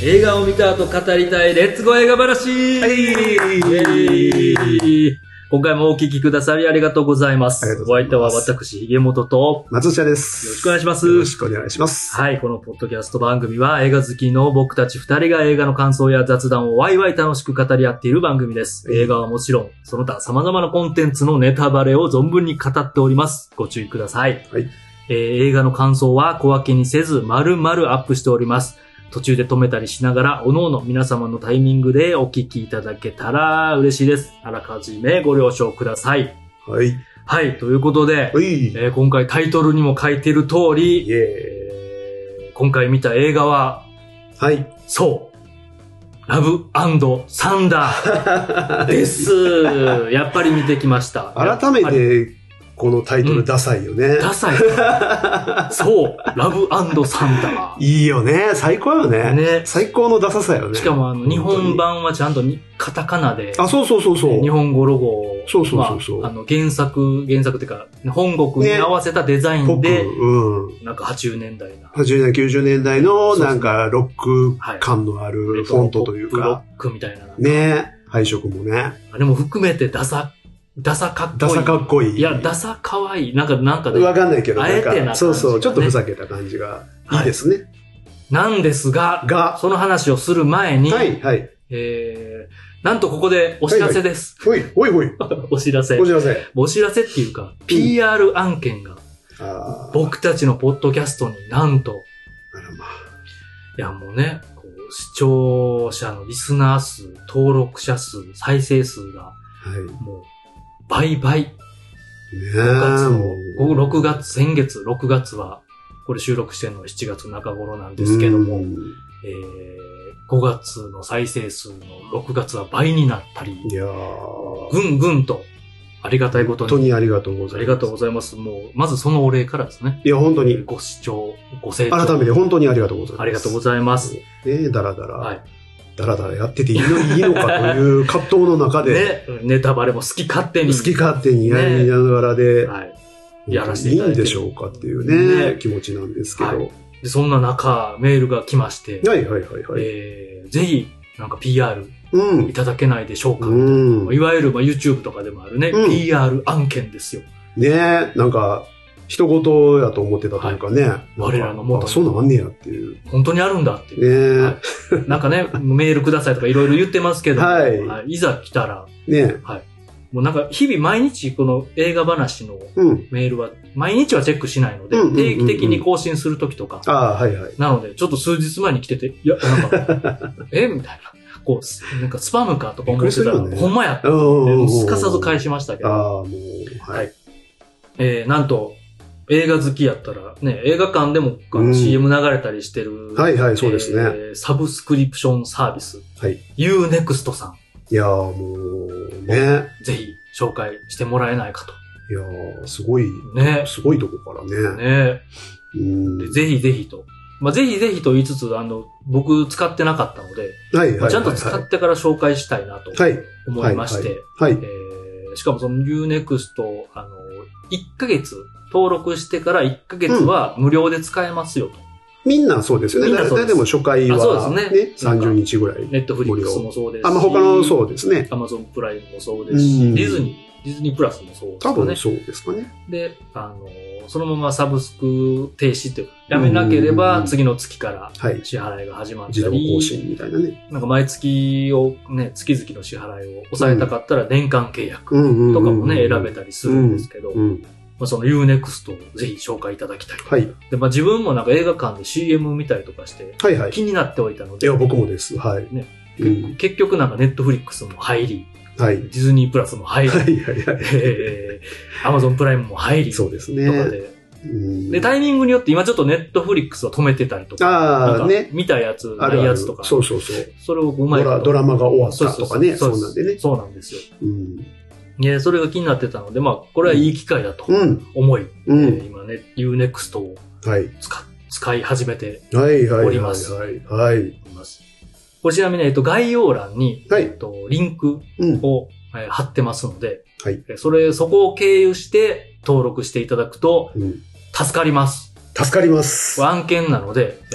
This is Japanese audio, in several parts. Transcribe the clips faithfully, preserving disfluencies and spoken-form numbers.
映画を見た後語りたいレッツゴー映画話、はい、今回もお聞きくださりありがとうございます。お相手は私、ひげもとと松下です。 よろしくお願いします。 よろしくお願いします。 はい、このポッドキャスト番組は映画好きの僕たち二人が映画の感想や雑談をワイワイ楽しく語り合っている番組です。映画はもちろん、その他様々なコンテンツのネタバレを存分に語っております。ご注意ください。 はい。 えー、映画の感想は小分けにせず丸々アップしております。途中で止めたりしながら、おのおの皆様のタイミングでお聞きいただけたら嬉しいです。あらかじめご了承ください。 はい。 はい、ということで、 はい、 えー、今回タイトルにも書いている通り、えー、今回見た映画は、 はい。 そう、ラブ&サンダーです。やっぱり見てきました。 改めて、このタイトルダサいよね。うん、 ダサい。そう。ラブ&サンダー。 いいよね。最高よね。 ね。 最高のダサさよね。 しかもあの、日本版はちゃんとカタカナで。 あ、そうそうそうそう。 日本語ロゴを。 そうそうそうそう。 まあ、あの、原作、原作っていうか、本国に合わせたデザインで、ね、うん。なんかはちじゅうねんだいな。 はちじゅうねんだい、きゅうじゅうねんだいの、なんか、ロック感のあるフォントというか。 ロックみたいな。 ね。配色もね。 あれも含めてダサダサかっこいい。 ダサかっこいい。 いや、ダサかわいい。なんか、なんかね。わかんないけど、 あえてな感じがね。 そうそう、ちょっとふざけた感じがいいですね。 はい、なんですが、が、その話をする前に、 はい、はい。 えー、なんとここでお知らせです。 ほい、ほいほい。 お知らせ。 お知らせ。 お知らせっていうか、ピーアール 案件が、僕たちのポッドキャストになんと、 あらまあ。 いや、もうね、こう視聴者のリスナー数、登録者数、再生数が、はい、もう、倍々。ねえ。 ろくがつの、ろくがつ、先月ろくがつは、これ収録してるのはしちがつなか頃なんですけども、えー、ごがつの再生数のろくがつは倍になったり、 いやーぐんぐんと、ありがたいことに。 本当にありがとうございます。 ありがとうございます。もう、まずそのお礼からですね。 いや、本当に。 ご視聴、ご清聴。 改めて本当にありがとうございます。 ありがとうございます。 ねえ、だらだら。 はい。 だらだらやってていいのいいのかという葛藤の中で。 ね、ネタバレも好き勝手に。 好き勝手にやりながらで、 ね、はい。やらせていただいて。 いいんでしょうかっていうね、ね気持ちなんですけど、はい。 で、そんな中、メールが来まして。 はいはいはいはい。 えー、ぜひ、なんか ピーアール、いただけないでしょうか、 うん、 いわゆる、まあ、YouTube とかでもあるね、うん、ピーアール 案件ですよ。 ねえ、なんか、人事やと思ってたというかね。はい、 我らの元に。そうなんあんねやっていう。 本当にあるんだっていう。 ねえ、 はい。なんかね、メールくださいとかいろいろ言ってますけど、 はい、 はい。いざ来たら、 ねえ。 はい。もうなんか日々毎日この映画話のメールは、毎日はチェックしないので、定期的に更新するときとか。 ああ、はいはい。 なので、ちょっと数日前に来てて、いや、なんか、えみたいな。こう、なんかスパムかとか思ってたら、ね、ほんまやって、すかさず返しましたけど。 ああ、もう、 はい。はい、えー、なんと、映画好きやったら、ね、映画館でもあの シーエム 流れたりしてる、 うん。はいはい、そうですね、 えー。サブスクリプションサービス。 はい。 ユーネクスト さん。 いやーもう、ね。 ぜひ紹介してもらえないかと。 いやー、すごい、ね。すごいとこからね。 ね。 うん。 で、ぜひぜひと。まあ、ぜひぜひと言いつつ、あの、僕使ってなかったので、 はいはいはいはい、 ちゃんと使ってから紹介したいなと思いまして、 はい。はいはい、 えー、しかもその ユーネクスト、あの、いっかげつ登録してからいっかげつは無料で使えますよと。 うん、みんなそうですよね。みんなそうです。でも初回は、ね、 そうですね。 さんじゅうにちぐらい。 ネットフリックスもそうですし。 あ、まあ、他のそうですね。 アマゾンプライムもそうですし、ディズニー、ディズニープラスもそうですかね。 多分そうですかね。 で、あの、そのままサブスク停止っていうか、やめなければ次の月から支払いが始まったり、 自動更新みたいなね。 なんか毎月をね、月々の支払いを抑えたかったら年間契約とかもね、選べたりするんですけど、まあ、その ユーネクスト をぜひ紹介いただきたい。 はい。 で、まあ自分もなんか映画館で シーエム 見たりとかして、はいはい。気になっておいたので。 いや、僕もです。はい。 ね。うん、結局なんかネットフリックスも入り、 はい。 ディズニープラスも入り、 はいはいはい。 えー、アマゾンプライムも入り、 そうですね。 とかで。で、タイミングによって今ちょっとネットフリックスを止めてたりとか。 ああ、ね。 見たやつ、ないやつとか。 そうそうそう。 それをうまいこと。 ドラマが終わったとかね。そうなんでね。 そうなんですよ。うん。ね、それが気になってたので、まあ、これはいい機会だと思い、うんえー、今ね、ユーネクスト を使、はい、使い始めております。 はいはいはい、はい。 これちなみに、えっと、概要欄に、はい、えっと、リンクを、うんえー、貼ってますので、はい、それ、そこを経由して登録していただくと、助かります。 助かります。 案件なので、はいえー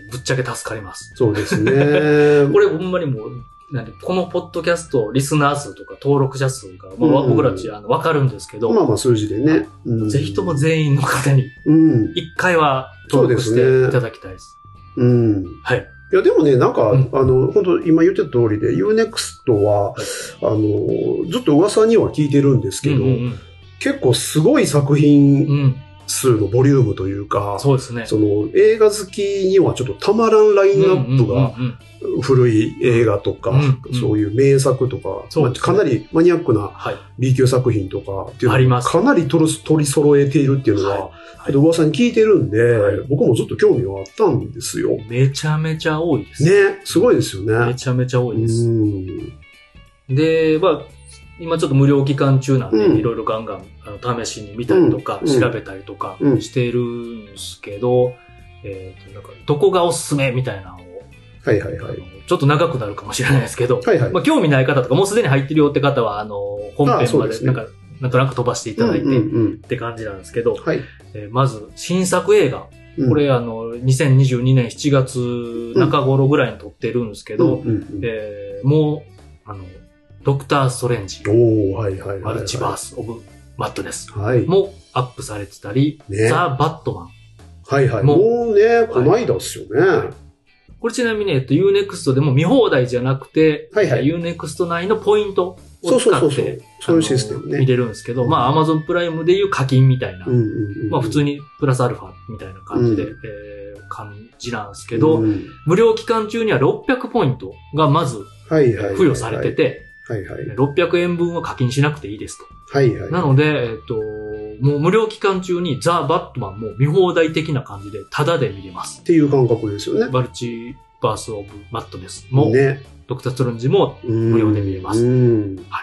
ぶっちゃけ助かります。 そうですね。 これほんまにもう、なんでこのポッドキャスト、リスナー数とか登録者数が、まあ、僕らちあの分かるんですけど、 まあまあ数字でね。 うん、ぜひとも全員の方に、一回は登録していただきたいです。 うん。はい。いや、でもね、なんか、うん、あの、本当今言ってた通りで、ユーネクスト は、はい、あの、ずっと噂には聞いてるんですけど、うんうんうん、結構すごい作品数のボリュームというか、うん、そうですね。その、映画好きにはちょっとたまらんラインナップが、古い映画とか、うんうん、そういう名作とか、ねまあ、かなりマニアックな B 級作品とかっていうのをかなり取り、取り揃えているっていうのは、はいはい、噂に聞いてるんで、はい、僕もずっと興味はあったんですよ。 めちゃめちゃ多いですね。ね、すごいですよね。 めちゃめちゃ多いです。うんで、まあ、今ちょっと無料期間中なんで、いろいろガンガンあの試しに見たりとか、うん、調べたりとかしてるんですけど、うん、えっと、なんか、どこがおすすめみたいなのを、はいはいはい。ちょっと長くなるかもしれないですけど、はいはい。まあ、興味ない方とか、もうすでに入ってるよって方は、あの、本編まで、なんか、なんとなく飛ばしていただいて、って感じなんですけど、はい。えー、まず、新作映画。うん、これ、あの、にせんにじゅうにねんしちがつ中頃ぐらいに撮ってるんですけど、えー、もう、あの、ドクター・ストレンジ。おー、はいはいはい、はい。マルチバース・オブ・マッドネス。はい。もアップされてたり、ね、ザ・バットマン。はいはい。もうね、こないだっすよね。はい、これちなみに、えっと、ユーネクスト でも見放題じゃなくて、はいはい、ユーネクスト 内のポイントを使って、そうそうそうそうそういうシステムね。見れるんですけど、うん、まあ、Amazon プライムでいう課金みたいな、うんうんうん、まあ、普通にプラスアルファみたいな感じで、うん、えー、感じなんですけど、うん、無料期間中にはろっぴゃくポイントがまず、付与されてて、はいはい、ろっぴゃくえんぶんは課金しなくていいですと。はいはい。なので、えっと、もう無料期間中にザ・バットマンも見放題的な感じでタダで見れます。 っていう感覚ですよね。 マルチバース・オブ・マットネスも、ね、ドクター・ストレンジも無料で見れます。うん。はい。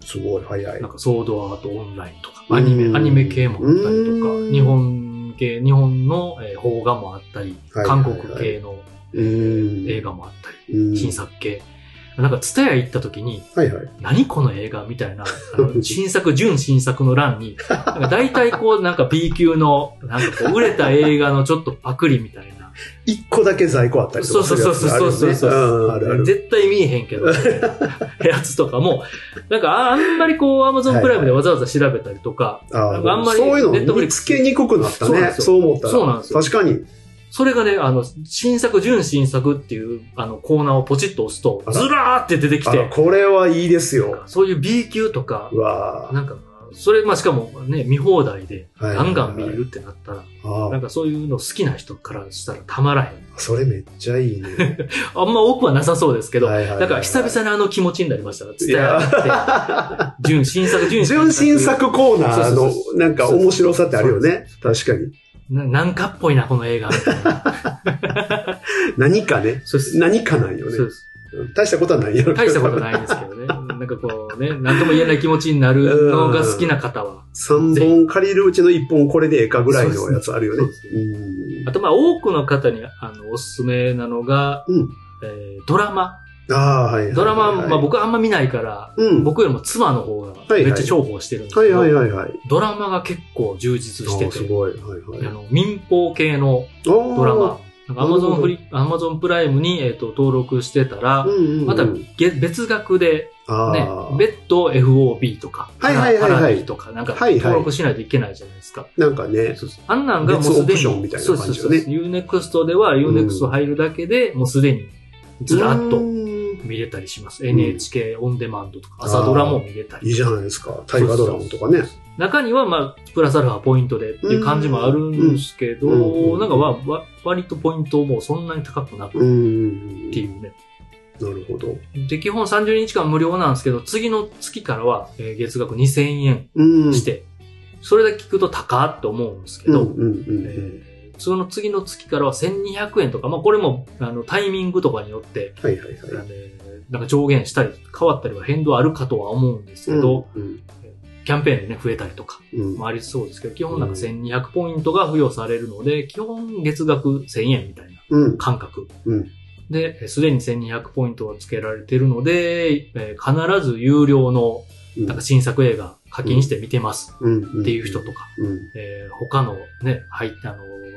すごい早い。 なんかソードアートオンラインとか、アニメ、アニメ系もあったりとか、日本系、日本の、えー、邦画もあったり、はいはいはい、韓国系の、えー、映画もあったり、新作系。なんか、ツタヤ行った時に、はいはい、何この映画みたいな、あの新作、純新作の欄に、なんか大体こう、なんか B 級の、なんかこう、売れた映画のちょっとパクリみたいな。 一個だけ在庫あったりとかするやつがあるよね。そうそうそうそう。あるある絶対見えへんけど、やつとかも、なんかあんまりこう、Amazon プライムでわざわざ調べたりとか、 はいはい、あ, あんまりそういうの見つけにくくなったね。そう思ったら。そうなんですよ。確かに。 それがね、あの、新作、純新作っていう、あの、コーナーをポチッと押すと、ずらーって出てきて。 これはいいですよ。 そういう B 級とか、なんか、それ、まあ、しかもね、見放題で、ガンガン見れるってなったら、はいはいはい、なんかそういうの好きな人からしたらたまらへん。 それめっちゃいいね。 あんま多くはなさそうですけど、はいはいはいはい、だから久々にあの気持ちになりました。伝え合って。純新作、純新作。純新作コーナーの、なんか面白さってあるよね。確かに。 ななんかっぽいな、この映画。みたいな何かね。何かなんよね。そうです。大したことはないやろ。 大したことないんですけどね。なんかこうね、なんとも言えない気持ちになるのが好きな方は。 三本借りるうちの一本これでええかぐらいのやつあるよね。そうですね。あとまあ多くの方にあのおすすめなのが、うんえー、ドラマ。ああ、はい、はい。ドラマ、まあ僕はあんま見ないから、うん、僕よりも妻の方がめっちゃ重宝してるんですけど、はいはいはいはい、ドラマが結構充実してて、すごい、はいはい、あの民放系のドラマ、アマゾンフリ、アマゾンプライムに、えー、と登録してたら、うんうんうん、また別額で、ね、別途 エフオービー とか、はいはいはいはい、パラビとか、なんか登録しないといけないじゃないですか。 はいはい、なんかね、 あんなんがもうすでに、そうそうそう、ユーネクスト では ユーネクスト 入るだけで、もうすでにずらっと見れたりします。エヌエイチケー オンデマンドとか、朝ドラも見れたり。 いいじゃないですか。大河ドラマとかね。 中には、まあ、プラスアルファポイントでっていう感じもあるんですけど、うんうん、なんかわ、わ、割とポイントもそんなに高くなくっていうね。 なるほど。 で、基本さんじゅうにちかん無料なんですけど、次の月からは、えー、月額にせんえんして、うん、それだけ聞くと高って思うんですけど、その次の月からはせんにひゃくえんとか、まあこれもあのタイミングとかによって、はいはいはい、なんか上限したり変わったりは変動あるかとは思うんですけど、うんうん、キャンペーンでね増えたりとかもありそうですけど、うん、基本なんかせんにひゃくポイントが付与されるので、基本月額せんえんみたいな感覚。うんうんで、すでにせんにひゃくポイントが付けられているので、えー、必ず有料のなんか新作映画課金して見てますっていう人とか、うんうんえー、他のね、入ってあの、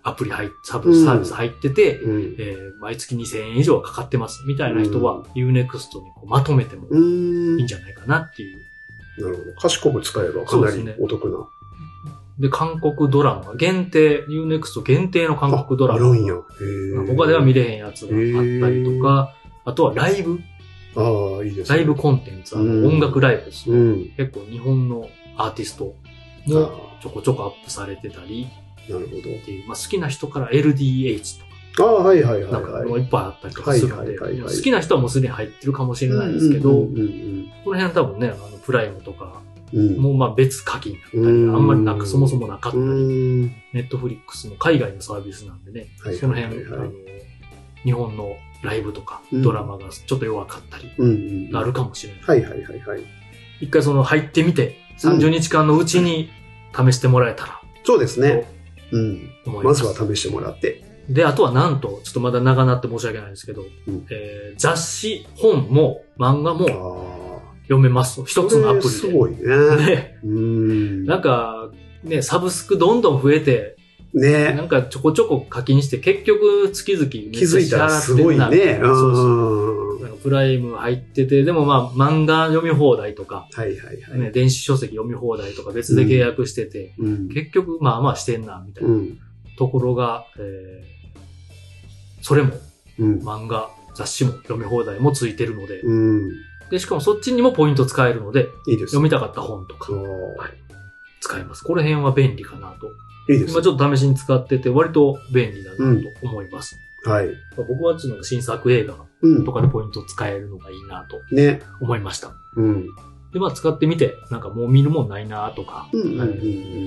アプリ入っ、サブサービス入ってて、 うん、 えー、毎月にせんえん以上はかかってます。みたいな人は、ユーネクストにこうまとめてもいいんじゃないかなっていう。 なるほど。賢く使えばかなりお得な。 で、韓国ドラマ、限定、ユーネクスト限定の韓国ドラマ。 あるんや。へ他では見れへんやつがあったりとか、あとはライブ。 ああ、いいですね。 ライブコンテンツ、あの音楽ライブです、ね、うん。結構日本のアーティストもちょこちょこアップされてたり。 なるほど。 っていう、まあ、好きな人から エルディーエイチ とか。 ああ、はいはいはい、はい。 なんかもういっぱいあったりとかするので、好きな人はもうすでに入ってるかもしれないですけど、この辺は多分ね、あの、プライムとか、うん、もうまあ別課金だったり、あんまりなく、そもそもなかったり、ネットフリックスも海外のサービスなんでね、はい、その辺、はいはいはい、あの、日本のライブとか、ドラマがちょっと弱かったり、があるかもしれない。 はいはいはいはい。 一回その入ってみて、さんじゅうにちかんのうちに試してもらえたら。 そうですね。うん。まずは試してもらって。 で、あとはなんと、ちょっとまだ長なって申し訳ないんですけど、うん、えー、雑誌、本も漫画も読めます。一つのアプリで。 すごいね。 ね。うん。なんか、ね、サブスクどんどん増えて、 ね。 なんかちょこちょこ課金して、結局月々めっちゃ気づいたらすごいね。 そうそう。なんかプライム入ってて、でもまあ漫画読み放題とか、 はいはいはい。 ね、電子書籍読み放題とか別で契約してて、うん、結局まあまあしてんな、みたいなところが、えー、それも、うん、漫画、雑誌も読み放題もついてるので、うん、で、しかもそっちにもポイント使えるので、 いいです。 読みたかった本とか、はい、使えます。この辺は便利かなと。 いいです。 今ちょっと試しに使ってて割と便利だなと思います。 うん、はい。 僕はちょっと新作映画とかでポイント使えるのがいいなと思いました。うん。で、まあ使ってみて、なんかもう見るもんないなとか、うんうんうんうん、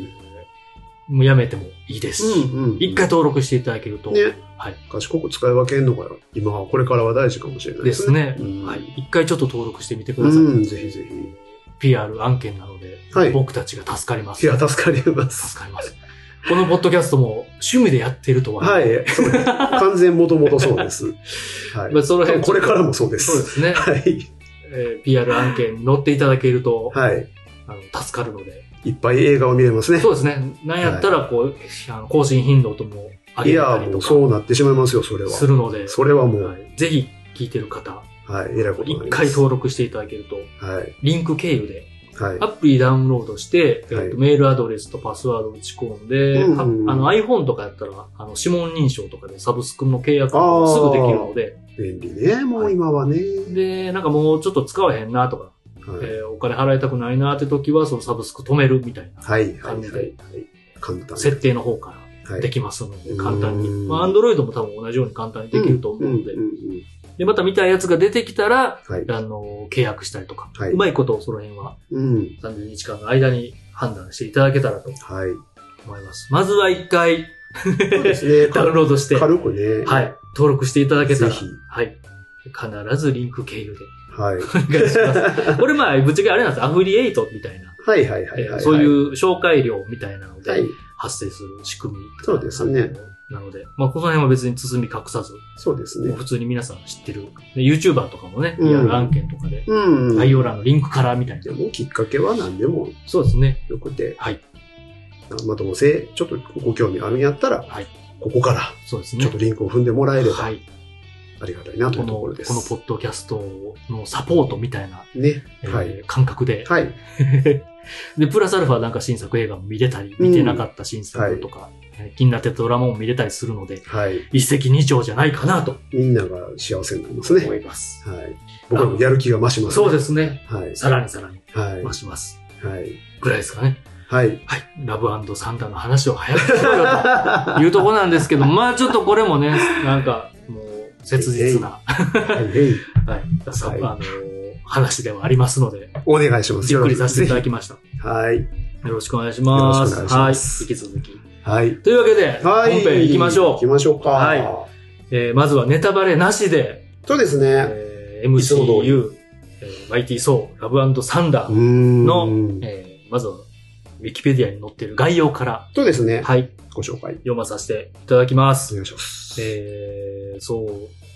もうやめてもいいですし、一、うんうんうん、回登録していただけると、 ね、はい。賢く使い分けるのが今はこれからは大事かもしれないですね。 ですね。うん、はい。一回ちょっと登録してみてください。 うん、ぜひぜひ。 ピーアール 案件なので、はい、僕たちが助かります。 いや、助かります。 助かります。このポッドキャストも趣味でやってるとは。 はい。そうです。完全もともとそうです。はい。まあ、その辺これからもそうです。 そうですね。 はい。 えー、ピーアール 案件に乗っていただけると、 はい。 あの、助かるので。 いっぱい映画を見れますね。 そうですね。なんやったら、こう、はい、あの更新頻度とも上げたりとか。いや、もうそうなってしまいますよ、それは。 するので。 それはもう。 はい、ぜひ、聞いてる方。 はい。えらいことになります。 一回登録していただけると、 はい。 リンク経由で、 はい、 アプリダウンロードして、はい、えーと、メールアドレスとパスワードを打ち込んで、うんうんうん、あの iPhone とかやったら、あの指紋認証とかでサブスクの契約がすぐできるので。 便利ね、もう今はね、はい。 で、なんかもうちょっと使わへんなとか、はい、えー、お金払いたくないなって時は、そのサブスク止めるみたいな感じで、簡単設定の方からできますので、はい、簡単に。まあ、Android も多分同じように簡単にできると思うので、うんうんうんうん、で、また見たいやつが出てきたら、はい、あの、契約したりとか、はい、うまいことその辺は、うん、さんじゅうにちかんの間に判断していただけたらと思います。はい、まずは一回そうですね、ダウンロードして、 軽くね、 はい、登録していただけたら、 ぜひ、 はい、必ずリンク経由で、 はい、 お願いします。これまあ、ぶっちゃけあれなんです。アフリエイトみたいな、 はいはいはい、はい、 そういう紹介料みたいなので、はい、発生する仕組み。 そうですね。 なので、まあ、この辺は別に包み隠さず。 そうですね。 普通に皆さん知ってる。YouTuber とかもね、リアル案件とかで、うん、概要欄のリンクからみたいな。 でも、きっかけは何でも。 そうですね。 よくて。 はい。 まあ、どうせ、ちょっとご興味あるんやったら、はい。ここから、 そうですね。 ちょっとリンクを踏んでもらえれば、はい。ありがたいなというところです。 この、このポッドキャストのサポートみたいな、 ね。 えー、はい。感覚で。 はい。 で、プラスアルファなんか新作映画も見れたり、見てなかった新作とか、うんはい気になってたドラマも見れたりするので、はい、一石二鳥じゃないかなと。 みんなが幸せになりますね。 思います。 はい。僕らもやる気が増しますね。 そうですね。 はい。 さらにさらに増します。 はい。 ぐらいですかね。 はい。 はい。ラブ&サンダーの話を早くしろよというところなんですけど、まあちょっとこれもね、なんかもう切実な、はい。はい。あの話ではありますので、 お願いします。 ゆっくりさせていただきました。 はい。 よろしくお願いします。 よろしくお願いします。 はい。引き続き。 はい。 というわけで、はい、本編行きましょう。 行きましょうか。 はい。えー、まずはネタバレなしで、 そうですね。 えー、エムシーユー、えー、マイティーソー、ラブ&サンダーの、えー、まずは、ウィキペディアに載っている概要から、 そうですね。 はい。 ご紹介。 読まさせていただきます。 お願いします。 えー、そう、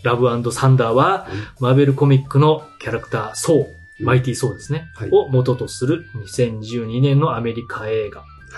ラブ&サンダーは、うん、マーベルコミックのキャラクター、ソー、マイティーソーですね。はい、を元とするにせんじゅうにねんのアメリカ映画。 はい。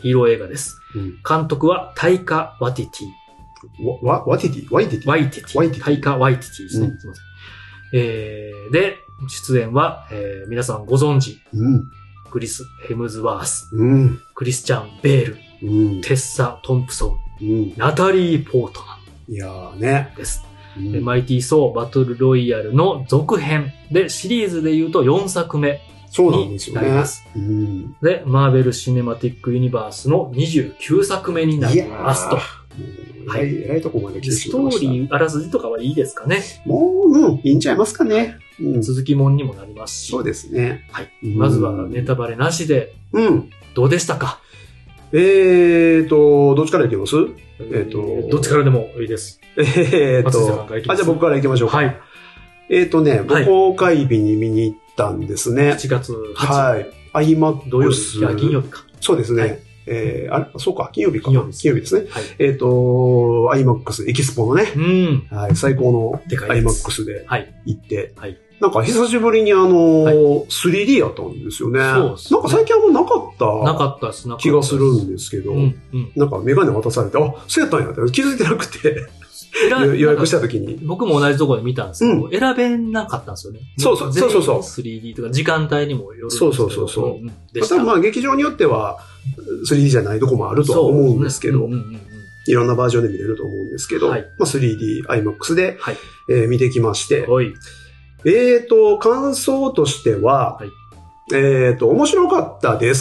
ヒーロー映画です。 うん、 監督はタイカ・ワティティ。わ、わ、ワティティワイティティワイティティ。 ワイティティ。 タイカ・ワイティティですね。 うん、 すいません。えー、で、出演は、えー、皆さんご存知。 うん、 クリス・ヘムズワース。 うん、 クリスチャン・ベール。 うん、 テッサ・トンプソン。 うん、 ナタリー・ポートマン。 いやーね。 です。 うん、 マイティー・ソー・バトル・ロイヤルの続編で、シリーズで言うとよんさくめになります。 そうなんですよね。うん、 で、マーベル・シネマティック・ユニバースのにじゅうきゅうさくめになりますと。 はい。えらいとこまで来てしまいました。 ストーリー、あらすじとかはいいですかね。 もう、うん、いいんちゃいますかね。 うん、続きもんにもなりますし。 そうですね。 はい。まずはネタバレなしで。 うん。 どうでしたか？ えーと、どっちからいきます？えーと、 どっちからでもいいです。 えーと、あ、じゃあ僕からいきましょうか。はい。えーとね、僕公開日に見に行ったんですね。 しちがつはちにち。 はい。アイマックス。 土曜日。あ、金曜日か。 そうですね。 はい、 えー、あれそうか、金曜日か。 金曜日金曜日ですね。 はい、 えっ、ー、と、アイマックス エキスポのね、 うん、 はい、最高の アイマックス で行って、 はいはい、 なんか久しぶりにあのーはい、スリーディー やったんですよね。そうですね。なんか最近あんまなかったなかったです、 気がするんですけど、うんうん、なんかメガネ渡されて、あ、そうやったんやって気づいてなくて。予約した時に。 僕も同じところで見たんですけど、うん、選べなかったんですよね。 そうそうそうそう。 スリーディー とか時間帯にもよるんですけど。 そうそうそうそう。うん、でしたまたまあ劇場によっては スリーディー じゃないとこもあるとは思うんですけど、ねうんうんうんうん、いろんなバージョンで見れると思うんですけど、はい、まあ スリーディー、アイマックス で、はいえー、見てきまして、はい、えーと、感想としては、はいえっ、ー、と、面白かったです。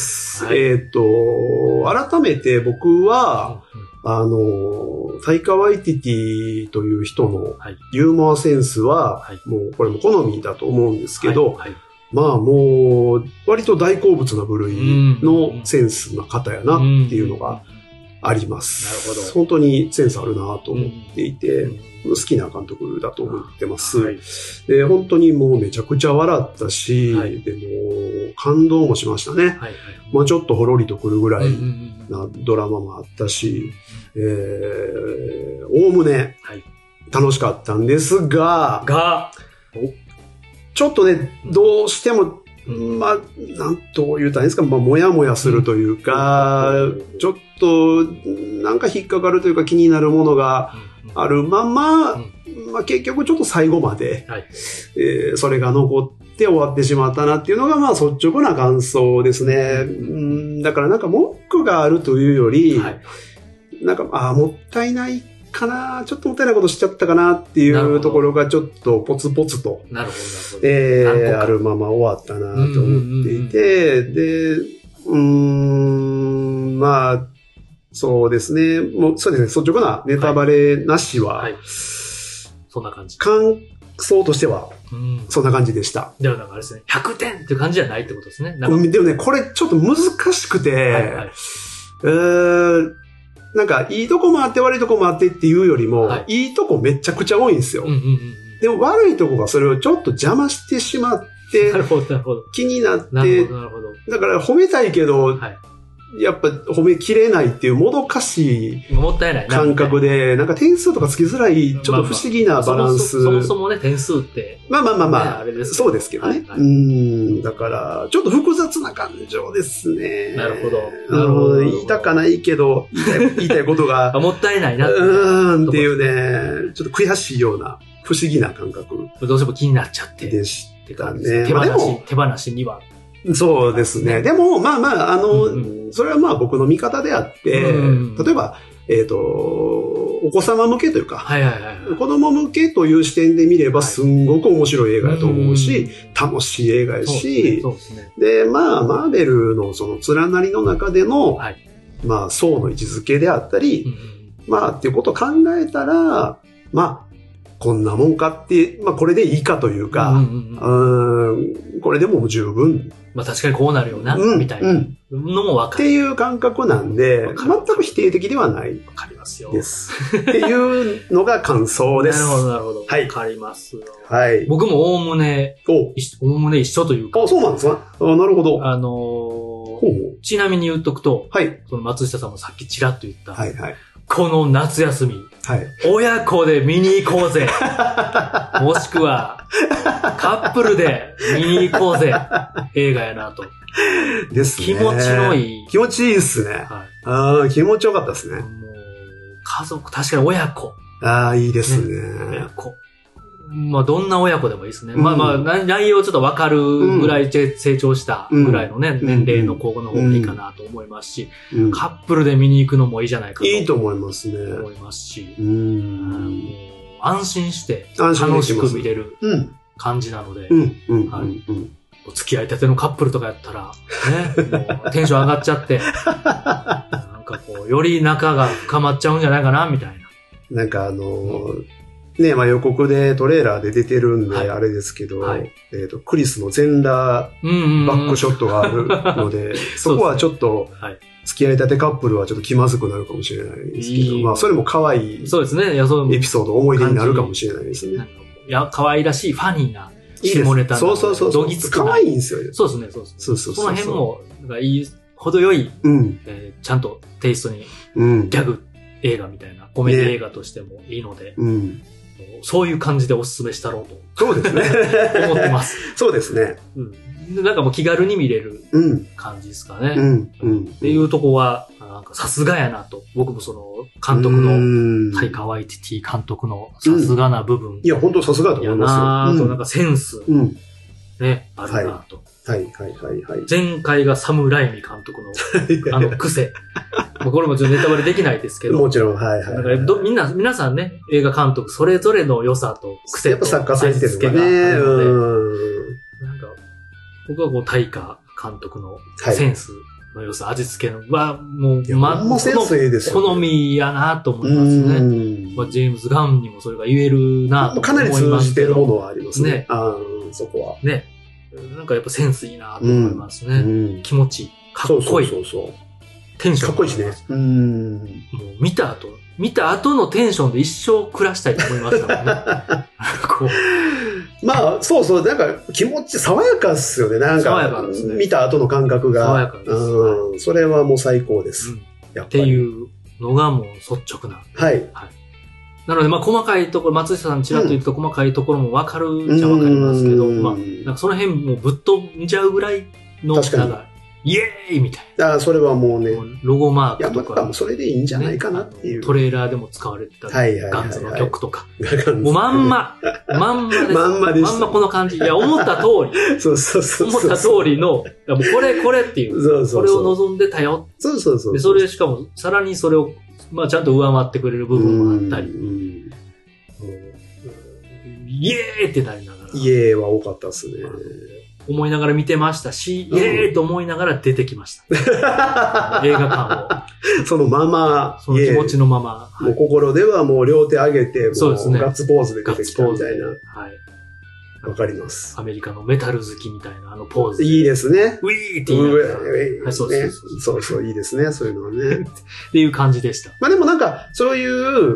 はい、えっ、ー、と、改めて僕は、うんうん、あの、タイカ・ワイティティという人のユーモアセンスは、はい、もうこれも好みだと思うんですけど、はいはい、まあもう、割と大好物な部類のセンスな方やなっていうのがあります。なるほど。本当にセンスあるなと思っていて、うん好きな監督だと思ってます、はいで。本当にもうめちゃくちゃ笑ったし、はい、でも感動もしましたね。はいはい、まあちょっとほろりとくるぐらいなドラマもあったし、おおむね楽しかったんですが、 がちょっとね、どうしても、まあ、なんと言うたらいいんですか、まあ、もやもやするというか、ちょっと、なんか引っかかるというか気になるものがあるまま、まあ、結局ちょっと最後まで、はいえー、それが残って終わってしまったなっていうのが、まあ、率直な感想ですね。うんだからなんか文句があるというより、はい、なんか、ああ、もったいないかな、ちょっともったいないことしちゃったかなっていうところがちょっとポツポツと、 なるほどえー、あるまま終わったなと思っていて、で、うーん、まあ、そうですね、もうそうですね、率直なネタバレなしは、はいはい、 そんな感じ。 感想としては、そんな感じでした。 でもなんかあれですね、ひゃくてんっていう感じじゃないってことですね。 なんかでもね、これちょっと難しくて、はいはいえーなんか、いいとこもあって悪いとこもあってっていうよりも、はい、いいとこめちゃくちゃ多いんですよ。うんうんうん、でも悪いとこがそれをちょっと邪魔してしまって、 なるほど、なるほど。 気になって、 なるほど、なるほど。 だから褒めたいけど、はいやっぱ褒めきれないっていうもどかしいもったいない感覚で、なんか点数とかつきづらい、ちょっと不思議なバランス。 まあまあ、そもそもね、点数って。 まあまあまあまあ、ね、あれですそうですけどね。はいはい、うん、だから、ちょっと複雑な感情ですね。 なるほど。 なるほど。言いたかないけど、言いたい、言いたいことが。 もったいないなって。 うんっていうね、ちょっと悔しいような、不思議な感覚。 どうしても気になっちゃって。 でしたね。 手放し、手放しには。 そうですね。でも、まあまあ、あの、うんうん、それはまあ僕の見方であって、うん、例えば、えっと、お子様向けというか、 はいはいはい、 子供向けという視点で見ればすんごく面白い映画だと思うし、はい、楽しい映画やし、そうですね、で、まあ、マーベルのその連なりの中での、はい、まあ、層の位置づけであったり、うんうん、まあ、っていうことを考えたら、まあ、こんなもんかって、まあこれでいいかというか、うんうんうん、んこれでも十分。 まあ確かにこうなるよな、うん、みたいなのも分かる。 っていう感覚なんで、全く否定的ではない。 わかりますよ。 です。っていうのが感想です。 なるほど、なるほど。はい。わかりますよ。 はい。 僕もおおむね、おおむね一緒というか。 あ、そうなんですかあ、なるほど。 あのー、ほうほうちなみに言っとくと、はい。その松下さんもさっきちらっと言った、はいはい。 この夏休み、 はい。 親子で見に行こうぜ。もしくは、カップルで見に行こうぜ。映画やなと。 ですね。 気持ちのいい。 気持ちいいっすね。はい。ああ、気持ちよかったですね。もう、 家族、確かに親子。 ああ、いいですね。 ね親子。まあ、どんな親子でもいいですね。うん、まあまあ、内容ちょっとわかるぐらい、うん、成長したぐらいのね、うん、年齢の子の方がいいかなと思いますし、うん、カップルで見に行くのもいいじゃないかと。 いいと思いますね。 思いますし、 うん、 もう安心して楽しく見れる感じなので、お付き合いたてのカップルとかやったら、ね、もうテンション上がっちゃって、なんかこう、より仲が深まっちゃうんじゃないかな、みたいな。なんかあのー、うんね、まあ予告でトレーラーで出てるんで、あれですけど、はいはい、えっと、クリスの全裸バックショットがあるので、そこはちょっと、付き合いたてカップルはちょっと気まずくなるかもしれないですけど、まあそれも可愛いそうですね。エピソード、思い出になるかもしれないですね。 いや、可愛らしい、ファニーな下ネタの。 そうそうそう。 どぎつく。 可愛いんですよ。 そうですね、そうですね。そうそうそう。その辺も、いい、程よい、うんえー、ちゃんとテイストに、ギャグ映画みたいな、コメディ映画としてもいいので、ねうんそういう感じでお勧めしたろうと。 そうですね。 思ってます。 そうですね。 うん。なんかもう気軽に見れる感じですかね。 うん。うん。 っていうとこは、なんかさすがやなと。僕もその監督の、タイカワイティティ監督のさすがな部分。 いや、本当さすがだと思いますよ。 やなと、なんかセンス。うん。ね、あるなと。 はい、はい、はい、はい。 前回がサム・ライミ監督の、あの癖。これもちょっとネタバレできないですけど。 もちろん、はいはい。 なんかどみんな、皆さんね、映画監督それぞれの良さと癖と味付けがあるので、なんか、僕はこう、タイカ監督のセンスの良さ、はい、味付けのは、もう、 ま、もセンスいいですよ、 ね。好みやなと思いますね。まあ、ジェームズ・ガンにもそれが言えるなと思いますけど。 かなり通じてるものはありますね。ねあそこは。 ね。なんかやっぱセンスいいなと思いますね。うん、気持ちいい。かっこいい。 そうそうそう。 テンション。 かっこいいですね。うん。 もう見た後、見た後のテンションで一生暮らしたいと思いましたもんね。こうまあ、そうそう、なんか気持ち爽やかっすよね。なんか、爽やかですね、見た後の感覚が。 爽やかです。 うん。それはもう最高です。うん、 やっぱりっていうのがもう率直な。 はい。 はい。なので、まあ、細かいところ、松下さんちらっと言った細かいところもわかるっちゃわかりますけど、うん、まあ、なんかその辺もぶっ飛んじゃうぐらいの、 確かに。 イエーイみたいな。 ああ、それはもうね。 ロゴマークとか。 いや、まあ、それでいいんじゃないかなっていう。 ね、トレーラーでも使われてた、 はいはいはいはい、 ガンズの曲とか。もうまんま、まんまです。 まんまです。 まんまこの感じ。いや、思った通り。 そうそうそう。 思った通りの、もうこれこれっていう。そうそうそう。これを望んでたよ。 そうそうそう。 で、それしかも、さらにそれを、まあちゃんと上回ってくれる部分もあったり。イエーイってなりながら。 イエーイは多かったですね。 思いながら見てましたし、イエーイと思いながら出てきました。映画館を。そのまま、 その気持ちのまま。 はい、もう心ではもう両手上げて、そうですね。ガッツポーズで出てきたみたいな。はい。わかります。 アメリカのメタル好きみたいなあのポーズ。 いいですね。 ウィーって言いながら。はい、 そうそうそうそう、いいですね。そういうのはね。 っていう感じでした。 まあでもなんか、そういう、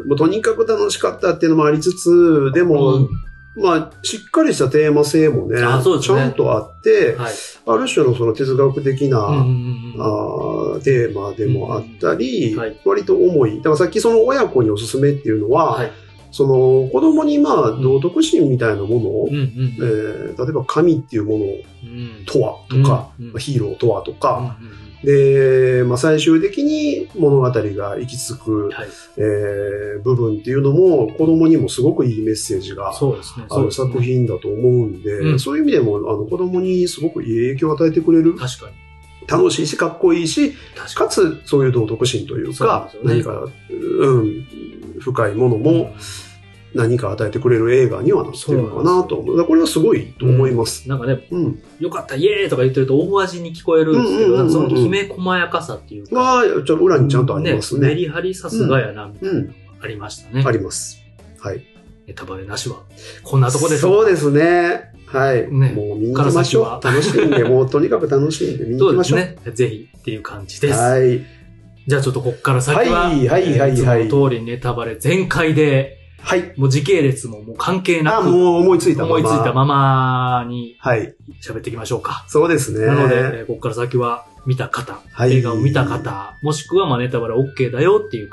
もうとにかく楽しかったっていうのもありつつ、でも、うんまあ、しっかりしたテーマ性もね、あそうですねちゃんとあって、はい、ある種のその哲学的な、うんうんうん、あテーマでもあったり、うんはい、割と重い。だからさっきその親子におすすめっていうのは、はい、その子供にまあ道徳心みたいなものを、うんうんうんえー、例えば神っていうものとはとか、うんうん、ヒーローとはとか、うんうんで、まあ、最終的に物語が行き着く、はいえー、部分っていうのも子供にもすごくいいメッセージがある作品だと思うんで、そう、ねそういう意味でもあの子供にすごくいい影響を与えてくれる。 確かに。 楽しいし、かっこいいし、か, かつそういう道徳心というか、う、ね、何か、うん、深いものも、うん何か与えてくれる映画にはなってるのかなと思う。これはすごいと思います。 うん、なんかね、うん、よかった、イエーイとか言ってると大味に聞こえるんですけど、そのきめ細やかさっていうか。 は、ちょっと裏にちゃんとありますね。 ねメリハリさすがやな、みたいなのがありましたね、うん。 あります。はい。 ネタバレなしは、こんなとこでしょうか。 そうですね。はい。ね、もう見に行きましょう。楽しんで、もうとにかく楽しんで見に行きましょう。 そうですね。ぜひっていう感じです。 はい。 じゃあちょっとこっから先は、 はい、はい、はい、はい。 その通りネタバレ全開で、 はい。 もう時系列ももう関係なく。 あ、もう思いついたまま。思いついたままに。 はい。 喋っていきましょうか。 そうですね。 なので、ここから先は見た方、はい、映画を見た方、もしくはまあネタバレ OK だよっていう方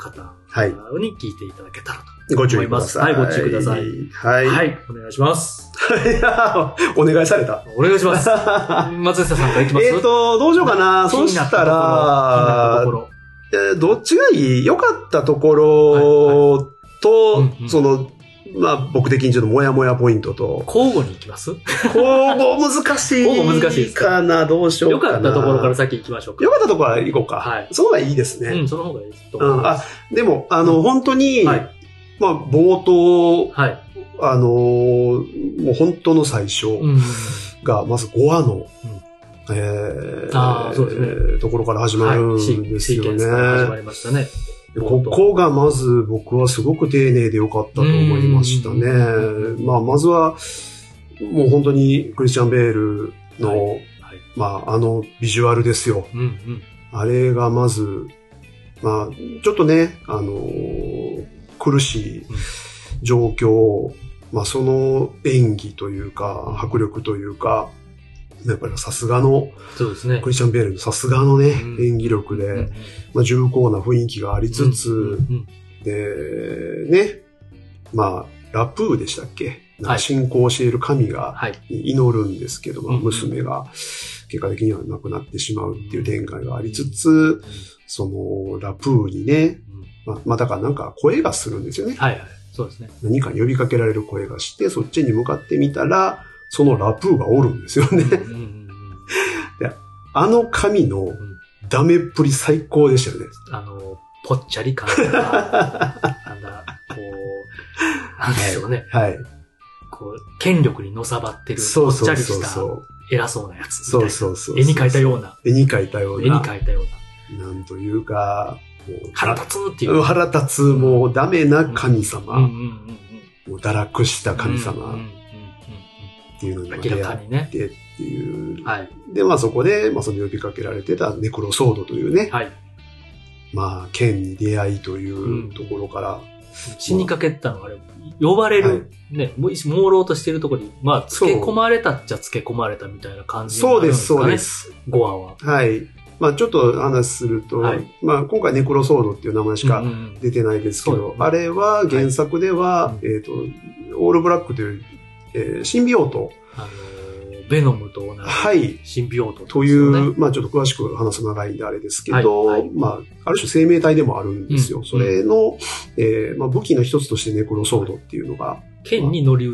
に聞いていただけたらとご思います。 注意ください。 はい、ご注意ください。 はい。 はい、お願いします。 お願いされた。 お願いします。松下さんからいきます？ えっと、どうしようかな。そうしたら、えー、どっちがいい？良かったところと、はいはいうんうん、その、まあ、僕的にちょっとモヤモヤポイントと。 交互に行きます？ 交互難しい。 交互難しいですか？ かな、どうしようかな。 良かったところから先行きましょうか。 良かったところから行こうか。はい。その方がいいですね。 うん、その方がいいです。 うん、あ、でも、あの、うん、本当に、はい、まあ、冒頭、はい、あのー、もう本当の最初が、まずごわの、うんえーあそうですね、ところから始まるんですよね。 はい、始まりましたね。 ここがまず僕はすごく丁寧でよかったと思いましたね。まあまずはもう本当にクリスチャン・ベールの、はいはい、まああのビジュアルですよ。うんうん、あれがまず、まあちょっとね、あのー、苦しい状況、まあその演技というか迫力というか、やっぱりさすがの、そうですね。クリスチャン・ベールのさすがのね、うん、演技力で、うんまあ、重厚な雰囲気がありつつ、うんうん、で、ね、まあ、ラプーでしたっけ、はい、信仰している神が祈るんですけども、はい、娘が結果的には亡くなってしまうっていう展開がありつつ、うん、そのラプーにね、まあ、まあ、だからなんか声がするんですよね。はいはい。そうですね。何か呼びかけられる声がして、そっちに向かってみたら、そのラプーがおるんですよね。うんうんうん、であの神のダメっぷり最高でしたよね。 あの、ぽっちゃり感とか、なんだ、こう、なんでしょうね。はい。こう、権力にのさばってる、ぽっちゃりした偉そうなやつ。そうそうそう。絵に描いたような。 絵に描いたような。 絵に描いたような。なんというか、 もう腹立つっていう。 腹立つ、もうダメな神様。もう堕落した神様。うんうんうんっていうのに出会ってっていう。ねはい、で、まあそこで、まあその呼びかけられてたネクロソードというね。はい、まあ剣に出会いというところから。うん、 死にかけたのはあれ、呼ばれる、はい、ね、もう朦朧としてるところに、まあ付け込まれたっちゃ付け込まれたみたいな感じになるんですかね。そうです、そうです。ごわは。 はい。まあちょっと話すると、はい、まあ今回ネクロソードっていう名前しか出てないですけど、うんうん、あれは原作では、はい、えっと、オールブラックという、えー、シンビオート。あのー、ベノムと同じ。はい。シンビオート、ね、 という、まあちょっと詳しく話す長いんであれですけど、はいはい、まあ、ある種生命体でもあるんですよ。うん、それの、えー、まあ武器の一つとしてネクロソードっていうのが。 剣に乗り移った。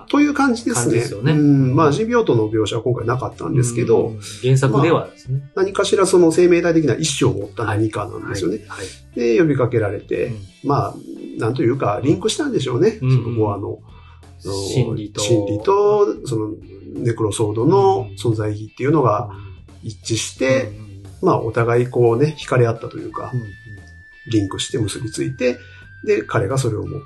という感じですね。ですよね。うん。まあシンビオートの描写は今回なかったんですけど、 原作ではですね、 まあ。何かしらその生命体的な意志を持った何かなんですよね。はいはいはい、で、呼びかけられて、うん、まあ、なんというか、リンクしたんでしょうね。うん、その後あの、 心理と、 心理と、その、ネクロソードの存在意義っていうのが一致して、うん、まあ、お互いこうね、惹かれ合ったというか、うん、リンクして結びついて、で、彼がそれを持って、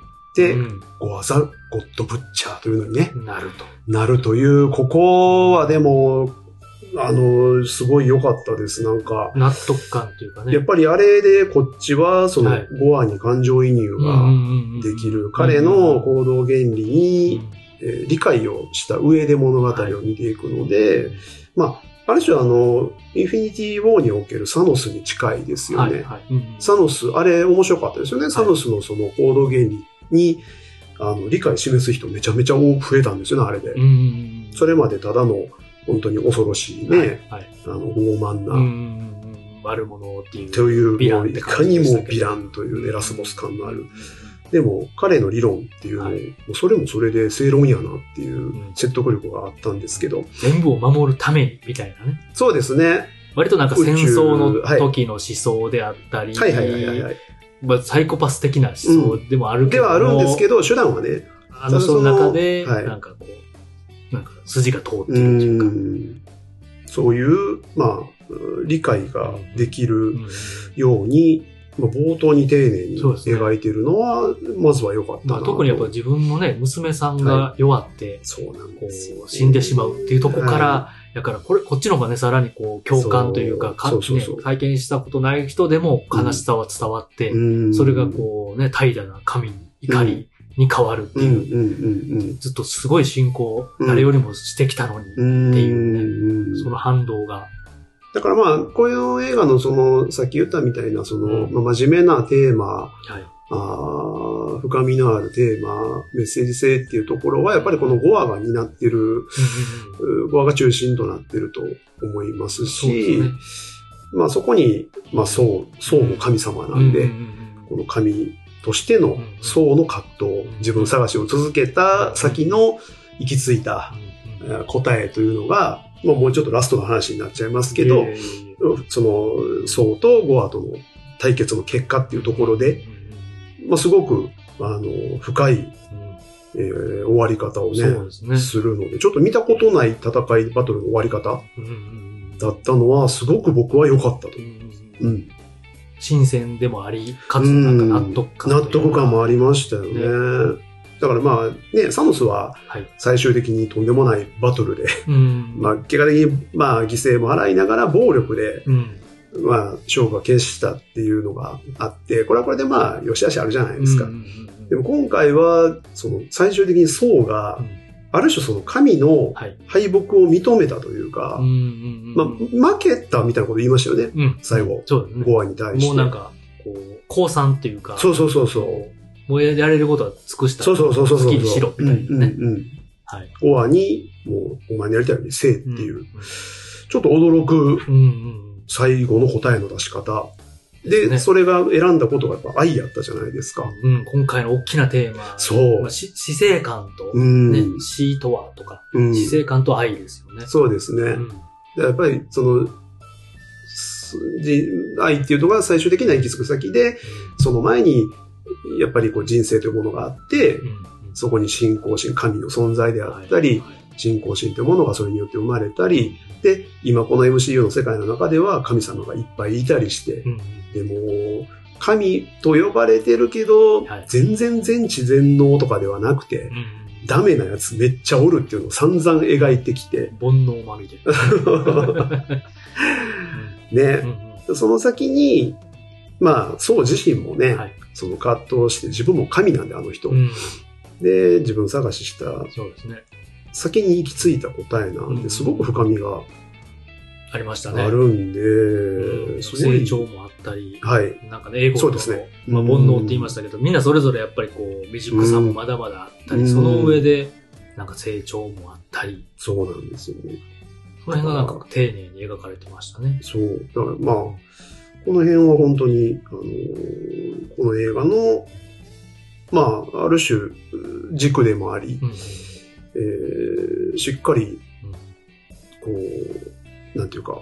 うん、ゴアザ・ゴッド・ブッチャーというのにね、 なると。 なるという、ここはでも、あの、すごい良かったです。なんか。 納得感というかね。 やっぱりあれでこっちは、その、はい、ゴアに感情移入ができる。彼の行動原理に、うんえー、理解をした上で物語を見ていくので、はい、まあ、ある種あの、インフィニティ・ウォーにおけるサノスに近いですよね。はいはいうん、サノス、あれ面白かったですよね。はい、サノスのその行動原理に、あの、理解示す人めちゃめちゃ多く増えたんですよね、あれで。うんそれまでただの、本当に恐ろしいね、はいはい、あの、傲慢な、うん悪者っていう。 という、いかにもヴィランというエラスボス感のある。でも、彼の理論っていうの、はい、もうそれもそれで正論やなっていう説得力があったんですけど。うん、 全部を守るために、みたいなね。 そうですね。 割となんか戦争の時の思想であったり、はい、はいはいはいはい、まあ、サイコパス的な思想でもあるけど、 うん、ではあるんですけど、手段はね、 あの、その中で、なんかこう、はいなんか筋が通ってるっていうか。うんそういう、まあ、理解ができるように、まあ、冒頭に丁寧に描いているのは、まずは良かったな、 まあ、特にやっぱ自分のね、娘さんが弱って、はい、そうなんですよ、ね、死んでしまうっていうところから、はい、だからこれ、こっちの方がね、さらにこう、共感というか、そうそうそうね、体験したことない人でも悲しさは伝わって、うん、それがこうね、怠惰な神に怒り、うんに変わるっていう、うんうんうんうん、ずっとすごい信仰、誰よりもしてきたのにっていうね、うん、その反動が。 だからまあ、こういう映画のその、さっき言ったみたいな、その、うんまあ、真面目なテーマあ深みのあるテーマ、メッセージ性っていうところは、やっぱりこのごわが担ってる、うんうん、ごわが中心となってると思いますし、ね、まあそこに、まあ宋、宋の神様なんで、うんうんうん、この神としての宋の葛藤、うんうん、自分探しを続けた先の行き着いた答えというのが、まあもうちょっとラストの話になっちゃいますけど、その宋とごわとの対決の結果っていうところで、まあ、すごく、あの、深い、うんえー、終わり方をね、ねするので、ちょっと見たことない戦い、バトルの終わり方だったのは、すごく僕は良かったと。うんうん、 新鮮でもあり、かつなんか納得感、 うん。納得感もありましたよね。ねだからまあ、ね、サノスは、最終的にとんでもないバトルで、はいまあ、結果的に、まあ、犠牲も払いながら、暴力で、うんまあ、勝負は決したっていうのがあって、これはこれでまあ、良し悪しあるじゃないですか。うんうんうん、でも今回は、その、最終的に宋が、うん、ある種その神の敗北を認めたというか、はいまあ、負けたみたいなこと言いましたよね。うん、最後。そうですね。ごわに対して。 もうなんか、こう、降参っていうか。 そうそうそうそう。 もうやれることは尽くした。 そうそうそうそう。 好きにしろ、みたいなね。うんうんうん、 はい。ごわに、もう、お前のやりたいようにせえっていう、うんうん、ちょっと驚く、うんうん最後の答えの出し方。で、ね、それが選んだことがやっぱ愛やったじゃないですか。 うん、今回の大きなテーマ。 そう。 まあ、死生観と、ね、うん、死とはとか、うん、死生観と愛ですよね。 そうですね。うん、やっぱり、その、愛っていうのが最終的な行き着く先で、うん、その前に、やっぱりこう人生というものがあって、うんうん、そこに信仰心、神の存在であったり、はいはい信仰心というものがそれによって生まれたり、で、今この エムシーユー の世界の中では神様がいっぱいいたりして、うん、でも、神と呼ばれてるけど、はい、全然全知全能とかではなくて、うん、ダメなやつめっちゃおるっていうのを散々描いてきて。 煩悩まみれ。 ね、うん、その先に、まあ、そう自身もね、はい、その葛藤して自分も神なんであの人。うん、で、自分探しした。 そうですね。 先に行き着いた答えなんで、すごく深みがありましたね。 あるんで、 うん、成長もあったり、 はい。 なんかね、英語との、ね、まあ、煩悩って言いましたけど、みんなそれぞれやっぱりこう、未熟さもまだまだあったり、その上で、なんか成長もあったり。 そうなんですよね。 その辺がなんか丁寧に描かれてましたね。 そう。だからまあ、この辺は本当に、あのー、この映画の、まあ、ある種、軸でもあり、うんえー、しっかり、こう、なんていうか、うん、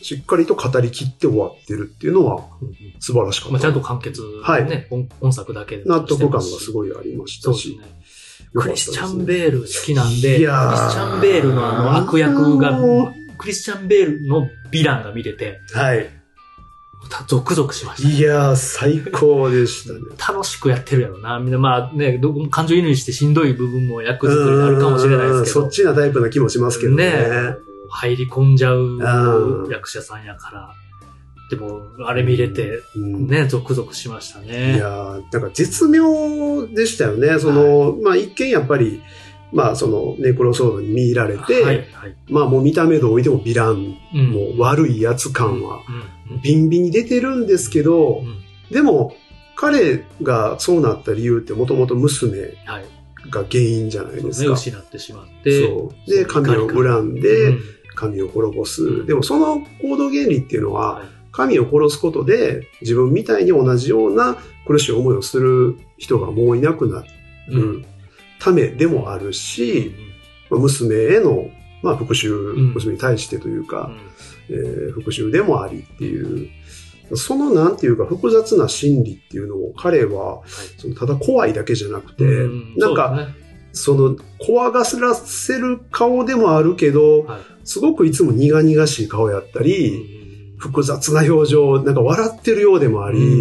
しっかりと語り切って終わってるっていうのは素晴らしかった。 まあ、ちゃんと完結、ね、はい、本, 本作だけで。 納得感がすごいありましたし。 そうですね。クリスチャン・ベール好きなんで、クリスチャン・ベールのあの悪役が、クリスチャン・ベールのヴィランが見れて、 はい。 ゾクゾクしました、ね。 いやー、最高でしたね。 楽しくやってるやろな。みんなまあね、感情移入してしんどい部分も役作りになるかもしれないですけど。 そっちなタイプな気もしますけどね。ね入り込んじゃう役者さんやから。でも、あれ見れて、ね、ゾクゾクしましたね。 いやー、なんか絶妙でしたよね。その、はい、まあ一見やっぱり、まあそのネクロソードに見入られて、はいはい、まあもう見た目どおりでもヴィラン、うん、もう悪いやつ感はビンビンに出てるんですけど、うん、でも彼がそうなった理由ってもともと娘が原因じゃないですか。 はい、失ってしまって。 そう。で、神を恨んで、神を滅ぼす。うん、でもその行動原理っていうのは、はい、神を殺すことで自分みたいに同じような苦しい思いをする人がもういなくなる。うんためでもあるし、うん、娘への、まあ、復讐、うん、娘に対してというか、うんえー、復讐でもありっていう、そのなんていうか複雑な心理っていうのを彼は、はい、そのただ怖いだけじゃなくて、うん、なんかそ、ね、その怖がらせる顔でもあるけど、はい、すごくいつも苦々しい顔やったり、うん、複雑な表情、なんか笑ってるようでもあり、うん、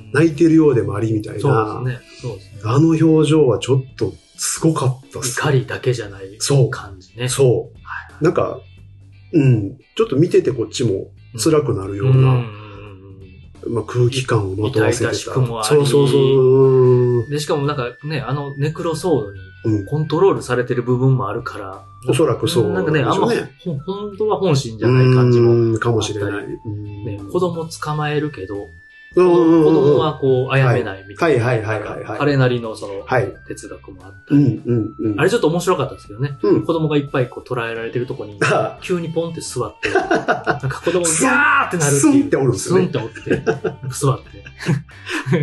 泣いてるようでもありみたいな、 そうですねそうですね、 あの表情はちょっとすごかったっす。 怒りだけじゃない感じね。 そう。そうはい、なんか、うん、ちょっと見ててこっちも辛くなるような、うんまあ、空気感をまとわせてた。 痛々しくもあり。 そうそうそう。 で、しかもなんかね、あのネクロソードにコントロールされてる部分もあるから。 うん、おそらくそう、 ね。なんかね、あんま本当は本心じゃない感じも。 かもしれない。 ね、子供捕まえるけど、 うんうんうん、 子供はこう、殺めないみたいな。 はいはいはいはいはい。 彼なりのその、 はい、哲学もあったり、うんうんうん。あれちょっと面白かったですけどね。うん、子供がいっぱいこう捉えられてるとこに、急にポンって座って、なんか子供がギャーってなるっていう。 スンっておるんですよね。 スンっておって、座って。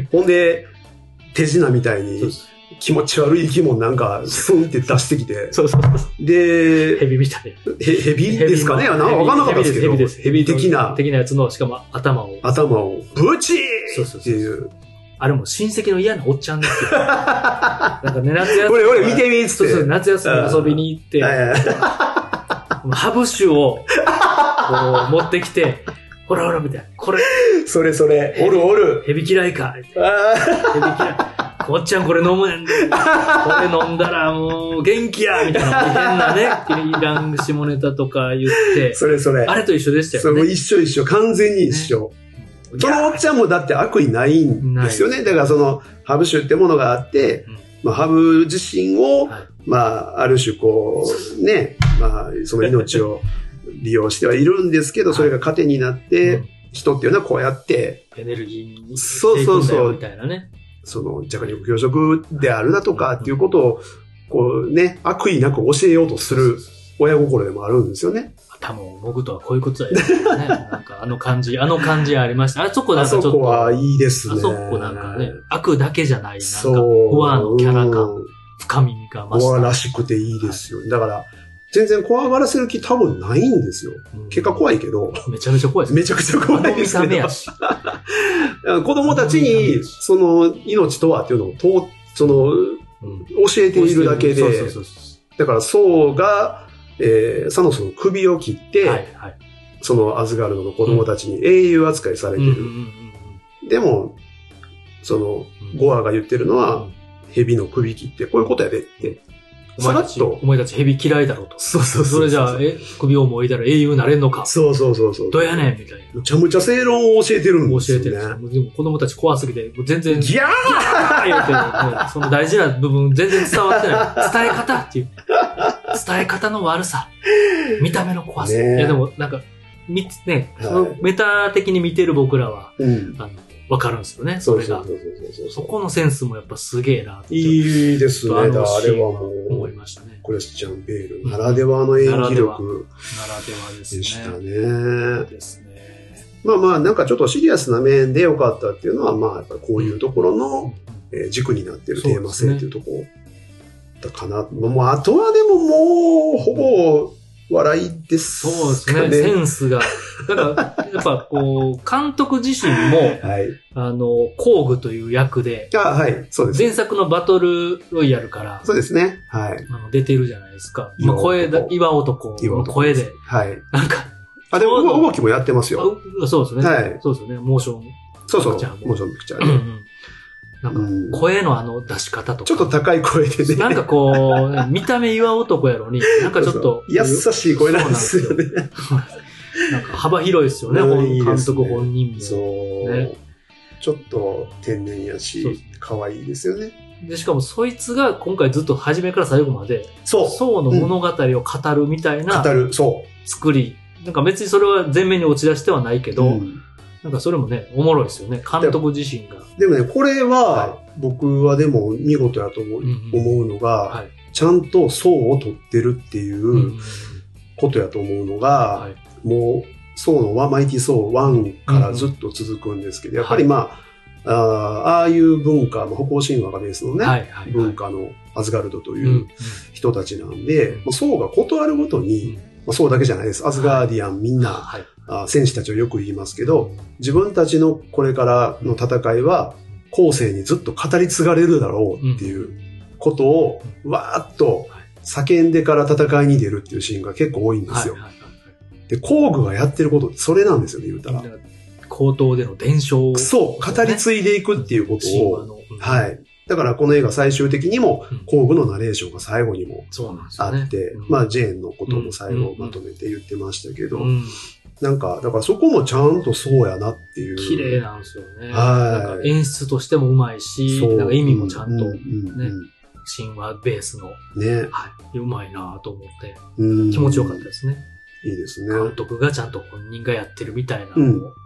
ほんで、手品みたいに、気持ち悪い生き物なんか、スンって出してきて。 そうそうそう。 で、 ヘビみたいな。 へ、ヘビですかねわかんなかったですけど。 ヘビです。 ヘビ的な。 的なやつの、しかも頭を。 頭を、ブチーっていう。 あれも親戚の嫌なおっちゃんですよ。なんかね、夏休み。 俺、俺見てみーっつって。 そうそう、夏休み遊びに行って、ハブ酒を、こう、持ってきて、ほらほらみたいな。これ。 それそれ。おるおる。 ヘビ嫌いか。ヘビ嫌い。おっちゃんこれ飲むねんで。これ飲んだらもう元気やみたいな変なね、いらん下ネタとか言って。 それそれ。 あれと一緒でしたよね。 そう、一緒一緒。完全に一緒。ね、そのおっちゃんもだって悪意ないんですよね。だからその、ハブ酒ってものがあって、うん、まあ、ハブ自身を、はい、まあ、ある種こう、ね、まあ、その命を利用してはいるんですけど、それが糧になって、うん、人っていうのはこうやって、 エネルギーにしていくんだよみたいなね。 その弱肉強食であるだとかっていうことを、こうね、悪意なく教えようとする親心でもあるんですよね。 頭をもぐとはこういうことだよね。なんかあの感じ、あの感じありました。あそこなんかちょっと。 あそこはいいですね。 あそこなんかね、悪だけじゃない、なんか、コアのキャラ感、深みが増した。 コアらしくていいですよ。はい、だから、全然怖がらせる気多分ないんですよ。うん、結果怖いけど。 めちゃめちゃ怖いです。 めちゃくちゃ怖いですけど。 見た目やし。 子供たちに、その、命とはっていうのを、とその、うん、教えているだけで、そうそうそうそう、だから、ソウが、えー、サノスの首を切って、はいはい、そのアズガルドの子供たちに英雄扱いされてる。でも、その、ゴアが言ってるのは、蛇の首切って、こういうことやでって。 お前たち、お前たち蛇嫌いだろうと。 そうそうそう。 それじゃあ、え、首をもいたら英雄になれんのか。 そうそうそうそう。 どうやねんみたいな。 むちゃむちゃ正論を教えてるんですよね。教えてるんですよ。 でも子供たち怖すぎて、全然。 ギャー言ってる。その大事な部分全然伝わってない。伝え方っていう。伝え方の悪さ。見た目の怖さ。ね、いやでも、なんか、み、ね、はい、そのメタ的に見てる僕らは、うん、あの、わかるんですよね、それが。そこのセンスもやっぱすげえなって。 いいですね。あれはもう、 思いましたね。 クリスチャン・ベールならではの演技力、 ならではですね。 でしたね。ですね。まあまあ、なんかちょっとシリアスな面で良かったっていうのは、まあ、やっぱこういうところの、うんえー、軸になっているテーマ性っていうところだかな。もう、あとはでももう、ほぼ、笑いですかね。 そうですね。センスが。だから、やっぱこう、監督自身も、はい、あの、工具という役で、 あ、はい、そうです。 前作のバトルロイヤルから、 そうですね。はい。 あの出てるじゃないですか。まあ、声だ、岩男の声で。 はい。 なんか、 あ、でも動きもやってますよ。 そうですね。 はい。 そうですね。モーション。 そうそう。モーションピクチャーで。うんなんか、声のあの出し方とか。 ちょっと高い声でね。 なんかこう、見た目岩男やろに、なんかちょっと。 優しい声なんですよね。 なんか幅広いですよね、監督本人も。 そう。ちょっと天然やし、可愛いですよね。 で、しかもそいつが今回ずっと初めから最後まで、そう。ソウの物語を語るみたいな。 語る、そう。 作り。なんか別にそれは前面に落ち出してはないけど、なんかそれもね、おもろいですよね。監督自身が。 でもね、これは、僕はでも見事やと思うのが、ちゃんと層を取ってるっていうことやと思うのが、もう、層のマイティソーワンからずっと続くんですけど、やっぱりまあ、ああいう文化、北欧神話がベースのね、文化のアズガルドという人たちなんで、層がことあるごとに、層だけじゃないです。アズガーディアンみんな、あ戦士たちをよく言いますけど、自分たちのこれからの戦いは後世にずっと語り継がれるだろうっていうことをわーっと叫んでから戦いに出るっていうシーンが結構多いんですよ。で、工具がやってることってそれなんですよね、言うたら。 口頭での伝承、ね。 そう、語り継いでいくっていうことを。うん、はい。だからこの映画最終的にも工具のナレーションが最後にもあって、うんねうん、まあジェーンのことも最後まとめて言ってましたけど、うんうんなんか、だからそこもちゃんとそうやなっていう。 綺麗なんですよね。はい。なんか演出としてもうまいし、なんか意味もちゃんとね、神話ベースの。ね。はい。うまいなと思って、気持ちよかったですね。 いいですね。 監督がちゃんと本人がやってるみたいなのを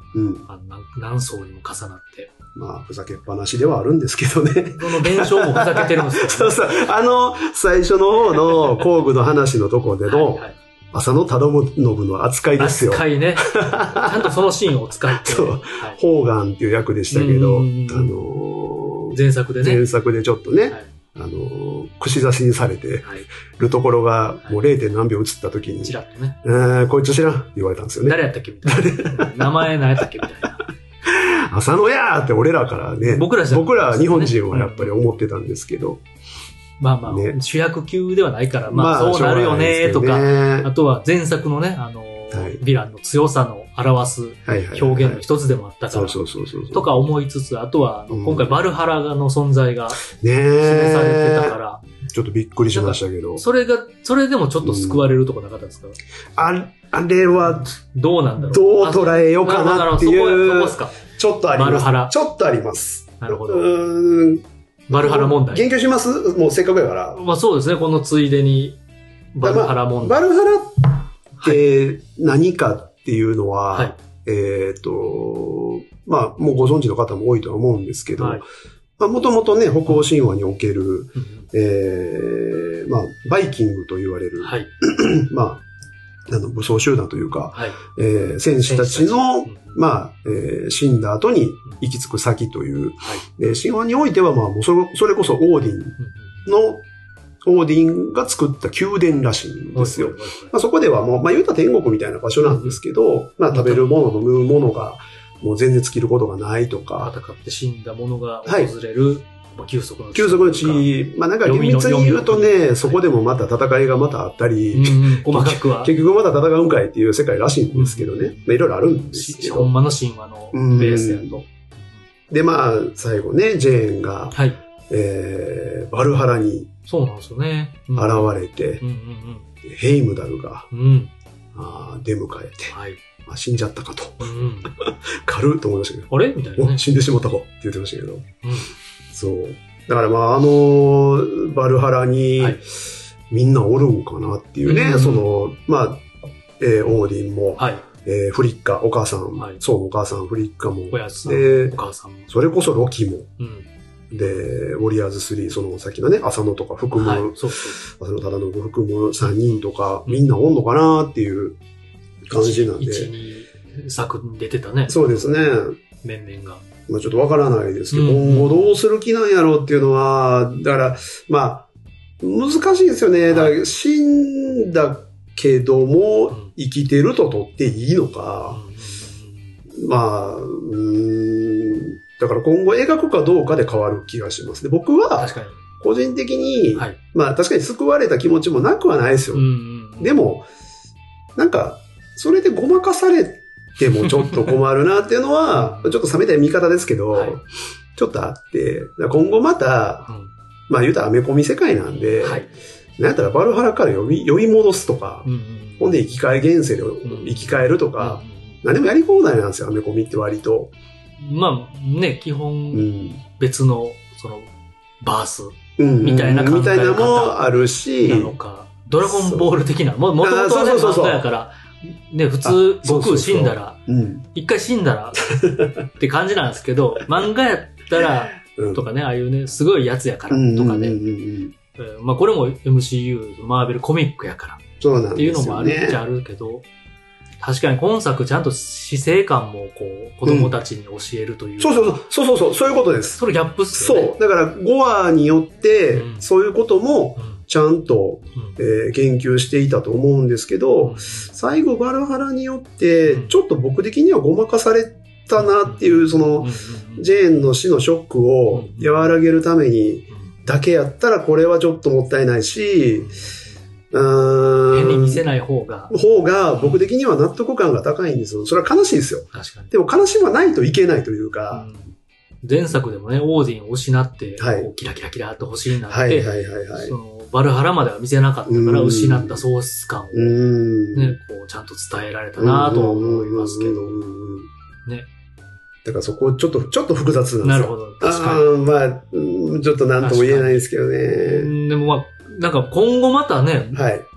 うん。 あの何層にも重なって。 まあ、ふざけっぱなしではあるんですけどね。 その弁償もふざけてるんですよ、ね。 そうそう。あの、最初の方の工具の話のところでの、はいはい、浅野忠信の扱いですよ。 扱いね。ちゃんとそのシーンを使って。 そう。はい、ホーガンっていう役でしたけど、あのー、前作でね。 前作でちょっとね、はい、あの、串刺しにされてるところが、もう ゼロ. 点何秒映った時に、 チラッとね。 えー、こいつ知らんって言われたんですよね。 誰やったっけみたいな。名前何やったっけみたいな。 浅野やーって俺らからね、 僕らじゃ僕ら日本人はやっぱり思ってたんですけど。うん、 まあまあ、ね、主役級ではないから、まあそうなるよねとか、ね、あとは前作のね、あの、はい、ヴィランの強さの表す表現の一つでもあったから、とか思いつつ、あとは、うん、今回バルハラの存在が示されてたから、 ちょっとびっくりしましたけど。 それが、それでもちょっと救われるとこなかったですか、うん、 あ、あれは、 どうなんだろう。 どう捉えようかなっていう。 そこですか。 ちょっとあります。 バルハラ。 ちょっとあります。 なるほど。うーん。バルハラ問題。 言及しますもうせっかくやから。 まあそうですね。このついでに、バルハラ問題。 まあ、バルハラって何かっていうのは、はい、えっと、まあもうご存知の方も多いとは思うんですけど、はい、まあもともとね、北欧神話における、うん、えー、まあバイキングと言われる、はい、まあ、あの武装集団というか、はい、えー、戦士たちの、まあ、えー、死んだ後に行き着く先という、はい、えー、神話においては、まあ、もうそれ、それこそオーディンの、オーディンが作った宮殿らしいんですよ。まあ、そこではもう、まあ、言うたら天国みたいな場所なんですけど、まあ、食べるもの、飲むものが、もう全然尽きることがないとか。 戦って死んだものが訪れる、はい、休息の地。 休息の地。まあなんか厳密に言うとね、そこでもまた戦いがまたあったり、 うん、細かくは。 結局また戦うんかいっていう世界らしいんですけどね。まあいろいろあるんですけど。 ほんまの神話のベースやと。 でまあ最後ね、ジェーンが、はい、えー、バルハラにそうなんですよね。 現れて、ヘイムダルが、うん、あ出迎えて、はい、まあ、死んじゃったかと。うん、軽いと思いましたけど。 あれみたいな、ね。 死んでしまったかって言ってましたけど。うんそう。だからまあ、あのー、バルハラに、みんなおるんかなっていうね、はい、その、まあ、えー、オーディンも、はい、えー、フリッカ、お母さん、はい、そうお母さん、フリッカも、 おやつさん、で、お母さんも。 それこそロキも、うん、で、ウォリアーズスリー、そのさっきのね、浅野とか福夢、はい、そうそう浅野忠信、福夢さんにんとか、みんなおんのかなっていう感じなんで。 いち、に作に出てたね。 そうですね。 面々が。 まあちょっとわからないですけど、うん、今後どうする気なんやろうっていうのは、だから、まあ、難しいですよね。だから、死んだけども、生きてると取っていいのか。うん、まあ、うーん、だから今後描くかどうかで変わる気がしますね。僕は、個人的に、はい、まあ確かに救われた気持ちもなくはないですよ。うんうんうん、でも、なんか、それでごまかされでもちょっと困るなっていうのは、ちょっと冷めた見方ですけど、はい、ちょっとあって、今後また、うん、まあ言うたらアメコミ世界なんで、はい、なんやったらバルハラから呼び、呼び戻すとか、うんうん、ほんで生き返現世で生き返るとか、うんうん、何でもやり放題なんですよ、アメコミって割と。 まあね、基本、別の、その、バース、みたいな考え方、うん、みたいなもあるし、なのか、ドラゴンボール的な、もともとはね、漫画やから、ね、普通、悟空死んだら、一回死んだら、って感じなんですけど、漫画やったら、とかね、ああいうね、すごいやつやから、とかね。まあこれも エムシーユー、マーベルコミックやから。 そうなんですよね。 っていうのもあるっちゃあるけど、確かに今作ちゃんと死生観もこう、子供たちに教えるという、うん。 そうそうそう、そうそうそう、そういうことです。 それギャップっすよね。 そう。だからごわによって、そういうことも、ちゃんと、うんえー、言及していたと思うんですけど、うん、最後バルハラによって、ちょっと僕的にはごまかされたなっていう、その、ジェーンの死のショックを和らげるためにだけやったらこれはちょっともったいないし、 うーん変に見せない方が。 方が僕的には納得感が高いんですよ。それは悲しいですよ。 確かに。 でも悲しまないといけないというか、うん前作でもね、オーディンを失って、はい、キラキラキラっと星になって、 はいはいはいはい、 そのバルハラまでは見せなかったから、失った喪失感を、ね、こうちゃんと伝えられたなとは思いますけど、ね。 だからそこちょっと、ちょっと複雑なんですよ。 なるほど。確かに。あまあ、ちょっと何とも言えないですけどね。 でもまあ、なんか今後またね、はい、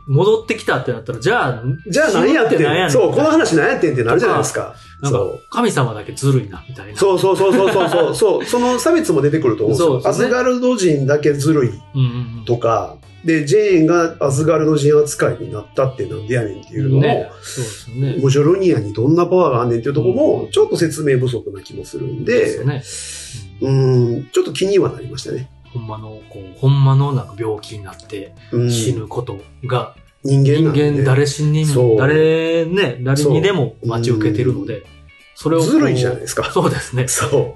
戻ってきたってなったら、じゃあ、 じゃあ何やってん何やねん。 そう、この話何やってんってなるじゃないですか。 なんか、神様だけずるいな、みたいな。 そうそうそうそうそうそう。そう、その差別も出てくると思うんですよ。そうですね、アスガルド人だけずるいとか、うんうんうん、で、ジェーンがアスガルド人扱いになったってなんでやねんっていうのも、ね、そうですね。モジョルニアにどんなパワーがあんねんっていうところも、ちょっと説明不足な気もするんで、うん、ですね、うん、ちょっと気にはなりましたね。 ほんまの、こう、ほんまのなんか病気になって死ぬことが、 人間なんで、 人間誰しにも、誰ね、誰にでも待ち受けてるので、それを。 ずるいじゃないですか。 そうですね。 そう。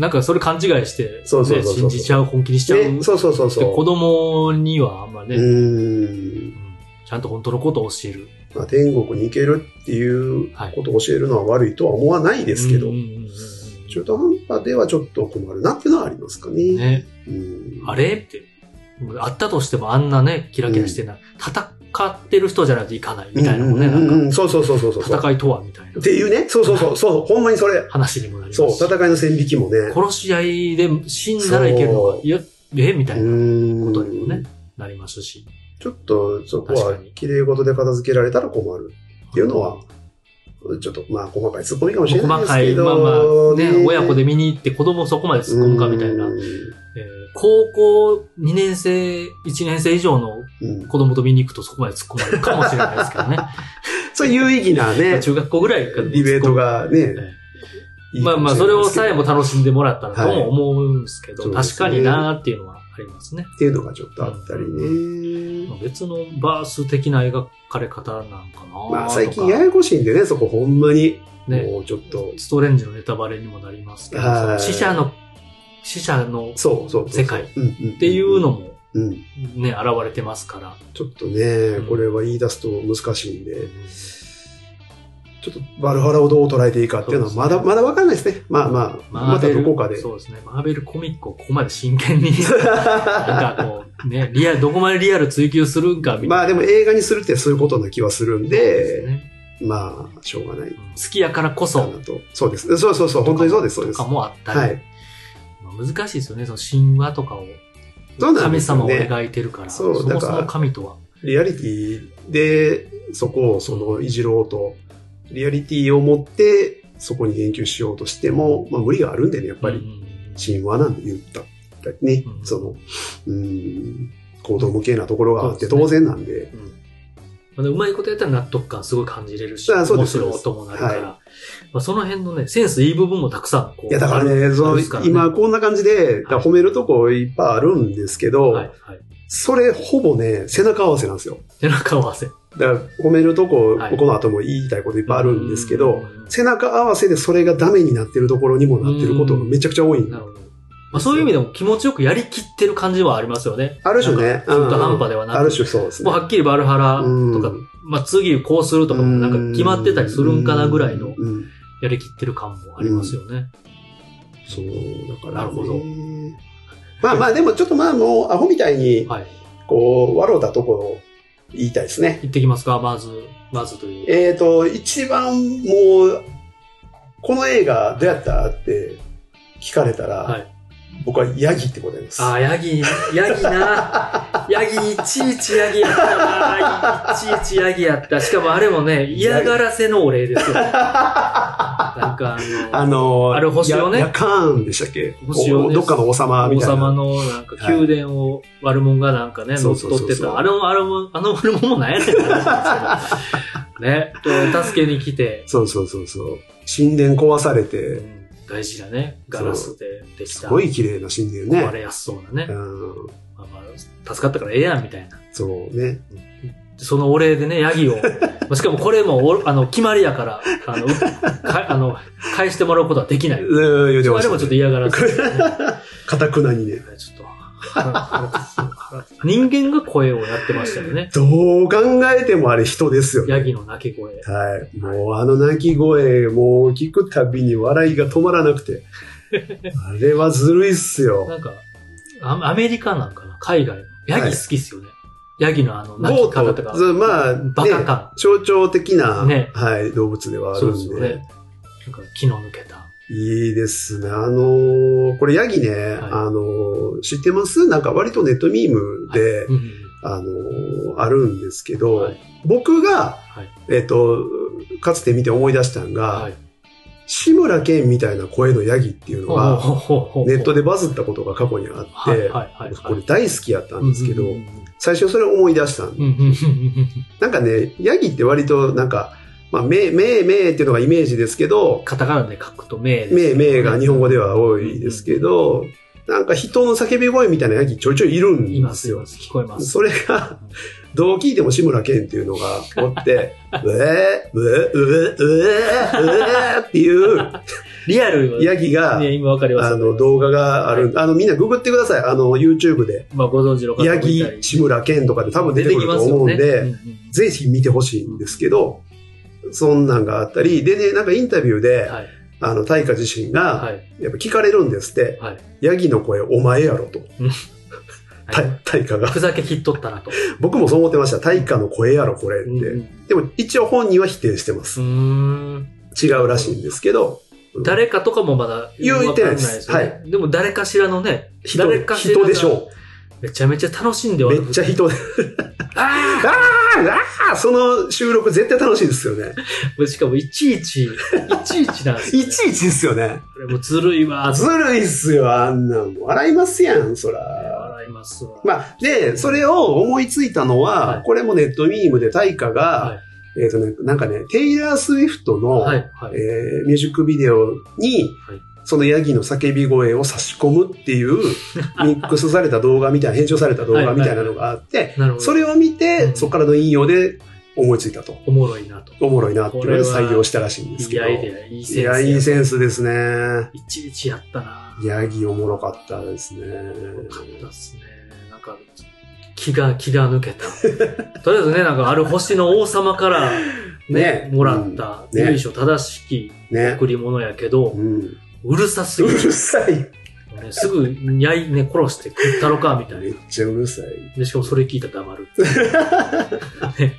なんかそれ勘違いして、 そうそうそうそう信じちゃう、本気にしちゃう。 ね、そうそうそうそう。 子供にはあんまね、 うんちゃんと本当のことを教える。 まあ、天国に行けるっていうことを教えるのは悪いとは思わないですけど、中途半端ではちょっと困るなっていうのはありますかね。ね。 うんあれって。あったとしてもあんなね、キラキラしてない。うん、戦ってる人じゃないといかないみたいなのもね、なんか。 そうそうそうそうそう。 戦いとはみたいな。 っていうね。そうそうそう。そう、ほんまにそれ。 話にもなりますし。 そう、戦いの線引きもね。 殺し合いで死んだらいけるのか、いや、えみたいなことにもね、なりますし。 ちょっと、そこは、綺麗事で片付けられたら困るっていうのは、ちょっと、まあ、細かい突っ込みかもしれないですけど。 細かい、まあまあ、ね、親子で見に行って子供そこまで突っ込むかみたいな。えー、高校にねん生、いちねん生以上の子供と見に行くとそこまで突っ込まれるかもしれないですけどね。 そういう有意義なね。 中学校ぐらいからディベートがね。えー、いいまあまあ、それをさえも楽しんでもらったらとも思うんですけど、はい、確かになーっていうのはありますね。 っていうのがちょっとあったりね。 うん、別のバース的な描かれ方なんかな。 まあ最近ややこしいんでね、そこほんまに。ね、もうちょっと。 ストレンジのネタバレにもなりますけど、死者の、死者の世界っていうのもね、現れてますから。 ちょっとね、これは言い出すと難しいんで、うん、ちょっとバルハラをどう捉えていいかっていうのはまだ、ね、まだわかんないですね。まあまあ、またどこかで。 そうですね。マーベルコミックをここまで真剣に、なんかこう、ね、リアル、どこまでリアル追求するんかみたいな。 まあでも映画にするってそういうことな気はするんで、まあ、しょうがない。好きやからこそ。 そうです。そうそうそう、本当にそうです、そうです。 とかもあったり。はい。難しいですよね、その神話とかを。神様を描いてるから。そう、だから。そもそも神とは。 リアリティで、そこをそのいじろうと、リアリティを持って、そこに言及しようとしても、まあ無理があるんでね、やっぱり。神話なんで言ったね、うん、その、うん、行動無形なところがあって当然なんで。 うまいことやったら納得感すごい感じれるし、面白い音もなるから、はい、まあ、その辺のね、センスいい部分もたくさんこう。 いや、だからね、その、ね、今こんな感じで、はい、褒めるとこいっぱいあるんですけど、はいはい、それほぼね、背中合わせなんですよ。 背中合わせ。 だから褒めるとこ、はい、この後も言いたいこといっぱいあるんですけど、背中合わせでそれがダメになってるところにもなってることがめちゃくちゃ多いんで。なるほど。 まあ、そういう意味でも気持ちよくやりきってる感じはありますよね。 ある種ね。 中途半端ではなく。 ある種そうですね。 もうはっきりバルハラとか、まあ次こうするとかもなんか決まってたりするんかなぐらいのやりきってる感もありますよね。 そう、だから、ね。 なるほど。 まあまあでもちょっとまあもうアホみたいに、こう、笑うたところを言いたいですね。 言ってきますかまず、まずという。 えっと、一番もう、この映画どうやったって聞かれたら、はい僕はヤギって答えます。 ああ、ヤギ、ヤギな。ヤギ、いちいちヤギやったな。いちいちヤギやった。しかもあれもね、嫌がらせのお礼ですよ。なんかあの、 あのー、 ある星をね。 ヤカーンでしたっけ星を、ね、 どっかの王様みたいな。 王様のなんか宮殿を悪者がなんかね、乗っ取ってた。あれも、あれも、あの悪者も何やねんって話なんですけど。ね。と、助けに来て。 そうそうそうそう。神殿壊されて、うん大事なね、ガラスでできた。 すごい綺麗な神殿ね。 壊れやすそうなね。うん。まあまあ、助かったからええやん、みたいな。 そうね。 そのお礼でね、ヤギを、しかもこれも、あの、決まりやから、あの、かあの返してもらうことはできない。うん、言うてましたね。あれもちょっと嫌がらせ、ね。 かたくなにね。 ちょっと。人間が声をやってましたよね。 どう考えてもあれ人ですよね。 ヤギの鳴き声。 はい。もうあの鳴き声、もう聞くたびに笑いが止まらなくて。あれはずるいっすよ。 なんか、アメリカなんかな海外の。ヤギ好きっすよね。はい、ヤギのあの鳴き方とか。 まあ、 バカ感、 ね。象徴的な、ね、はい、動物ではあるんで。そうですよね。 なんか気の抜けた。 いいですね。あのー、これヤギね、はい、あのー、知ってますなんか割とネットミームで、はいうん、 あのー、あるんですけど、はい、僕が、 はい、 えっと、かつて見て思い出したのが、はい、志村けんみたいな声のヤギっていうのが、ネットでバズったことが過去にあって、これ大好きやったんですけど、最初それを思い出したんです。なんかね、ヤギって割となんか、まあ、め、め、めっていうのがイメージですけど、 カタカナで書くとめです、 ね。め、めが日本語では多いですけど、なんか人の叫び声みたいなヤギちょいちょいいるんですよ。 いますよ。聞こえます。 それが、どう聞いても志村けんっていうのがおって、うえー、うえー、うえー、うえー、うえーっていう、 リアルヤギが、 ね、今わかります。 あの、動画がある、はい、あの、みんなググってください。あの、YouTube で。 まあ、ご存知の方もいたり。 ヤギ、志村けんとかで多分出てくると思うんで、ねうんうん、ぜひ見てほしいんですけど、そんなんがあったり、でね、なんかインタビューで、はい、あの、大家自身が、やっぱ聞かれるんですって、はい、ヤギの声お前やろと。大家が。 ふざけ切っとったなと。 僕もそう思ってました。大家の声やろ、これって。うん、でも一応本人は否定してます。 うーん違うらしいんですけど。 誰かとかもまだ言ってないです。はい。 でも誰かしらのね、 人誰かしら人でしょう。めちゃめちゃ楽しんでめっちゃ人で。あーあーあーその収録絶対楽しいですよね。 しかもいちいち、いちいちなんですよ、ね。いちいちですよね。 これもうずるいわ。 ずるいっすよ、あんなんも。笑いますやん、そら。 笑いますわ。 まあ、で、それを思いついたのは、はい、これもネットミームで大家が、はいえっとね、なんかね、テイラー・スウィフトの、はいはいえー、ミュージックビデオに、はい、そのヤギの叫び声を差し込むっていう、ミックスされた動画みたいな、編集された動画みたいなのがあって、はいはい、それを見て、うん、そこからの引用で思いついたと。 おもろいなと。 おもろいなっていうので採用したらしいんですけど。 いいアイデア、いいセンス。いや、いいセンスですね。 いちいちやったな。 ヤギおもろかったですね。 おもろかったですね。なんか、気が、気が抜けた。とりあえずね、なんかある星の王様からね、ねもらった由緒正しき贈り物やけど、ねうん、うるさすぎる。 うるさい。 ね、すぐ、にゃい、ね、殺して食ったろか、みたいな。 めっちゃうるさい。 で、しかもそれ聞いたら黙る。ね、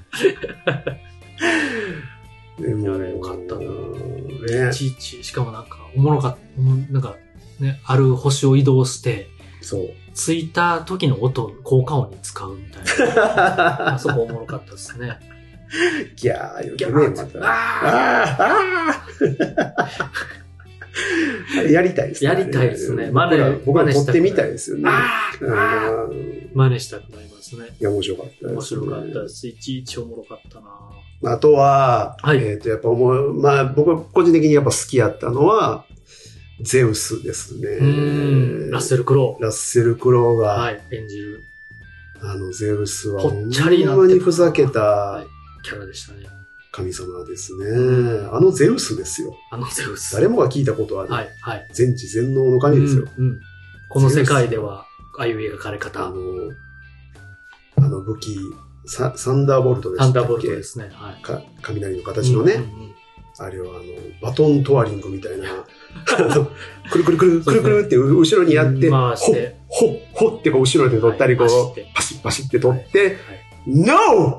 でも、よかったなぁ。ね、いちいち、しかもなんか、おもろかった。なんか、ね、ある星を移動して、 そう。 着いた時の音、効果音に使うみたいな。あそこおもろかったですね。 ギャー言うてね、また。あーあーやりたいですね。やりたいですね。 真似、僕ら撮ってみたいですよね。 真似したくなりますね。 いや、面白かったです、ね。 面白かったです。いちいちおもろかったな。 あとは、はい、えっと、やっぱ思う、まあ、僕個人的にやっぱ好きやったのは、ゼウスですね。 うんラッセル・クロー。ラッセル・クローが、 はい、演じる。 あの、ゼウスは、 ぽっちゃりなほんまにふざけた、 キャラでしたね。 神様ですね。あのゼウスですよ。 あのゼウス。 誰もが聞いたことある。 はいはい。 全知全能の神ですよ。 うんうん、この世界では、ああいう描かれ方。 あの、あの武器、サ、サンダーボルトでしたっけ？ サンダーボルトですね。はい。 か雷の形のね。うんうんうんあれはあの、バトントワリングみたいな、くるくるくるくるくるって後ろにやって、ほっ、ほっ、ほってこう後ろで取ったり、こう、パシッパシッって取って、ノーって。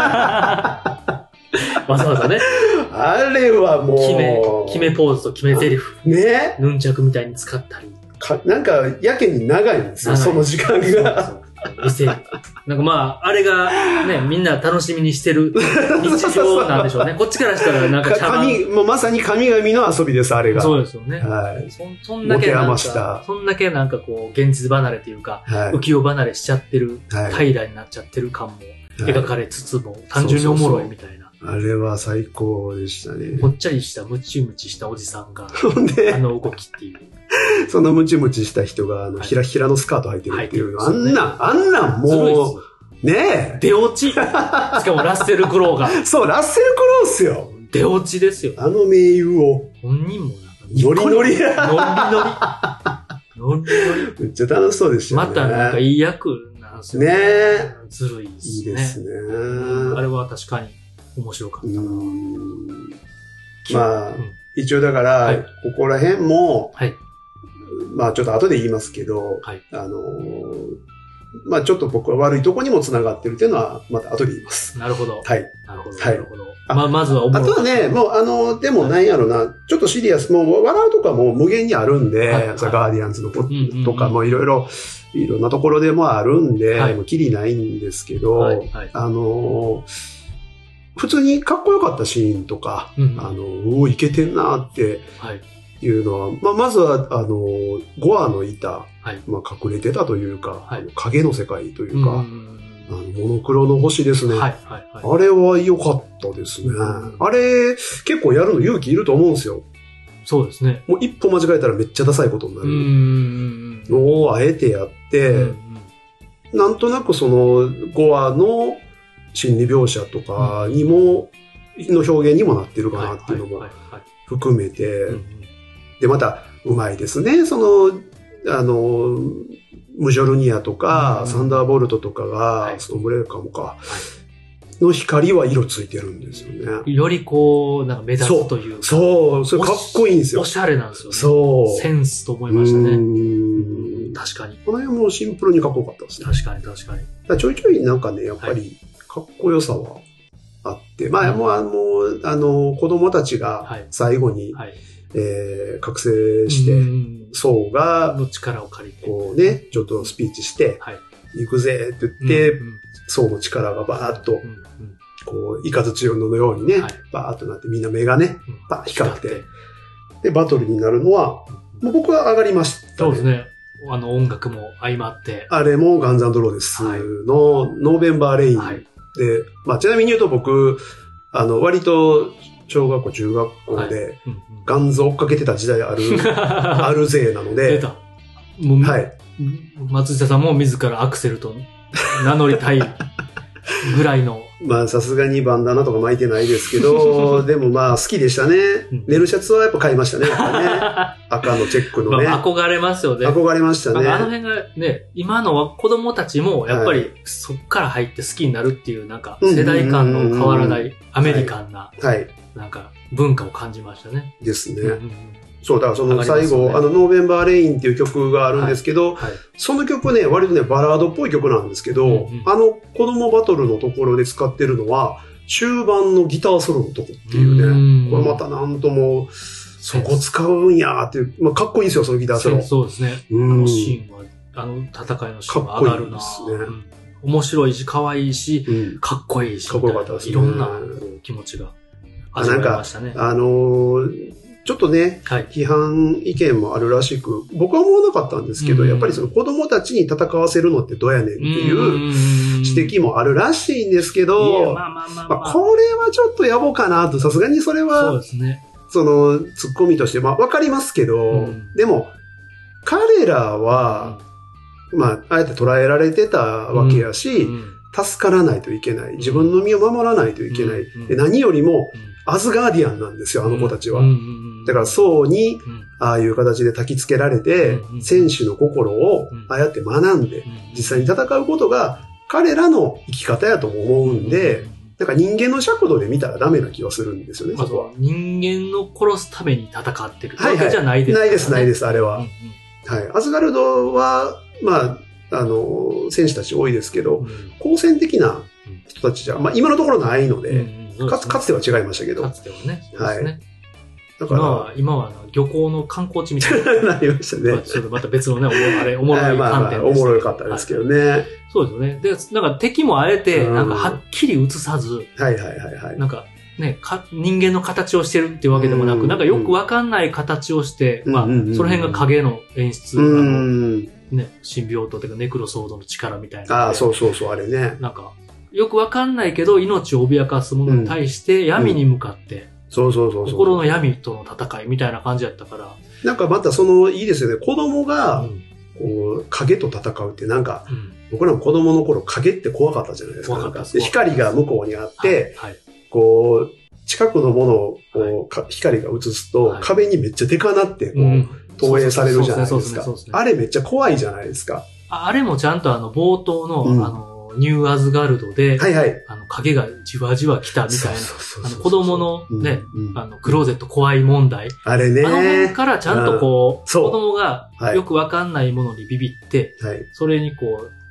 わざわざね。 あれはもう。 決め、決めポーズと決め台詞。 ね。 ヌンチャクみたいに使ったり。 かなんか、やけに長いんですよ、その時間が。 そうそう見せる。なんかまあ、あれがね、みんな楽しみにしてる日常なんでしょうね。こっちからしたらなんか神、もうまさに神々の遊びです、あれが。 そうですよね。 はい。 そ, そんだけなんか、そんだけなんかこう、現実離れというか、はい、浮世離れしちゃってる、はい、平らになっちゃってる感も描かれつつも、はい、単純におもろいみたいな。 そうそうそうあれは最高でしたね。 ぽっちゃりした、ムチムチしたおじさんが、あの動きっていう。 そのムチムチした人が、あの、ひらひらのスカート履いてるっていうの、あんな、あんなんもう、ねえ。 出落ち。しかもラッセル・クローが。 そう、ラッセル・クローっすよ。 出落ちですよ。 あの名優を。 本人もなんか、 ノリノリ。ノリノリ。 ノリノリ。 めっちゃ楽しそうでしたね。 またなんかいい役なんですよね。ねえ。 ずるいですね。 いいですね。 あれは確かに面白かったな。 まあ、一応だから、ここら辺も、はい。まあちょっと後で言いますけど、はい、あのー、 まあちょっと僕は悪いとこにも繋がってるっていうのは、また後で言います。 なるほど。 はい。 なるほど。 はい。 なるほど。まあ、まずはあとはね、もうあの、でもなんやろな、ちょっとシリアス、もう笑うとかも無限にあるんで、はいはい、ザ・ガーディアンズのこととかもいろいろ、いろんなところでもあるんで、はい、もうキリないんですけど、はいはい、あの、普通にかっこよかったシーンとか、うん、あの、おー、いけてんなっていうのは、はい、まあ、まずは、あの、ゴアのいた、はい、まあ、隠れてたというか、はい、影の世界というか、うんあのモノクロの星ですね。はいはいはい、あれは良かったですね。あれ、結構やるの勇気いると思うんですよ。 そうですね。 もう一歩間違えたらめっちゃダサいことになるのをあえてやって、うんうん、なんとなくそのごわの心理描写とかにも、うん、の表現にもなってるかなっていうのも含めて、で、また、うまいですね。その、あの、ムジョルニアとか、うん、サンダーボルトとかが、はい、ソンブレーカーもか、はい、の光は色ついてるんですよね。 よりこう、なんか目立つというか。 そう、それかっこいいんですよ。 おしゃれなんですよね。 そう。 センスと思いましたね。うん確かに。 この辺もシンプルにかっこよかったですね。 確かに確かに。 だちょいちょいなんかね、やっぱり、かっこよさはあって、はい、まあ、もうあの、あの、子供たちが最後に、はいはいえー、覚醒して、ソウが、 の力を借りて、 こうね、ちょっとスピーチして、はい、行くぜって言って、うんうん、ソウの力がバーッと、うんうん、こう、イカズチヨンのようにね、はい、バーッとなってみんな目がね、バーッ光って、で、バトルになるのは、もう僕は上がりました、ね。 そうですね。あの、音楽も相まって。 あれもガンズ&ローデスのノーベンバーレインで、はい、まあ、ちなみに言うと僕、あの、割と、小学校、中学校で、ガンズ追っかけてた時代ある、ある勢なので。 出た。もう、はい。松下さんも自らアクセルと名乗りたいぐらいの。 まあ、さすがにバンダナとか巻いてないですけど、でもまあ、好きでしたね。うん、ネルシャツはやっぱ買いましたね。やっぱね赤のチェックのね。 まあ、憧れますよね。 憧れましたね。 あの辺がね、今の子供たちも、やっぱりそっから入って好きになるっていう、なんか、世代間の変わらないアメリカンな。はい。なんか、文化を感じましたね。 ですね。うんうん、そう、だからその最後、ね、あの、ノーベンバーレインっていう曲があるんですけど、はいはい、その曲ね、割とね、バラードっぽい曲なんですけど、うんうん、あの、子供バトルのところで使ってるのは、終盤のギターソロのとこっていうね、これまたなんとも、そこ使うんやーっていう、まあ、かっこいいですよ、そのギターソロ。 そうですね。あのシーンは、あの戦いのシーンは上がるな。かっこいいですね。うん、面白いし、可愛いし、うん、かっこいいし、 かっこよかったですね。 いろんな気持ちが。 なんか、あのー、ちょっとね、はい、批判意見もあるらしく、僕は思わなかったんですけど、やっぱりその子供たちに戦わせるのってどうやねんっていう指摘もあるらしいんですけど、これはちょっと野暮かなと、さすがにそれは、そうですね。その、ツッコミとして、まあ、わかりますけど、うん、でも、彼らは、うん、まあ、あえて捉えられてたわけやし、うんうん助からないといけない。自分の身を守らないといけない。うんうん、で何よりも、アズガーディアンなんですよ、あの子たちは。うんうん、だから、そうに、ああいう形で焚き付けられて、うんうん、戦士の心をああやって学んで、実際に戦うことが彼らの生き方やと思うんで、なんか人間の尺度で見たらダメな気はするんですよね、 まあ、 そこは。 人間の殺すために戦ってるわけじゃないです、ね、 ないです、ないです、あれは。うんうん、はい。アズガルドは、まあ、あの、選手たち多いですけど、うん、好戦的な人たちじゃ、まあ今のところないので、うんうん、かつ、かつては違いましたけど。 かつてはね。 はい。 ね、だから、今は、今は漁港の観光地みたいな。なりましたね。 まあ、ちょっとまた別のね、おもあれ、おもろい観点です、まあまあ、 おもろかったですけどね、はい。 そうですよね。で、なんか敵もあえて、なんかはっきり映さず、 はいはいはいはい。 なんか、ね、か、人間の形をしてるっていうわけでもなく、なんかよくわかんない形をして、まあ、その辺が影の演出、あの、ね、シンビオートというかネクロソードの力みたいな。 ああ、そうそうそう、あれね。 なんか、よくわかんないけど、命を脅かすものに対して闇に向かって、 そうそうそう。 心の闇との戦いみたいな感じやったから。 なんかまたその、いいですよね。子供が、こう、影と戦うってなんか、うん、僕らも子供の頃影って怖かったじゃないですか。怖かったです。光が向こうにあって、はいはい、こう、近くのものをこう、はい、光が映すと、はい、壁にめっちゃデカなって、こう、うん、投影されるじゃないですか。あれめっちゃ怖いじゃないですか。 あれもちゃんとあの、冒頭の、うん、あの、ニューアズガルドで、はいはい、あの、影がじわじわ来たみたいな、あの、子供のね、うんうん、あの、クローゼット怖い問題。 あれね。 あの辺からちゃんとこう、子供がよくわかんないものにビビって、はい、それにこう、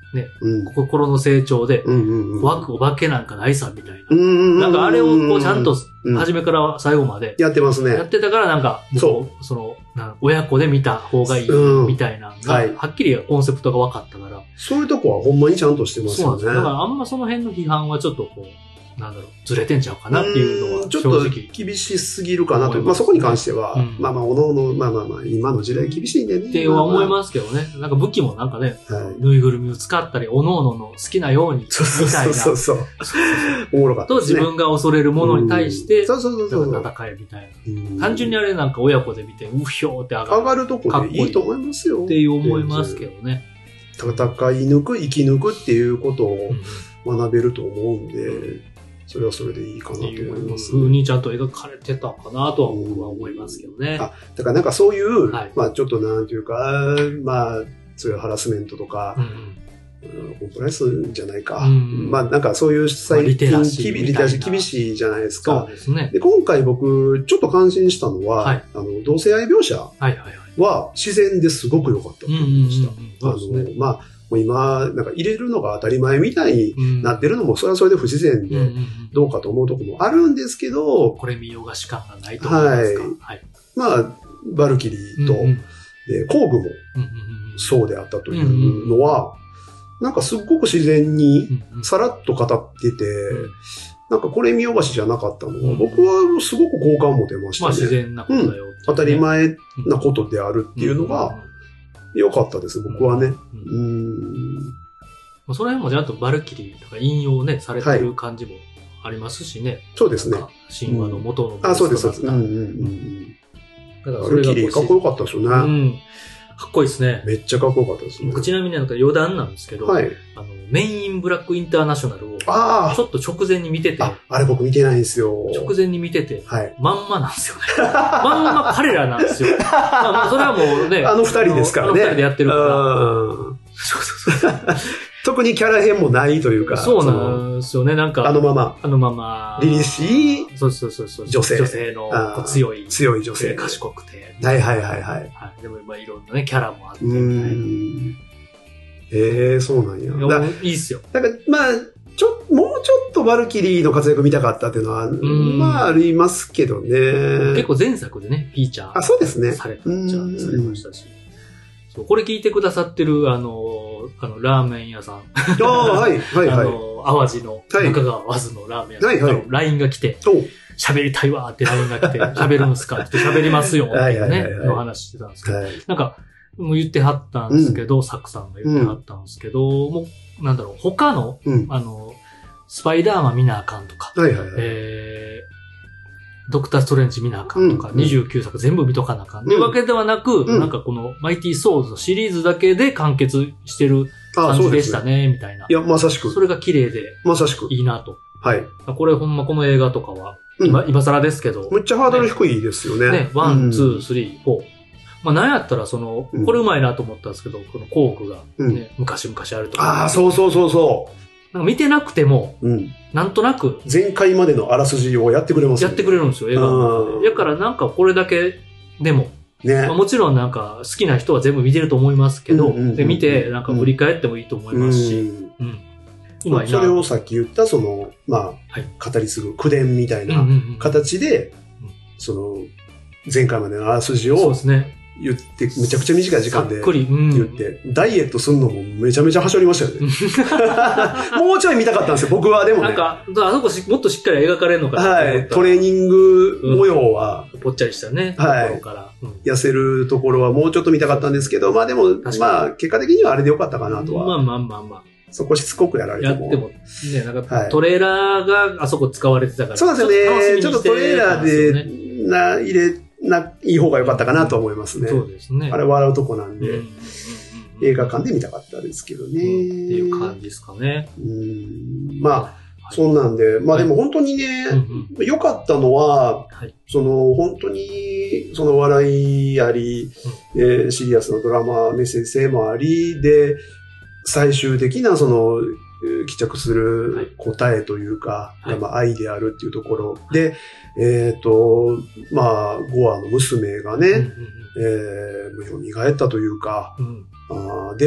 ね、 うん。 心の成長で、 うんうんうん。 怖くお化けなんかないさ、みたいな。 うんうんうん。 なんかあれをこうちゃんとうん初めから最後までやってますね。 やってたからなんか、 そその、なん親子で見た方がいいうんみたいなのが、 はいはっきりコンセプトが分かったから。 そういうとこはほんまにちゃんとしてますよね。 そうなんですよ。だからあんまその辺の批判はちょっとこう、なんだろう、ずれてんちゃうかなっていうのは正んちょっと直。 厳しすぎるかなと。 思いますねまあそこに関しては、 うんまあまあ、おのおの、まあまあまあ、今の時代厳しいんでね。 っては思いす。 ますけどね。なんか武器もなんかね、 はい。 ぬいぐるみを使ったり、おのおのの好きなように、みそうそうたいな。 そうそう。おもろかったとですね。 自分が恐れるものに対して、 そうそうそうそう。 なんか戦えみたいうんな。単純にあれなんか親子で見て、うひょーって上がる上がるとこでいいと思いますよ。 っていう思いますけどね。 戦い抜く、生き抜くっていうことをうん学べると思うんで、それはそれでいいかなとってい思いうます。 風にちゃんと描かれてたかなとは僕は思いますけどね。 あ、だからなんかそういう、 はいまあちょっとなんていうか、まあ、そういうハラスメントとかう、んうんうんコンプライアンスじゃないか。 うんまあなんかそういうまあ最リテ近ラシー厳みたいなリテラシー厳しいじゃないですそうか。 ですね。 で、今回僕、ちょっと感心したのは、 はいあの、同性愛描写はいはいはい。 は自然ですごく良かったとうんうん思いました。 うんうん。そうですね。 あの、まあ、もう今、なんか入れるのが当たり前みたいにうんなってるのも、それはそれで不自然で、 うんうんうんどうかと思うところもあるんですけど、 これ見よがし感がないと思いますか。 はいはい。 まあ、バルキリーと、 うんうんで工具もうんうんうんそうであったというのは、なんかすっごく自然にうんうんさらっと語ってて、 うんなんかこれ見よがしじゃなかったのは、 うん僕はすごく好感持てましまあたね。 自然なことだよっていうね。 当たり前なことであるっていうのが良かったです、僕はね。 うんうんうん。 うーん。 まあその辺もちゃんとバルキリーとか引用ね、されてる感じもありますしね。 そうですねなんか神話の元のあ、そうです、そうです。 ベースとなったうんうんうんうん。 だからバルキリーかっこよかったですよね。 うん。かっこいいですね。 めっちゃかっこよかったですね。 僕ちなみになんか余談なんですけど、 はい。 あの、メインブラックインターナショナルを、 あちょっと直前に見てて、 あ、あ、あれ僕見てないんですよ。 直前に見てて、 はい。 まんまなんですよね。まんま彼らなんですよ。まあまあ、それはもうね。 あの二人ですからね。 あの二人でやってるから。 うんそうそうそう。 特にキャラ編もないというか。 そうそのなんですよね。なんか、 あのまま、 あのまま、 凛々しいそうそうそうそう。 女性女性のあーこう強い、 強い女性。 賢くて。 はいはいはいはい。 はい。でも、まあ、いろんなね、キャラもあって、 うみたいな。 ーん。ええそうなんや。 いだやいいっすよ。 だから、まあ、ちょ、もうちょっとバルキリーの活躍見たかったっていうのは、 んまあ、ありますけどね。 結構前作でね、フィーチャーあ、そうですね。 されたじゃされましたし。そう、これ聞いてくださってる、あの、あの、ラーメン屋さん。 ああ、はい、はい、 あはい。 の、淡路の、 はい中川和津のラーメン屋さん。 はいはいあの ライン が来て、 お喋りたいわーって ライン が来て、喋るんすかって喋りますよっていうはいはいねはいはい、 の話してたんですけど。 はい。 なんか、もう言ってはったんですけど、サクさんが言ってはったんですけど、もう、なんだろう、他の、 うん。 あの、スパイダーマン見なあかんとか、 はいはいはい。 えー、ドクターストレンジ見なあかんとか、 うんにじゅうきゅうさく全部見とかなあかん。っていうわけではなく、 うんなんかこのマイティーソーズのシリーズだけで完結してるあ感じでしね。 たね、みたいな。 いや、まさしくそ。れが綺麗でまさしく。 いいなと。 はい。 これほんまこの映画とかは、 うん今、今更ですけど、 むっちゃハードル低いですよね。 ね、ワン、ツー、 ー。 スリー、フォー。まあ、なんやったら、そのうん、 これうまいなと思ったんですけど、この工具が、ね、 うん昔々あるとか。 ああ、そうそうそうそなんか見てなくても、 う。うん。 なんとなく前回までのあらすじをやってくれますやってくれるんですよ、映画の中うんで。だからなんかこれだけでも、 ねまあ、。もちろんなんか好きな人は全部見てると思いますけど、 うんうんうんうんで、見てなんか振り返ってもいいと思いますし、 うんうん。うまいな。 それをさっき言った、その、まあ、 はい語り継ぐ口伝みたいうんうんなうん形で、 うんその、前回までのあらすじそうをですね。 言って、めちゃくちゃ短い時間でざっくり、うん。 言って、ダイエットするのもめちゃめちゃはしょりましたよね。もうちょい見たかったんですよ、僕はでもね。 なんか、あそこしもっとしっかり描かれるのかなと思ったらはい。トレーニング模様は、 ぽっちゃりしたね、 はいところから。うん痩せるところはもうちょっと見たかったんですけど、まあでも、 確かにまあ、結果的にはあれでよかったかなとは。 まあまあまあまあ。 そこしつこくやられても。 やっても、ね、なんか、 はいトレーラーがあそこ使われてたから。 そうなんですよね。ちょっとト楽しみにしてレーラーたんですよねで、な、入れ、な、いい方が良かったかなと思いますね。 そうですね。 あれ笑うとこなんで、 うんうんうんうん映画館で見たかったですけどね。 うんっていう感じですかね。 うんまあ、 はいそんなんで、まあでも本当にね、 うんうん良かったのは、 はいその、本当に、その笑いあり、えーシリアスなドラマ、メッセージ性もあり、で、最終的なその、えー帰着すはいる答えというか、 はいまあ愛であるっていうところで、えっ、と、まあ、ゴアの娘がね、 うんうんえー、目を磨いたというか、 うんあーで、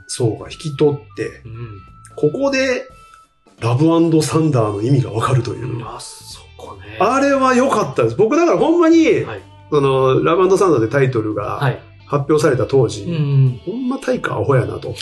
ソーが引き取って、 うん、 ここで、ラブ&サンダーの意味がわかるという。 あ、そこね。 あれは良かったです。僕だからほんまに、はい、その、ラブ&サンダーでタイトルが発表された当時、はい、うん、ほんま大化アホやなと。もう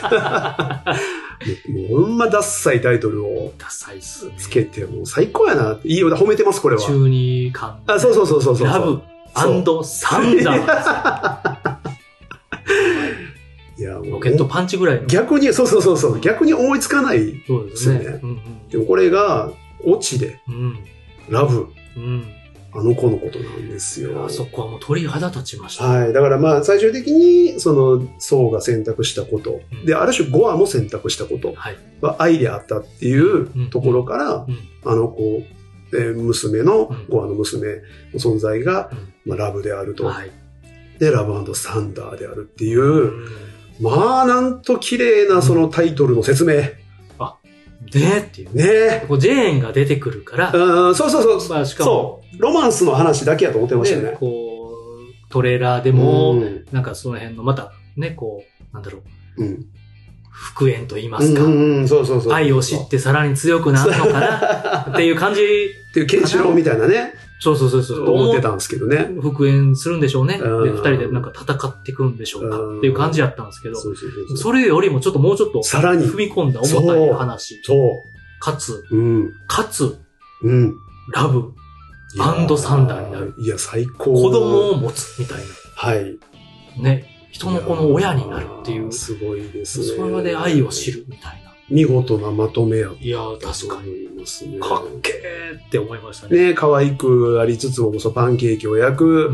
ほんまダッサいタイトルをつけて、もう最高やなって。いいよ、褒めてます、これは。 中二感。 あ、そうそうそうそうそう。 ラブ&サンダー。 いや、 ロケットパンチぐらいの。 逆に、そうそうそうそう、逆に思いつかないですよね。で, ね、うんうん、でもこれが、オチで、うん、ラブ、うん、あの子のことなんですよ。 あそこはもう鳥肌立ちました。 はい。だからまあ、最終的に、その、ソウが選択したこと、うん、で、ある種ゴアも選択したことは愛であったっていうところから、うんうん、あの子、えー、娘の、ゴアの娘の存在が、うん、まあ、ラブであると。はい、で、ラブ&サンダーであるっていう、うんまあ、なんと綺麗なそのタイトルの説明。うん、 あ、ねっていう。 ねこうジェーンが出てくるから。 うん、そうそうそう。 まあ、しかも。 そう。ロマンスの話だけやと思ってましたよね。 こう、トレーラーでも、うん、なんかその辺のまた、ね、こう、なんだろう。うん。復縁と言いますか。 うん、うん、そうそうそう。 愛を知ってさらに強くなるのかなっていう感じ。 っていうケンシロウみたいなね。 そうそうそうそう。 思ってたんですけどね。 復縁するんでしょうね。で、二人でなんか戦っていくんでしょうかっていう感じやったんですけど、そうそうそうそうそれよりもちょっともうちょっと、さらに踏み込んだ重たい話。 そう。そうかつ、 うん、 かつ、 うん、 ラブ、アンドサンダーになる。 いや、最高。 子供を持つみたいな。 はい。 ね。人の子の親になるっていう。 すごいですね。 それで愛を知るみたいな。 見事なまとめやった。 いや、確かに。 ね、 かっけーって思いましたね。 ね、可愛くありつつも、そパンケーキを焼く。うんうんうんうん。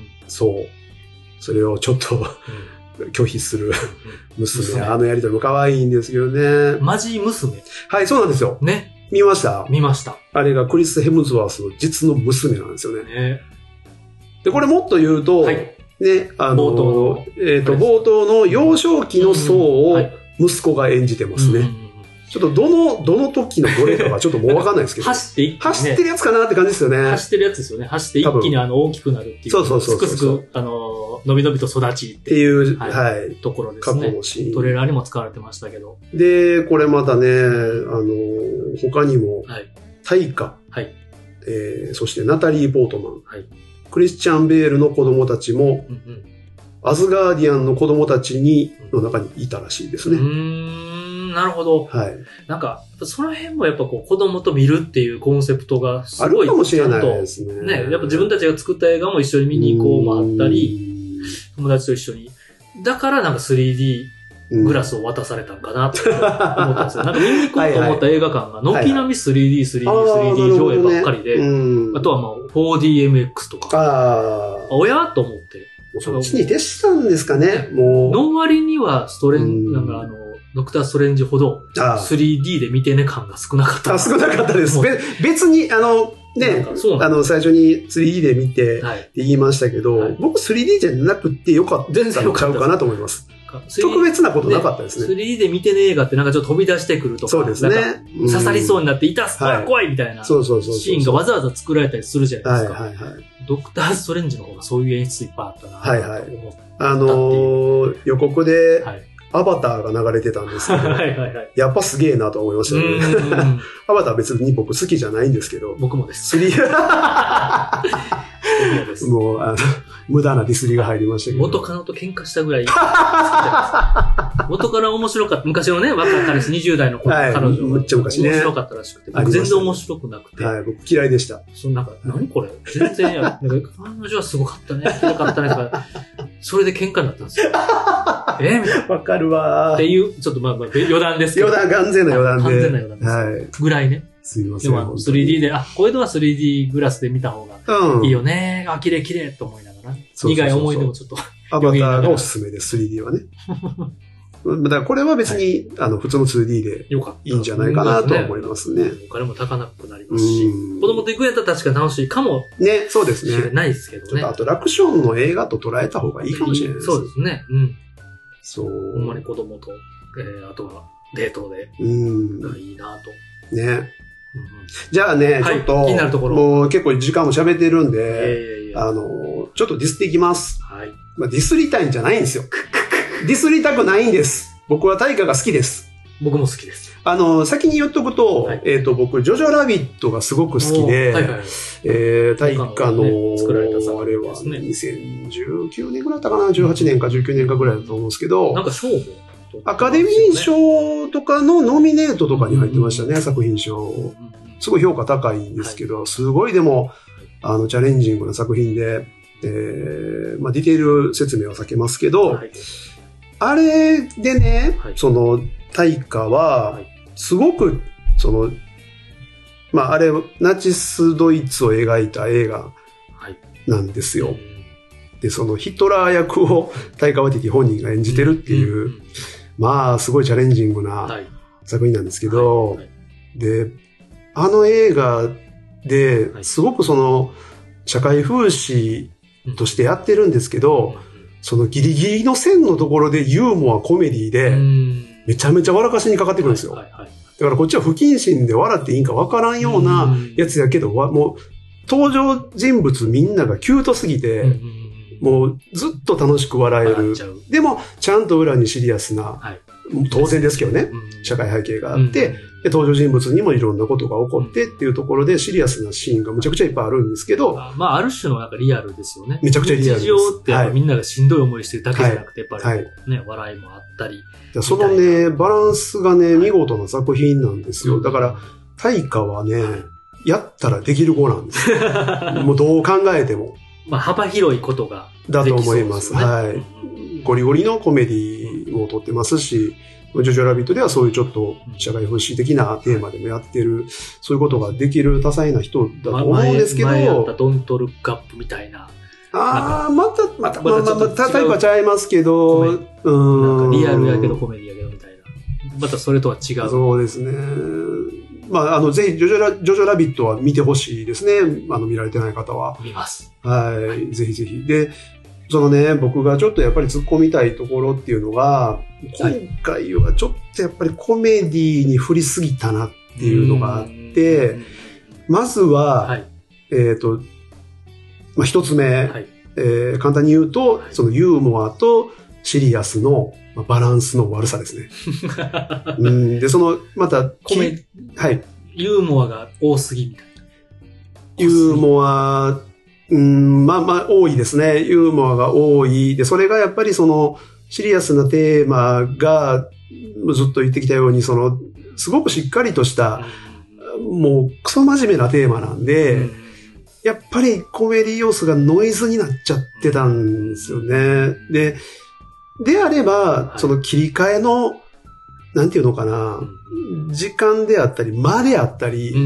そう。それをちょっと、うん、拒否する娘。娘あのやりとりも可愛いんですけどね。 マジ娘。 はい、そうなんですよ。 ね。 見ました見ました。 あれがクリス・ヘムズワースの実の娘なんですよね。ねで、これもっと言うと、はい、ね、あの、冒頭の、えっと、冒頭の幼少期の層を息子が演じてますね。うんうんうんちょっとどの、どの時のどれかはちょっともうわかんないですけど。 走って一気に、ね、 走ってるやつかなって感じですよね。 走ってるやつですよね。走って一気にあの大きくなるっていう。 そうそうそうそう。 すくすく、あの、のびのびと育ちっていう、はい、はい、 ところですね。 過去のシーン。 トレーラーにも使われてましたけど。 で、これまたね、あの、他にも、はい、タイカ、はい、えー、そしてナタリー・ポートマン、はい、クリスチャン・ベールの子供たちも、うんうん、アズガーディアンの子供たちに、の中にいたらしいですね。 うーんなるほど。 はい。 なんか、その辺もやっぱこう子供と見るっていうコンセプトがすごい。 あるかもしれないですね。 ね。やっぱ自分たちが作った映画も一緒に見に行こうもあったり、友達と一緒に。だからなんか スリーディー グラスを渡されたんかなって思ったんですよ。なんか見に行こうと思った映画館が軒並み スリーディー、スリーディー、スリーディー 上映ばっかりで、あとはまあ フォーディーエムエックス とか。ああ。おやと思って。 そっちに徹したんですかね、もう。 の割にはストレン、なんかあの、ドクターストレンジほど スリーディー で見てね感が少なかった。 あ、少なかったです。別に、あの、ね、あの、最初に スリーディー で見てって言いましたけど、はい、僕 スリーディー じゃなくてよかったんちゃうかなと思います。特別なことなかったですね。 スリーディー で見てね映画ってなんかちょっと飛び出してくるとか。 そうですね。 刺さりそうになって痛す、怖い怖いみたいな。シーンがわざわざ作られたりするじゃないですか。はいはいはい。ドクターストレンジの方がそういう演出いっぱいあったな。はいはい。 あのー、予告で、はいアバターが流れてたんですけど、はいはいはい、やっぱすげえなと思いましたね。アバター別に僕好きじゃないんですけど。 僕もです。 スリーもう、あの、無駄なディスりが入りましたけど。 元カノと喧嘩したぐらい好きじゃないですか。元カノ面白かった。昔のね、若い彼氏にじゅう代の子、はい、彼女。 めっちゃ昔ね。 面白かったらしくて。僕全然面白くなくて。 はい、僕嫌いでした。 そのなんか、何これ全然や。なんか、彼女はすごかったね。ひどかったね。とか、それで喧嘩になったんですよ。えみたいな。 わかるわっていう、ちょっとまあまあ、余談ですけど。 余談、完全な余談で。 完全な余談です。はい。ぐらいね。 すいません。 でも、スリーディー で、あ、こういうのは スリーディー グラスで見た方がいいよね。うん、あ、綺麗綺麗と思いながら。苦い思い出もちょっと。 アバターがおすすめです、スリーディー はね。だからこれは別に、はい、あの、普通の ツーディー でいいんじゃないかなと思いますね。 お金も高くなりますし、子供と行くんやったら確か楽しいかも。 ね、そうですね。 ないですけどね。ちょっとアトラクションの映画と捉えた方がいいかもしれないです。 そうですね。うん。 そう。 ほんまに子供と、えー、あとはデートで、うん。がいいなと。 ね。うん、じゃあね、はい、ちょっと、 気になるところ。 もう結構時間も喋ってるんで、いやいやいやあの、ちょっとディスっていきます。はい。まあ、ディスりたいんじゃないんですよ。ディスりたくないんです。 僕は大河が好きです。 僕も好きです。 あの、先に言っとくと、はい、えっ、ー、と、僕、ジョジョラビットがすごく好きで、はいはい、えー、大河の、ね、作られた作品ですね、あれはにせんじゅうきゅうねんぐらいだったかな、じゅうはちねんかじゅうきゅうねんかぐらいだと思うんですけど、 なんか賞も、 アカデミー賞とかのノミネートとかに入ってましたね、うんうん、作品賞。すごい評価高いんですけど、はい、すごいでも、あの、チャレンジングな作品で、えー、まあ、ディテール説明は避けますけど、はい、あれでね、はい、その、大河は、すごく、その、まあ、あれ、ナチスドイツを描いた映画なんですよ。はい、で、そのヒトラー役をタイカワティティ本人が演じてるっていう、うん、まあ、すごいチャレンジングな作品なんですけど、はいはい、で、あの映画ですごくその、社会風刺としてやってるんですけど、そのギリギリの線のところでユーモア、コメディで、めちゃめちゃ笑かしにかかってくるんですよ。はいはいはい、だからこっちは不謹慎で笑っていいんかわからんようなやつやけど、もう登場人物みんながキュートすぎて、もうずっと楽しく笑える。でもちゃんと裏にシリアスな、はい、当然ですけどね、社会背景があって、で登場人物にもいろんなことが起こってっていうところでシリアスなシーンがむちゃくちゃいっぱいあるんですけど、 あまあある種のなんかリアルですよね。 めちゃくちゃリアルです。 日常ってやっぱみんながしんどい思いしてるだけじゃなくて、やっぱりね、はい、笑いもあったり。 そのね、バランスがね、見事な作品なんですよ。だから、大河はね、やったらできる子なんですよ。もうどう考えても。 まあ幅広いことができそうですよね。 だと思います。はい。ゴリゴリのコメディも撮ってますし、ジョジョラビットではそういうちょっと社会風刺的なテーマでもやってる、そういうことができる多彩な人だと思うんですけど。 前やったドントルックアップみたいな。 ああ、また、また、また、また、タイプはちゃいますけど、うん。 なんかリアルやけどコメディやけどみたいな。またそれとは違う。 そうですね。まあ、あの、ぜひ、ジョジョラ、ジョジョラビットは見てほしいですね。あの、見られてない方は。 見ます。 はい。はい、ぜひぜひ。で、そのね、僕がちょっとやっぱり突っ込みたいところっていうのが、今回はちょっとやっぱりコメディに振りすぎたなっていうのがあって、まずは、はい、えっと、まあ、一つ目、はい、えー、簡単に言うと、はい、そのユーモアとシリアスのバランスの悪さですね。うん、で、その、また、 コメはい。 ユーモアが多すぎみたいな。 ユーモア、うん、まあまあ多いですね。ユーモアが多い。で、それがやっぱりその、シリアスなテーマが、ずっと言ってきたように、その、すごくしっかりとした、うん、もうクソ真面目なテーマなんで、うん、やっぱりコメディ要素がノイズになっちゃってたんですよね。で、であれば、はい、その切り替えの、なんていうのかな、うん、時間であったり、間であったり、うん、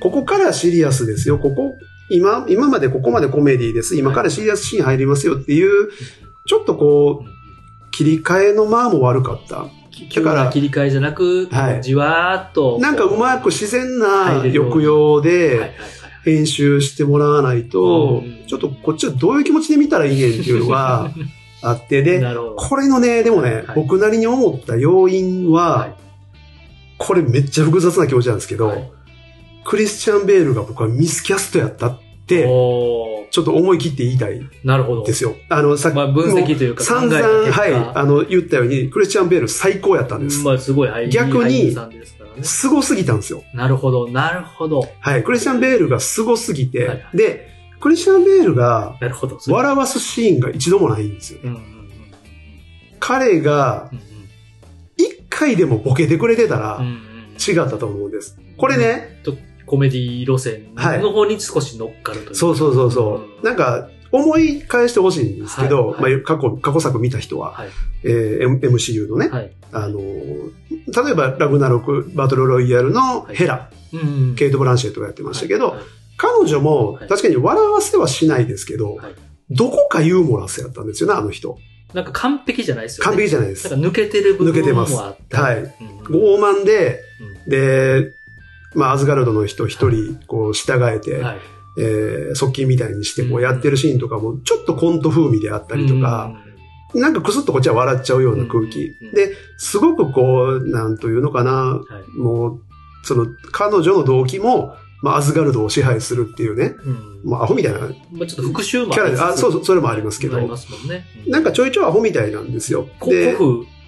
ここからシリアスですよ、ここ、今、今までここまでコメディです、今からシリアスシーン入りますよっていう、ちょっとこう、切り替えの間も悪かった。 だから、切り替えじゃなく、はい、じわーっと。 なんかうまく自然な抑揚で編集してもらわないと、ちょっとこっちはどういう気持ちで見たらいいねんっていうのがあって、で、これのね、でもね、はい、僕なりに思った要因は、はい、これめっちゃ複雑な気持ちなんですけど、はい、クリスチャン・ベールが僕はミスキャストやったって、ちょっと思い切って言いたいですよ。 なるほど。あの、さっき、まあ、分析というか散々、はい、あの、言ったように、クリスチャン・ベール最高やったんです。 まあ、すごい、はい、 逆に、すごすぎたんですよ。 なるほど、なるほど。 はい、クリスチャン・ベールがすごすぎて、はいはい、で、クリスチャン・ベールが、 なるほど。 笑わすシーンが一度もないんですよ。うんうんうん、彼が、一回でもボケてくれてたら、違ったと思うんです。これね、 うん、コメディ路線の方に少し乗っかるという、はい、 そうそうそうそう、うん。なんか、思い返してほしいんですけど、はいはい、まあ、過去、過去作見た人は、はい、えー、エムシーユー のね、はい、あの、例えば、ラグナロク、バトルロイヤルのヘラ、はいうん、ケイト・ブランシェットがやってましたけど、はいはい、彼女も確かに笑わせはしないですけど、はい、どこかユーモラスやったんですよね、あの人。 なんか完璧じゃないですよね。 完璧じゃないです。 なんか抜けてる部分もあった。 はい。うん、傲慢で、うん、で、まあ、アズガルドの人一人、こう、従えて、はい、えー、側近みたいにして、こう、やってるシーンとかも、ちょっとコント風味であったりとか、うん、なんかクスッとこっちは笑っちゃうような空気。うん、で、すごくこう、なんというのかな、はい、もう、その、彼女の動機も、まあ、アズガルドを支配するっていうね、うん、まあ、アホみたいな。まあ、 ちょっと復讐もキャラで、あ、そうそう、それもありますけど、 ありますもんね。 うん、なんかちょいちょいアホみたいなんですよ。 で、古風。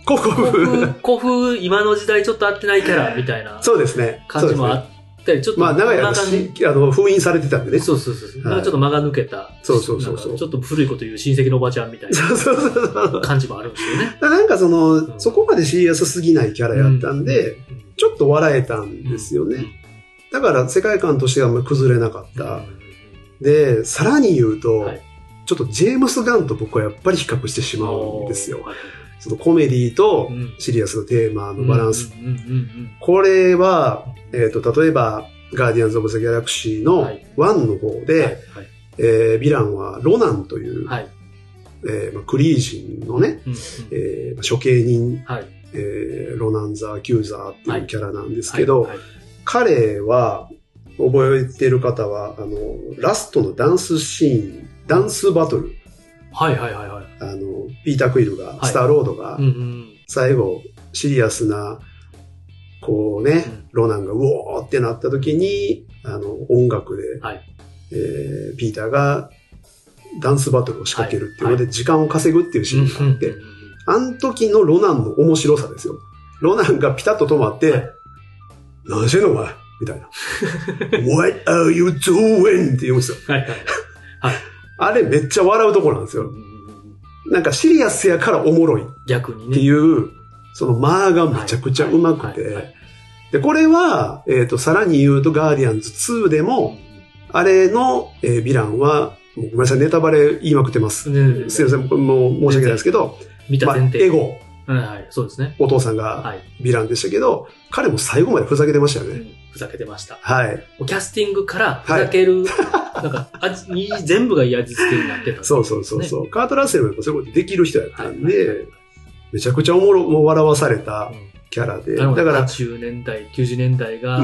古風。 古風、今の時代ちょっと合ってないキャラみたいなそうですね。 感じもあったり、ちょっとまあ、長い間し、あの、封印されてたんでね。 そうそうそう。はい、ちょっと間が抜けた。 そうそうそうそう。 ちょっと古いこと言う親戚のおばちゃんみたいな。 そうそうそう。 感じもあるんですよね。 なんかその、うん、そこまでシリアスすぎないキャラやったんで、うん、ちょっと笑えたんですよね。うん、だから世界観としてはあんまり崩れなかった。うん、で、さらに言うと、はい、ちょっとジェームス・ガンと僕はやっぱり比較してしまうんですよ。そのコメディとシリアスのテーマのバランス。これは、えっと、例えば、ガーディアンズ・オブ・ザ・ギャラクシーのワンの方で、はいはいえー、ヴィランはロナンという、はいえーまあ、クリージンのね、うんうんえー、処刑人、はいえー、ロナン・ザ・アキューザーっていうキャラなんですけど、はいはいはい、彼は、覚えてる方は、あの、ラストのダンスシーン、ダンスバトル。 はいはいはいはい。 あの、ピーター・クイルが、はい、スター・ロードが、うんうん、最後、シリアスな、こうね、うん、ロナンがうおーってなった時に、あの、音楽で、はいえー、ピーターがダンスバトルを仕掛けるっていうので、時間を稼ぐっていうシーンがあって、はいはい、あの時のロナンの面白さですよ。ロナンがピタッと止まって、はい、何してんのお前みたいな。What are you doing? って言うんですよ。はいはいはい、あれめっちゃ笑うところなんですよ。なんかシリアスやからおもろい。 逆にね。 っていう、その間がめちゃくちゃ上手くて。で、これは、えっと、さらに言うとガーディアンズツーでも、あれの、えー、ヴィランは、ごめんなさい、ネタバレ言いまくってます。すいません、もう申し訳ないですけど、 見た前提。 まあ、エゴ。 はい、そうですね。 お父さんがヴィランでしたけど、はい、彼も最後までふざけてましたよね。うん、 ふざけてました。 はい。 キャスティングからふざける、はい、なんか味、全部が味付けになってた、ね。 そうそうそうそう。カート・ラッセルもやっぱそういうことできる人やったんで、はいはいはい、めちゃくちゃおもろ、もう笑わされたキャラで。 うん、だから、はちじゅうねんだい、きゅうじゅうねんだいが、うん、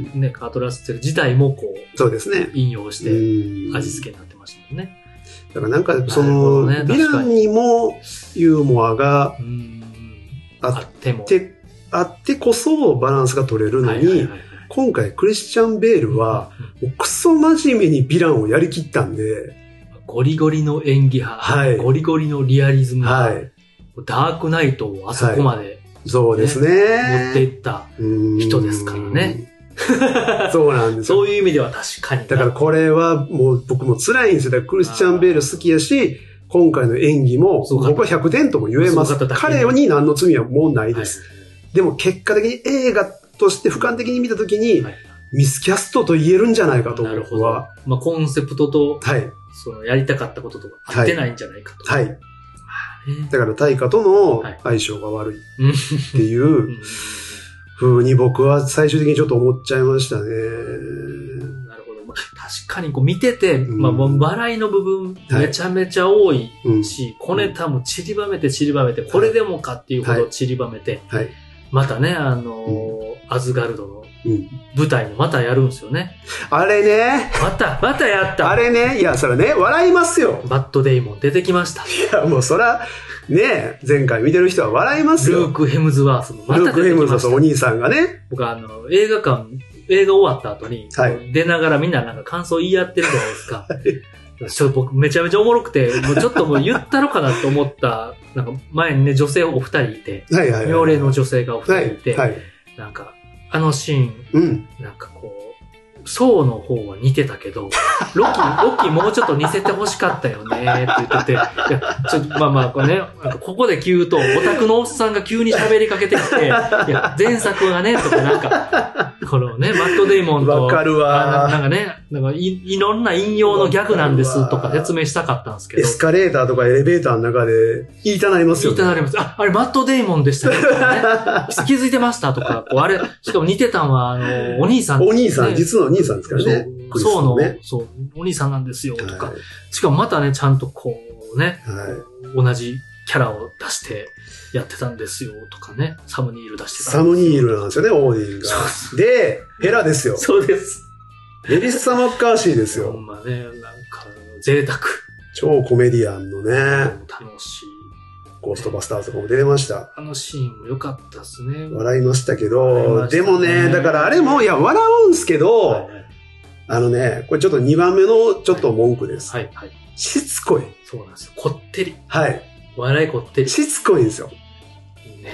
ね、カート・ラッセル自体もこう、 そうですね。 引用して味付けになってましたもんね。 だからなんか、その、ね、ヴィランにもユーモアがあっても、あってこそバランスが取れるのに、今回クリスチャン・ベールは、もうクソ真面目にヴィランをやりきったんで、 ゴリゴリの演技派、はい、ゴリゴリのリアリズム派、はい、ダークナイトをあそこまで、ね、 そうですね。 持っていった人ですからね。 そうなんですよ。そういう意味では確かに。 だからこれはもう僕も辛いんですよ。だからクリスチャン・ベール好きやし、今回の演技も僕はひゃくてんとも言えます。彼に何の罪はもうないです。はい、でも結果的に映画として俯瞰的に見たときに、はい、ミスキャストと言えるんじゃないかと思う。なるほど。 まあコンセプトと、はい、そのやりたかったこととか合ってないんじゃないかと。はい。はい、 だから対価との相性が悪いっていう、風に僕は最終的にちょっと思っちゃいましたね。 なるほど。まあ、確かにこう見てて、うん、まあ、笑いの部分めちゃめちゃ多いし、はい、小ネタも散りばめて散りばめて、これでもかっていうほど散りばめて、はいはい、またね、あのーうん、アズガルドの舞台もまたやるんですよね。 あれね。 また、またやった。 あれね。いや、それね、笑いますよ。 バッドデイモン出てきました。 いや、もうそら、ね、前回見てる人は笑いますよ。 ルーク・ヘムズワースもまた出てきました。 ルーク・ヘムズワース、お兄さんがね。 僕あの、映画館、映画終わった後に、はい、出ながらみんななんか感想言い合ってるじゃないですか。ちょ僕めちゃめちゃおもろくて、もうちょっともう言ったろかなと思った、なんか前にね、女性お二人いて、はいはいはいはい、妙齢の女性がお二人いて、はいはい、なんか、あのシーン、うん、なんかこう、ソーの方は似てたけど、ロキ、ロキもうちょっと似せて欲しかったよねって言ってて、いやちょっとまあまあこれね、なんかここで言うと、オタクのおっさんが急に喋りかけてきて、いや前作がね、とかなんか、このね、マットデイモンと、 わかるわな。なんかね、なんかい、いろんな引用のギャグなんですとか説明したかったんですけど。 エスカレーターとかエレベーターの中で言いたなりますよね。 言いたなります。あ、あれマットデイモンでしたね。気づいてましたとか、こうあれ、しかも似てたのは、あの、お兄さん、 ね。お兄さん、実のお兄さんですからね。 そうの、そう、お兄さんなんですよ、とか、はい。しかもまたね、ちゃんとこうね、はい、同じキャラを出してやってたんですよ、とかね。サムニール出してた。 サムニールなんですよね、オーディンが。で、ヘラですよ。 そうです。 エリッサ・マッカーシーですよ。 ほんまね、なんか、贅沢。 超コメディアンのね。 楽しい。 ゴーストバスターズとかも出てました。 あのシーンも良かったですね。 笑いましたけど、ね、でもね、だからあれも、いや、笑うんすけど、はいはい、あのね、これちょっとにばんめのちょっと文句です。はい、はい、はい。しつこい。 そうなんですよ。こってり。 はい。 笑いこってり。 しつこいんですよ。 ね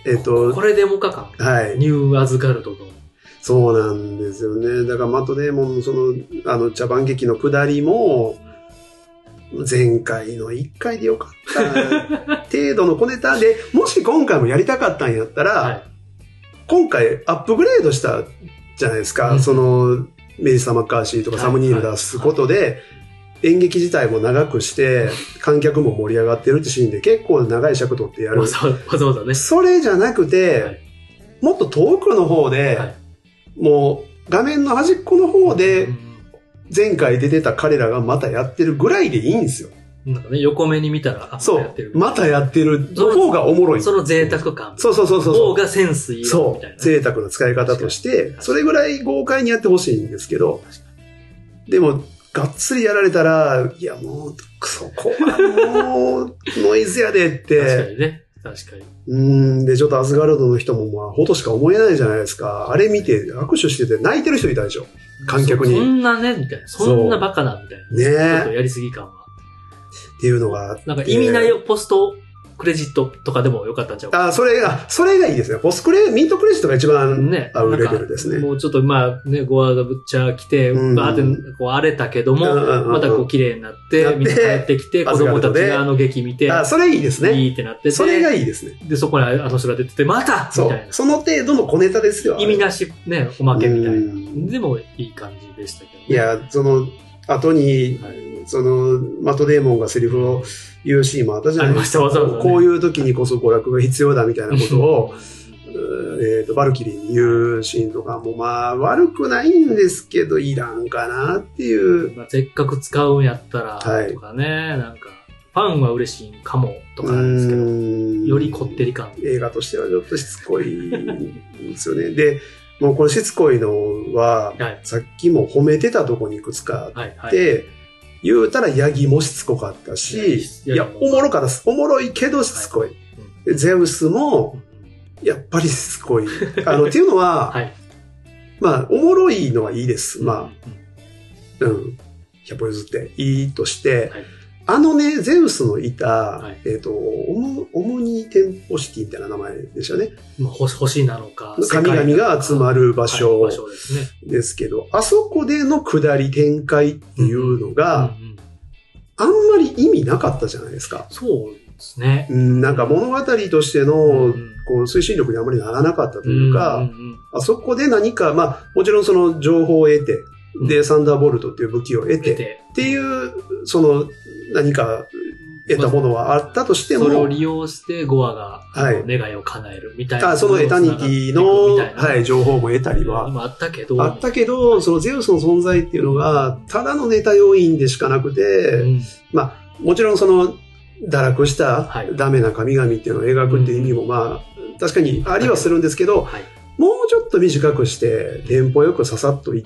えっと、 これでもかか。 はい。 ニューアズガルドの。 そうなんですよね。だからマットデーモンのその、あの、茶番劇の下りも、前回のいっかいでよかった程度の小ネタで、もし今回もやりたかったんやったら、はい、今回アップグレードしたじゃないですか。うん、その、メイサー・マッカーシーとかサム・ニール出すことで、はいはいはい、演劇自体も長くして、観客も盛り上がってるってシーンで結構長い尺取ってやる。 わざわざね。 それじゃなくて、はい、もっと遠くの方で、はい、もう画面の端っこの方で、前回出てた彼らがまたやってるぐらいでいいんですよ。 なんかね、横目に見たら、あ、 そう、 またやってる。 またやってるの方がおもろい。 その贅沢感。 そうそうそうそう。 方がセンスいいみたいな、ね。 そう。贅沢な使い方として、それぐらい豪快にやってほしいんですけど、でも、がっつりやられたら、いやもう、そこはもう、ノイズやでって。 確かにね。確かに。 うん。で、ちょっとアスガルドの人も、まあ、ほとしか思えないじゃないですか。あれ見て、握手してて泣いてる人いたでしょ。観客に。 そ, そんなね、みたいな。そんなバカな、みたいな。ねえ。ちょっとやりすぎ感は。 っていうのがあって。 なんか意味ないよ、ポストクレジットとかでもよかったんちゃうか。 あ、それが、それがいいですね。ポスクレ、ミントクレジットが一番ね、合うレベルですね。 もうちょっとまあね、ゴアがぶっちゃ来て、うん、バーってこう荒れたけども、うんうんうん、またこう綺麗になって、みんな帰ってきて、子供たちがあの劇見て、 あ、それいいですね。 いいってなってて。 それがいいですね。 で、そこにあの人が出てて、またみたいな。 その程度の小ネタですよ。 意味なし、ね、おまけみたいな。でもいい感じでしたけどね。 いや、その、後に、はい、その、マットデーモンがセリフを言うシーンもあったじゃないですか。 ありました、わざわざね。 こういう時にこそ娯楽が必要だみたいなことを、えっと、バルキリーに言うシーンとかも、まあ、悪くないんですけど、いらんかなっていう。 まあ、せっかく使うんやったら、とかね、はい、なんか、ファンは嬉しいかも、とかなんですけど、よりこってり感。 映画としてはちょっとしつこいんですよね。で、もうこれしつこいのは、はい、さっきも褒めてたとこにいくつかあって、はいはい、言うたらヤギもしつこかったし、いや、おもろかったです。おもろいけどしつこい。はいうん、ゼウスも、やっぱりしつこい。あの、っていうのは、はい、まあ、おもろいのはいいです。まあ、うん。ひゃっぽ譲っていいとして、はい、あのね、ゼウスのいた、はい、えっと、オム、オムニテンポシティみたいな名前でしたね。 まあ、星なのか。 神々が集まる場所、はい、場所ですね。ですけど、あそこでの下り展開っていうのが、うんうんうん、あんまり意味なかったじゃないですか。 そうですね。 うん、なんか物語としての、うん、こう、推進力にあまりならなかったというか、うんうんうん、あそこで何か、まあ、もちろんその情報を得て、で、サンダーボルトっていう武器を得て、っていう、その、何か得たものはあったとしても。 それを利用してゴアが、はい、願いを叶えるみたいな。 あ、そのエタニティの、はい、情報も得たりは。 今あったけど。 あったけど、そのゼウスの存在っていうのが、ただのネタ要因でしかなくて、うん、まあ、もちろんその、堕落したダメな神々っていうのを描くっていう意味も、まあ、確かにありはするんですけど、はい、もうちょっと短くして、テンポよくささっといって、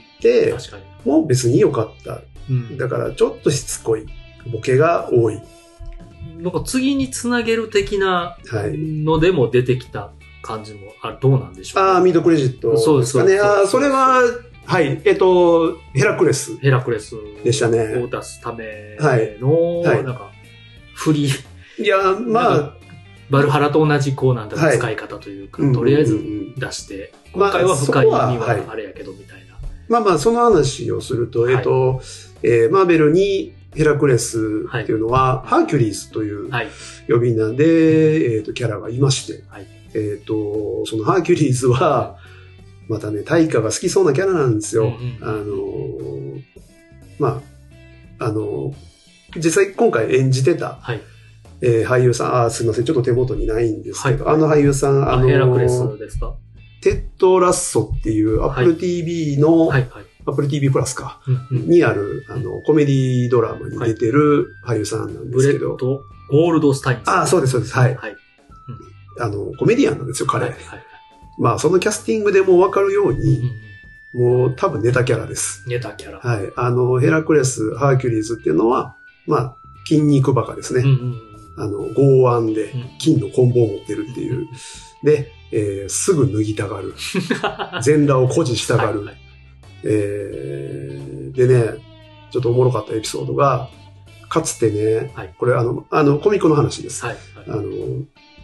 確かにもう別に良かった。うん、だからちょっとしつこい。ボケが多い。 なんか次につなげる的なのでも出てきた感じも、あ、どうなんでしょう、ね、 ああ、ミートクレジットですかね。そうですね。ああ、それは、はい。えっと、ヘラクレス。 ヘラクレス。 でしたね。 を出すための、はい、なんか、振り。 いや、まあ、 バルハラと同じこうなんだろう、使い方というか、はい、とりあえず出して、うんうんうん、今回は深い意味はあれやけど、みたいな。 まあまあ、その話をすると、はい、えっと、えー、マーベルにヘラクレスっていうのは、はい、ハーキュリーズという呼び名で、はい、えっと、キャラがいまして、はい、えっと、そのハーキュリーズは、またね、大化が好きそうなキャラなんですよ。うんうん、あの、まあ、あの、実際今回演じてた、はい、えー、俳優さん、あ、すいません、ちょっと手元にないんですけど、はい、あの俳優さん、あの、 ヘラクレスですか？ テッド・ラッソっていう Apple ティーブイ の、はいはいはい、Apple ティーブイ プラスか、うんうん、にある、あの、コメディドラマに出てる俳優さんなんですけど。 ブレッド・ゴールドスタインさん。 あ、そうです、そうです。はい。はい、うん、あの、コメディアンなんですよ、彼。はいはい、まあ、そのキャスティングでもわかるように、うん、もう多分ネタキャラです。 ネタキャラ。 はい。あの、ヘラクレス、ハーキュリーズっていうのは、まあ、筋肉バカですね。うんうん、あの、剛腕で金の棍棒を持ってるっていう。うん、で、えー、すぐ脱ぎたがる。全裸を誇示したがる。はいはい、えー、でね、ちょっとおもろかったエピソードが、かつてね、はい、これあの、あの、コミックの話です。はいはい、あの、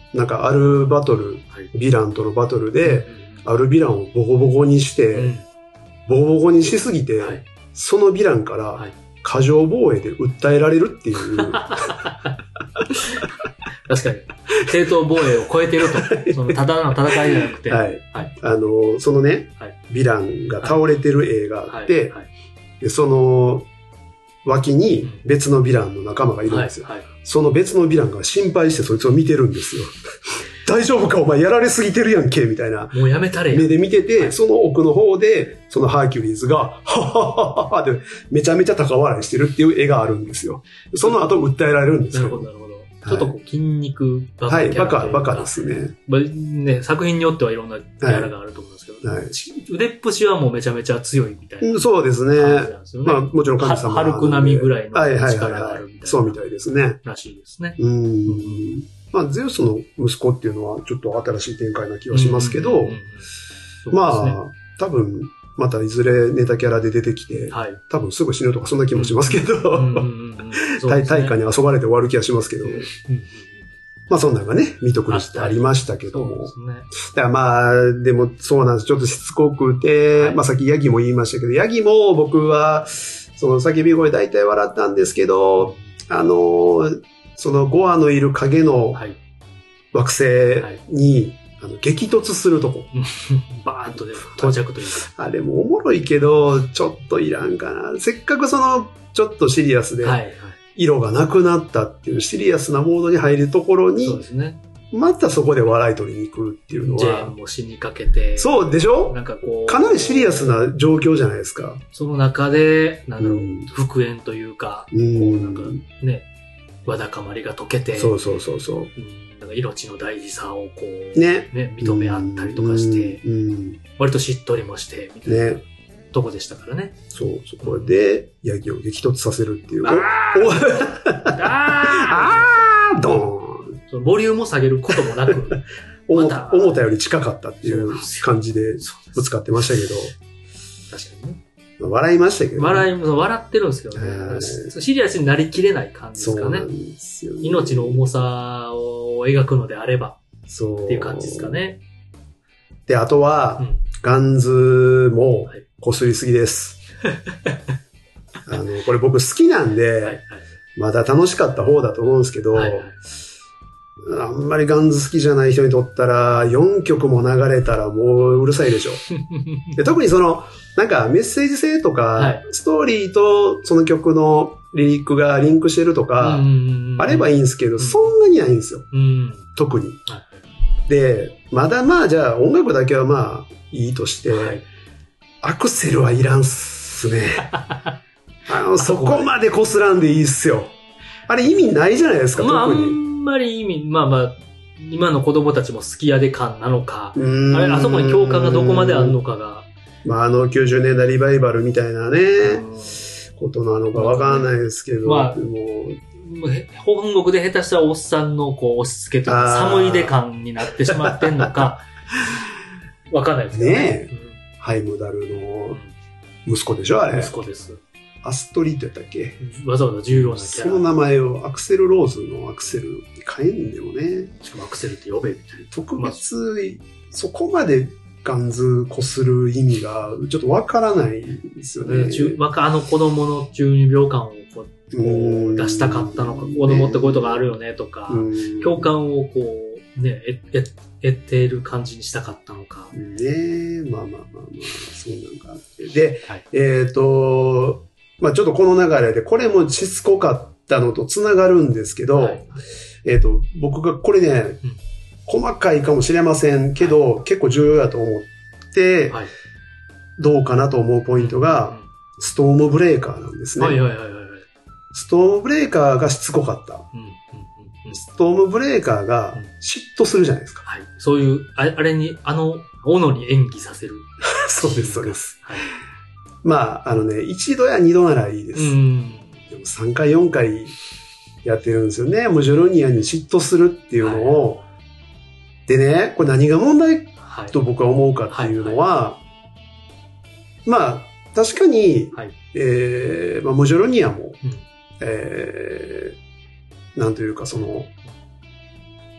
なんかあるバトル、はい、ヴィランとのバトルで、うん、あるヴィランをボコボコにして、うん、ボコボコにしすぎて、はい、そのヴィランから、はい過剰防衛で訴えられるっていう。確かに。正当防衛を超えてると。そのただの戦いじゃなくて。 はい。はい、あの、そのね、はい、ヴィランが倒れてる映画があって、はいはい、でその脇に別のヴィランの仲間がいるんですよ。はいはい、その別のヴィランが心配してそいつを見てるんですよ。大丈夫かお前やられすぎてるやんけみたいな。 もうやめたれや。 目で見てて、はい、その奥の方で、そのハーキュリーズが、ははははで、めちゃめちゃ高笑いしてるっていう絵があるんですよ。その後訴えられるんですよ。 なるほど、なるほど。ちょっとこう筋肉バカ。はい、バカ、バカですね。 まあ、ね、作品によってはいろんなキャラがあると思うんですけど、はいはい、腕っぷしはもうめちゃめちゃ強いみたいな。 そうですね。ねまあ、もちろん神様。 ハルク並みぐらいの力があるみたいな。 はいはいはいはい、そうみたいですね。 らしいですね。 うん。まあ、ゼウスの息子っていうのはちょっと新しい展開な気はしますけど、まあ、多分、またいずれネタキャラで出てきて、はい、多分すぐ死ぬとかそんな気もしますけど、対価に遊ばれて終わる気がしますけど、うんうん、まあそんなのがね、見とくるってありましたけども。そうですね。だからまあ、でもそうなんです。ちょっとしつこくて、はい、まあさっきヤギも言いましたけど、ヤギも僕は、その叫び声大体笑ったんですけど、あの、そのゴアのいる影の惑星に、あの激突するとこ。 バーンとで到着というか。 あれもおもろいけど、ちょっといらんかな。せっかくその、ちょっとシリアスで、色がなくなったっていうシリアスなモードに入るところに、そうですね。またそこで笑い取りに行くっていうのは。 ジェーンも死にかけて。 そうでしょなんかこう。 かなりシリアスな状況じゃないですか。 その中で、なんだろう、うん、復縁というか、うん、こうなんかね、わだかまりが解けて。 そうそうそうそう。うん命の大事さをこう、ね、ね認め合ったりとかして、うんうん、割としっとりもして、みたいな、ね、とこでしたからね。 そう、そこで、ヤギを激突させるっていう。あーあードーンそのボリュームを下げることもなく、 思た思ったより近かったっていう感じでぶつかってましたけど。 確かにね。 笑いましたけど、ね。 笑い、笑ってるんですけどね。シリアスになりきれない感じですかね。そうなんですよね。命の重さを描くのであれば。そう。っていう感じですかね。 で、あとは、うん、ガンズも擦りすぎです。はい、あの、これ僕好きなんで、はいはい、まだ楽しかった方だと思うんですけど、はいはい、あんまりガンズ好きじゃない人にとったら、よんきょくも流れたらもううるさいでしょ。で特にその、なんかメッセージ性とか、はい、ストーリーとその曲のリリックがリンクしてるとか、あればいいんですけど、うん、そんなにないんですよ。うん、特に、はい。で、まだまあじゃあ音楽だけはまあいいとして、はい、アクセルはいらんっすね。あのそこまで擦らんでいいっすよ。あれ意味ないじゃないですか、 まあ、 特に。 あんまり意味、まあまあ、今の子供たちも好きやで感なのか、あれ、あそこに共感がどこまであるのかが。 まあ、あのきゅうじゅうねんだいリバイバルみたいなね、ことなのかわからないですけど、まあ、もう本国で下手したらおっさんのこう押し付けとか寒いで感になってしまってんのか、わかんないですけどね。ねえ、うん、 ハイムダルの息子でしょ、あれ。 息子です。 アストリッドやったっけ、 わざわざ重要なキャラ。 その名前をアクセルローズのアクセルに変えんでもね。 しかもアクセルって呼べみたいな。 特別、まあ、そこまでガンズこする意味がちょっとわからないですよね。 あの子供のじゅうにびょうかんをこうこう出したかったのか、子供ってこういうことがあるよねとか、共感をこうね、え、え、得てる感じにしたかったのか。 ねえ、まあまあまあまあ、そうなんかあって。で、はい、えっと、まあちょっとこの流れで、これもしつこかったのとつながるんですけど、はい、えっと、僕がこれね、うん、細かいかもしれませんけど、はい、結構重要だと思って、はい、どうかなと思うポイントが、うん、ストームブレーカーなんですね。はいはいはいはい、ストームブレーカーがしつこかった。うんうんうん、ストームブレーカーが嫉妬するじゃないですか。 はい、そういう、あれ、あれに、あの、斧に演技させる。 そうです、そうです。はい、まあ、あのね、一度や二度ならいいです。うん、でもさんかい、よんかいやってるんですよね。もうジョロニアに嫉妬するっていうのを。はい、でね、これ何が問題と僕は思うかっていうのは、はいはいはい、まあ、確かに、はい、えー、まあ、モジョロニアも、うん、えー、なんというかその、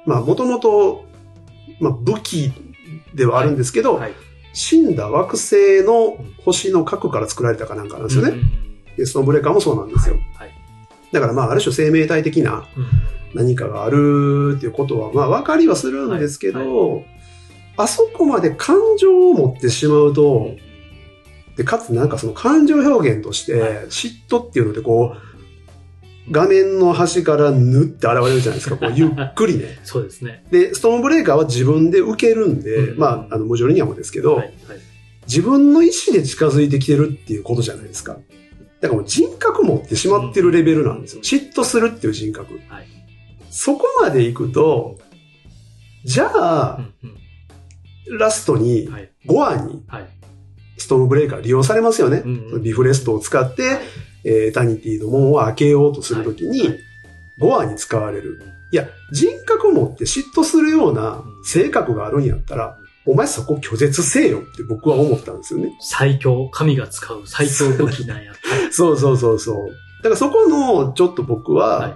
まあもともと、まあ武器ではあるんですけど、はいはい、死んだ惑星の星の核から作られたかなんかなんですよね。うん、でストーンブレーカーもそうなんですよ。はいはい、だからまあある種生命体的な何かがあるっていうことはまあ分かりはするんですけど、はいはい、あそこまで感情を持ってしまうと、でかつなんかその感情表現として嫉妬っていうのでこう、画面の端からぬって現れるじゃないですか。こうゆっくりね。 そうですね。 で、ストーンブレーカーは自分で受けるんで、うんうん、まあ、あの、モジョルニアもですけど、はいはい、自分の意思で近づいてきてるっていうことじゃないですか。だからもう人格持ってしまってるレベルなんですよ。嫉妬するっていう人格。はい、そこまで行くと、じゃあ、うんうん、ラストに、ごわに、ストーンブレーカー利用されますよね。うんうん、ビフレストを使って、エータニティの門を開けようとするときに、ごわに使われる。いや、人格を持って嫉妬するような性格があるんやったら、お前そこ拒絶せえよって僕は思ったんですよね。 最強、神が使う最強武器なんやった。 そうそうそうそう。だからそこの、ちょっと僕は、はい、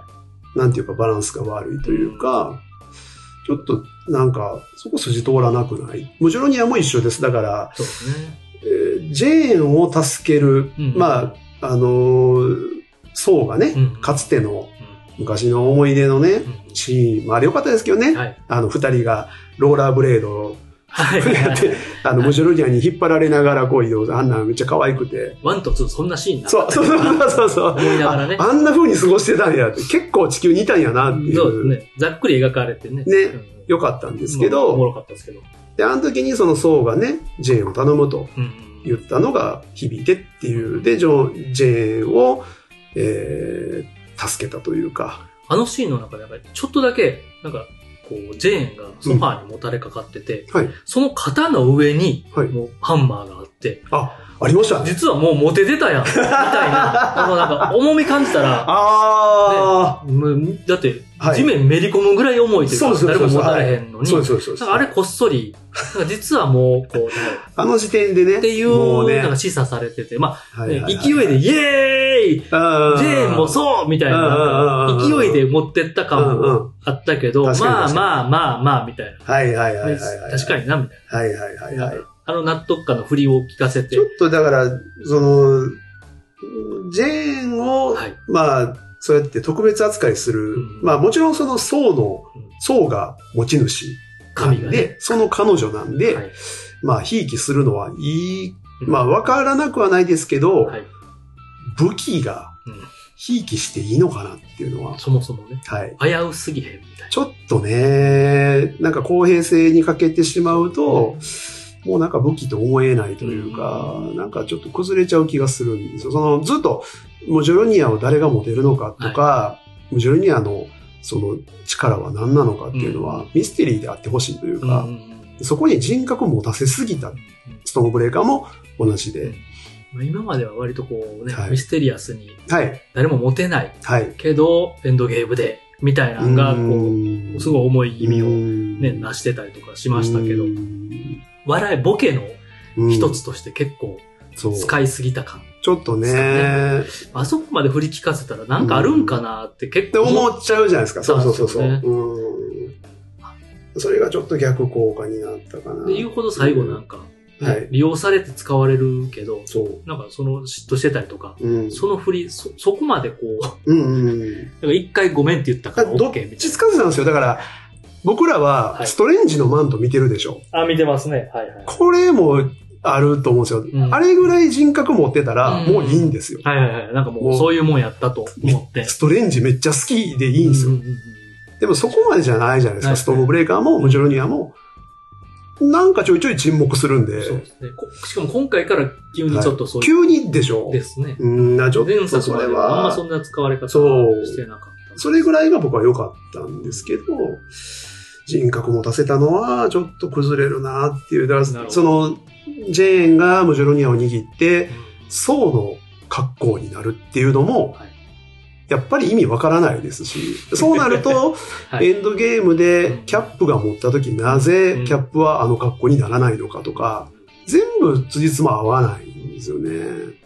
なんていうかバランスが悪いというか、ちょっとなんか、そこ筋通らなくない。モジョロニアも一緒です。だから、そうですね。えー、ジェーンを助ける、うん、まあ、あのー、ソーがね、うん、かつての昔の思い出のね、うん、シーン、まああれ良かったですけどね、はい、あの二人がローラーブレードをやって、あの、モジョルニアに引っ張られながらこう移動、あんなめっちゃ可愛くて。 ワンとツーそんなシーンなそうそうそうそうそう。 思いながらねあ。 あんな風に過ごしてたんやって、結構地球にいたんやなっていう。 そうですね。ざっくり描かれてね。 ね、うん、良かったんですけど、 おもろかったですけど。 で、あの時にそのソーがね、ジェーンを頼むと。うん言ったのが響いてっていう。で、ジョン、ジェーンを、えー、助けたというか。 あのシーンの中で、ちょっとだけ、なんか、こう、ジェーンがソファーにもたれかかってて、うんはい、その肩の上に、もうハンマーがあって、 はい、あ、ありましたね。 実はもうモテ出たやん、みたいな。あのなんか、重み感じたら、 ああ、 ね、だって、地面めり込むぐらい重いというか、はい、誰も持たれへんのに、そうそうそうそう。あれこっそり、なんか実はもう、こう、 あの時点でね。 っていう、ね、なんか示唆されてて、まあ、ね、勢いでイエーイジェーンもそうみたいな、勢いで持ってった感もあったけど、まあまあまあまあ、みたいな。 はいはいはいはい。 確かにな、みたいな。 はいはいはいはい。 あの納得感の振りを聞かせて。 ちょっとだから、その、ジェーンを、はい、まあ、そうやって特別扱いする。うん、まあもちろんその層の、層が持ち主なんで、神ね、その彼女なんで、はい、まあ、ひいきするのはいい、まあ、わからなくはないですけど、はい、武器が、ひいきしていいのかなっていうのは。 そもそもね。 はい。 危うすぎへんみたいな。 ちょっとね、なんか公平性に欠けてしまうと、うん、もうなんか武器と思えないというか、うん、なんかちょっと崩れちゃう気がするんですよ。その、ずっと、モジョロニアを誰が持てるのかとか、はい、モジョロニアのその力は何なのかっていうのは、うん、ミステリーであってほしいというか、うん、そこに人格を持たせすぎた、ストーンブレーカーも同じで。 うん、今までは割とこうね、はい、ミステリアスに、誰も持てない、はい、けど、エンドゲームで、みたいなのが、こう、すごい重い意味をね、成してたりとかしましたけど、笑い、ボケの一つとして結構、使いすぎた感、ね。 ちょっとね。 あそこまで振り聞かせたらなんかあるんかなって結構、 うん、思っちゃうじゃないですか。そうそうそうそう、ね。うん。それがちょっと逆効果になったかな。 で、言うほど最後なんか、ね、はい、利用されて使われるけど、そう。なんかその嫉妬してたりとか、うん、その振り、そ、そこまでこう、うんうんうん。なんか一回ごめんって言ったから OK みたいな。 どっちつかずなんですよ。だから、僕らはストレンジのマント見てるでしょ。 はい、あ、見てますね。はいはい。 これも、あると思うんですよ、うん。あれぐらい人格持ってたら、もういいんですよ、 うん。はいはいはい。なんかもう、そういうもんやったと思って。 ストレンジめっちゃ好きでいいんですよ。うんうんうん、でもそこまでじゃないじゃないですか。はいはい、ストームブレーカーも、モジョロニアも、なんかちょいちょい沈黙するんで。 そうですね。しかも今回から急にちょっとそういう。 はい、急にでしょ。 ですね。 うん、な、ちょっとそれは。 あんまそんな使われ方してなかった。 それぐらいが僕は良かったんですけど、人格持たせたのはちょっと崩れるなっていう。だからその、ジェーンがモジョロニアを握って、ソーの格好になるっていうのも、やっぱり意味わからないですし、そうなると、はい、エンドゲームでキャップが持った時なぜキャップはあの格好にならないのかとか、全部辻褄合わないんですよね。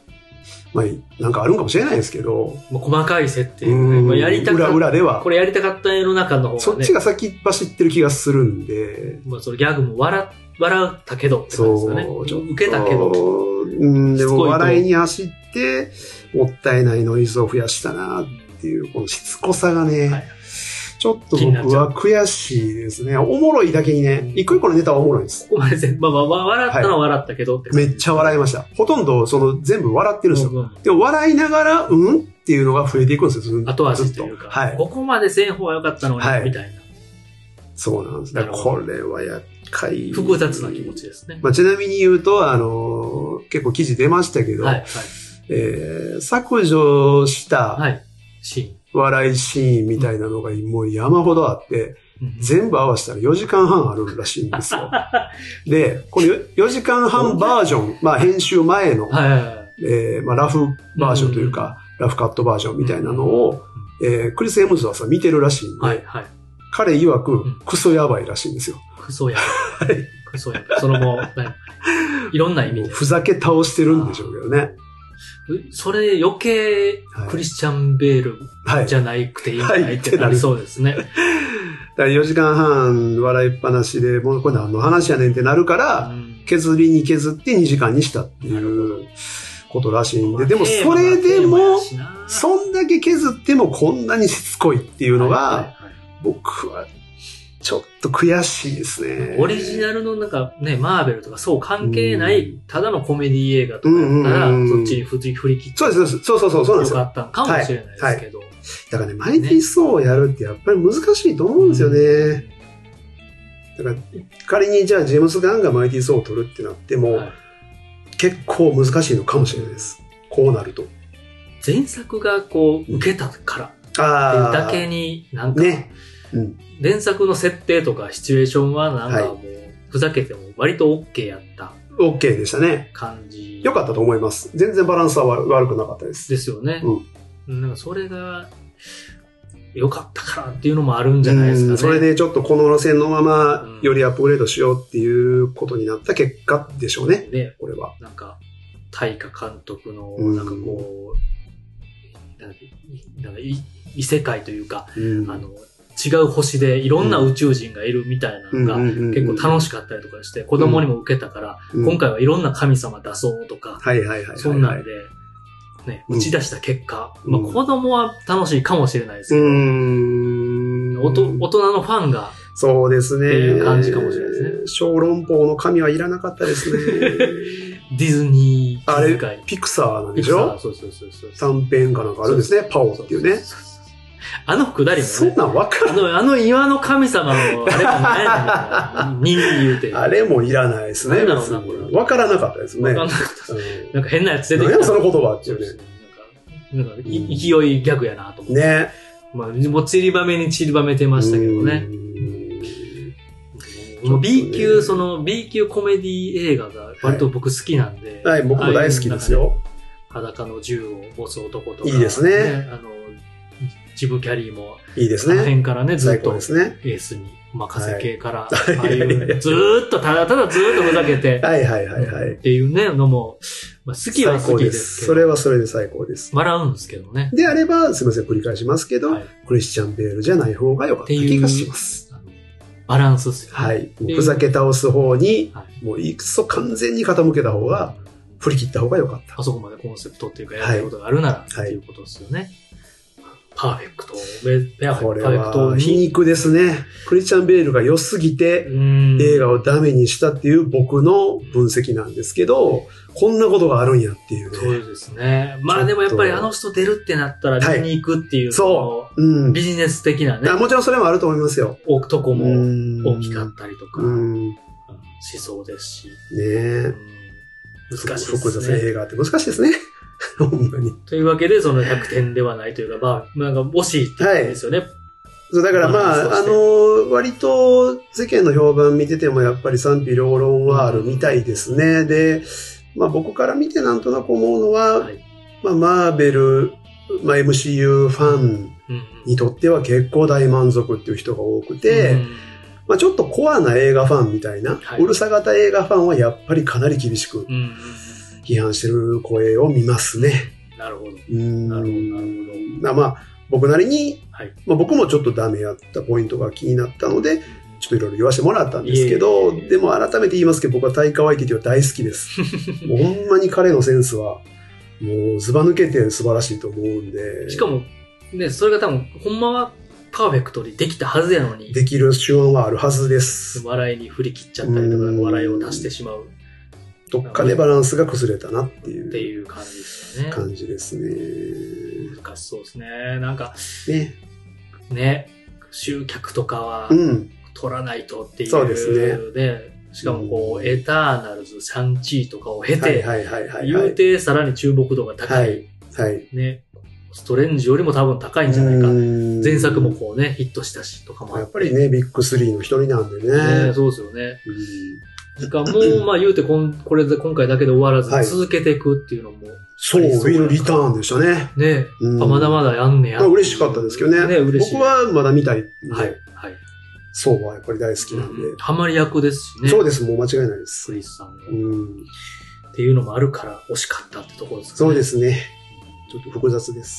まあ、なんかあるんかもしれないですけど。 もう細かい設定、ね。まあ、やりたかった。 裏裏では。 これやりたかった絵の中の方がね。 そっちが先っ走ってる気がするんで。 まあ、そのギャグも笑、笑ったけどって感じですよね。そう。受けたけど。 うん、でも笑いに走って、もったいないノイズを増やしたなっていう、このしつこさがね。はい、ちょっと僕は悔しいですね。おもろいだけにね、一個一個のネタはおもろいです。 ここまで全部、まあまあ、笑ったのは笑ったけどって、 はい。めっちゃ笑いました。ほとんど、その、全部笑ってるんですよ。うんうん、でも、笑いながら、うんっていうのが増えていくんですよ。 後味というか。はい。ここまでせん方は良かったのに、はい、みたいな。 そうなんです。だからこれは厄介。 複雑な気持ちですね。 まあ、ちなみに言うと、あのー、結構記事出ましたけど、はいはい、えー、削除した、はい、シーン。笑いシーンみたいなのがもう山ほどあって、うん、全部合わせたらよじかんはんあるらしいんですよ。で、このよじかんはんバージョン、まあ編集前の、はいはいはい、えーまあ、ラフバージョンというか、うん、ラフカットバージョンみたいなのを、うん、えー、クリス・エムズはさ見てるらしいんで、はいはい、彼曰く、うん、クソやばいらしいんですよ。 クソやばい。クソやばい。そのもう、いろんな意味で。 ふざけ倒してるんでしょうけどね。 それ余計クリスチャン・ベールじゃなくていいんじゃないってなりそうですね。だからよじかんはん笑いっぱなしで、もうこれ何の話やねんってなるから、うん、削りに削ってにじかんにしたっていうことらしいんで、でもそれでも、そんだけ削ってもこんなにしつこいっていうのが、僕はちょっと悔しいですね。 オリジナルのなんかね、マーベルとかそう関係ない、ただのコメディ映画とかだったら、そっちに振り切って。 そうです、そうそうそう、そうなんですよ。 よかったかもしれないですけど。はいはい、 だからね、マイティーソーをやるってやっぱり難しいと思うんですよね。だから、仮にじゃあジェームス・ガンがマイティーソーを撮るってなっても、はい、結構難しいのかもしれないです。こうなると。 前作がこう、受けたからっていうだけになんか、ね、うん、前作の設定とかシチュエーションはなんかもう、ふざけても割と OK やった。 OK でしたね。 感じ。 良かったと思います。全然バランスは悪くなかったです。 ですよね。うん。なんかそれが、良かったからっていうのもあるんじゃないですかね。 それでちょっとこの路線のまま、よりアップグレードしようっていうことになった結果でしょうね。ね。これは。 なんか、大河監督の、なんかこう、なんか、なんか異世界というか、うん、あの、違う星でいろんな宇宙人がいるみたいなのが結構楽しかったりとかして、子供にも受けたから、今回はいろんな神様出そうとか、そんなんで、ね、打ち出した結果、まあ子供は楽しいかもしれないですけど、大人のファンが、 そうですね。 っていう感じかもしれないですね。 小籠包の神はいらなかったですね。 ディズニー。 あれ、ピクサーなんでしょ？ そうそうそうそう。 短編かなんかあるんですね。パオっていうね。 あのくだりもね。 そんなんわかる。 あの、あの岩の神様の、あれもないのに言うて。 あれもいらないですね。わからなかったですね。わからなかった。なんか変なやつ出てきた。 何やその言葉っていうね。 なんか、なんか勢いギャグやなと思って。ね。まあ、もう散りばめに散りばめてましたけどね。B 級、その B 級コメディ映画が割と僕好きなんで。 はい、僕も大好きですよ。 裸の銃を持つ男とか。 いいですね。 あの、ジム・キャリーも、 いいですね。 あの辺からね、ずっとエースに任せ系から、ああいうずーっとただただずーっとふざけて、 はいはいはいはい。 っていうね、のも、まあ、好きは好きですけど。 それはそれで最高です。 笑うんですけどね。 であれば、すみません、繰り返しますけど、クリスチャン・ベールじゃない方が良かった気がします。 バランスですよね。 はい。ふざけ倒す方に、もういくそ完全に傾けた方が、振り切った方が良かった。 あそこまでコンセプトっていうかやりたいことがあるなら、っていうことですよね。パーフェクト。ペアフェクト。 これは皮肉ですね。クリスチャン・ベールが良すぎて、映画をダメにしたっていう僕の分析なんですけど、こんなことがあるんやっていうね。 そうですね。まあでもやっぱりあの人出るってなったら見に行くっていう、 そう。うん、 ビジネス的なね。 もちろんそれもあると思いますよ。 置くとこも大きかったりとか、しそうですし。ねえ。難しいですね。複雑な映画って難しいですね。ほんまに。 というわけで、そのひゃくてんではないというか、まあ、なんか惜しいって言うんですよね。はい、 そう、だからまあ、あの、割と世間の評判見ててもやっぱり賛否両論はあるみたいですね。うん、で、まあ僕から見てなんとなく思うのは、はい、まあマーベル、まあ エムシーユー ファンにとっては結構大満足っていう人が多くて、うん、まあちょっとコアな映画ファンみたいな、はい、うるさ型映画ファンはやっぱりかなり厳しく、うん、 批判してる声を見ますね。 なるほど。 うーん。 なるほど、なるほど。 まあ、僕なりに、 はい、まあ、僕もちょっとダメやったポイントが気になったので、ちょっといろいろ言わせてもらったんですけど、でも改めて言いますけど、僕はタイカワイティティは大好きです。もうほんまに彼のセンスは、もうズバ抜けて素晴らしいと思うんで。 しかも、ね、それが多分、ほんまはパーフェクトにできたはずやのに。 できる手腕はあるはずです。 笑いに振り切っちゃったりとか、笑いを足してしまう。 どっかでバランスが崩れたなっていう。 っていう感じですね。 感じですね。 難しそうですね。なんか、 ね。 ね、集客とかは、取らないとっていう。 そうですね。 で、しかもこう、エターナルズ、シャンチーとかを経て、 はいはいはいはい。 言うてさらに注目度が高い。 はい。はい。 ね。ストレンジよりも多分高いんじゃないか。前作もこうね、ヒットしたしとかもあって。 やっぱりね、ビッグスリーの一人なんでね。 ね、そうですよね。しかも、まあ言うてこん、これで今回だけで終わらず、続けていくっていうのも。 そう、ウィル・リターンでしたね。 ね。あ、まだまだやんねや。 嬉しかったですけどね。 ね、嬉しい。 僕はまだ見たい。 はい。はい。 そうはやっぱり大好きなんで。 ハマり役ですしね。 そうです、もう間違いないです。 クリスさんの。っていうのもあるから惜しかったってところですね。 そうですね。ちょっと複雑です。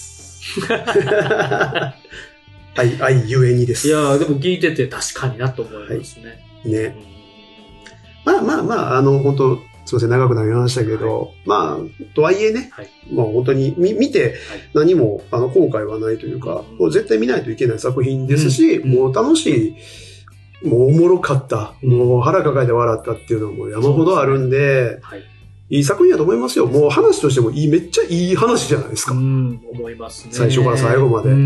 愛、愛ゆえにです。 いやー、でも聞いてて確かになと思いますね。 ね。まあまあまあ、あの、本当すいません、長くなりましたけど、はい、まあ、とはいえね、はい、まあ本当に見見て何も、あの後悔はないというか、もう絶対見ないといけない作品ですし、うん、もう楽しい、もうおもろかった、うん、もう腹抱えて笑ったっていうのはもう山ほどあるんで、はい、いい作品だと思いますよ。もう話としてもいい、めっちゃいい話じゃないですか。 うん、思いますね。 最初から最後まで。うん。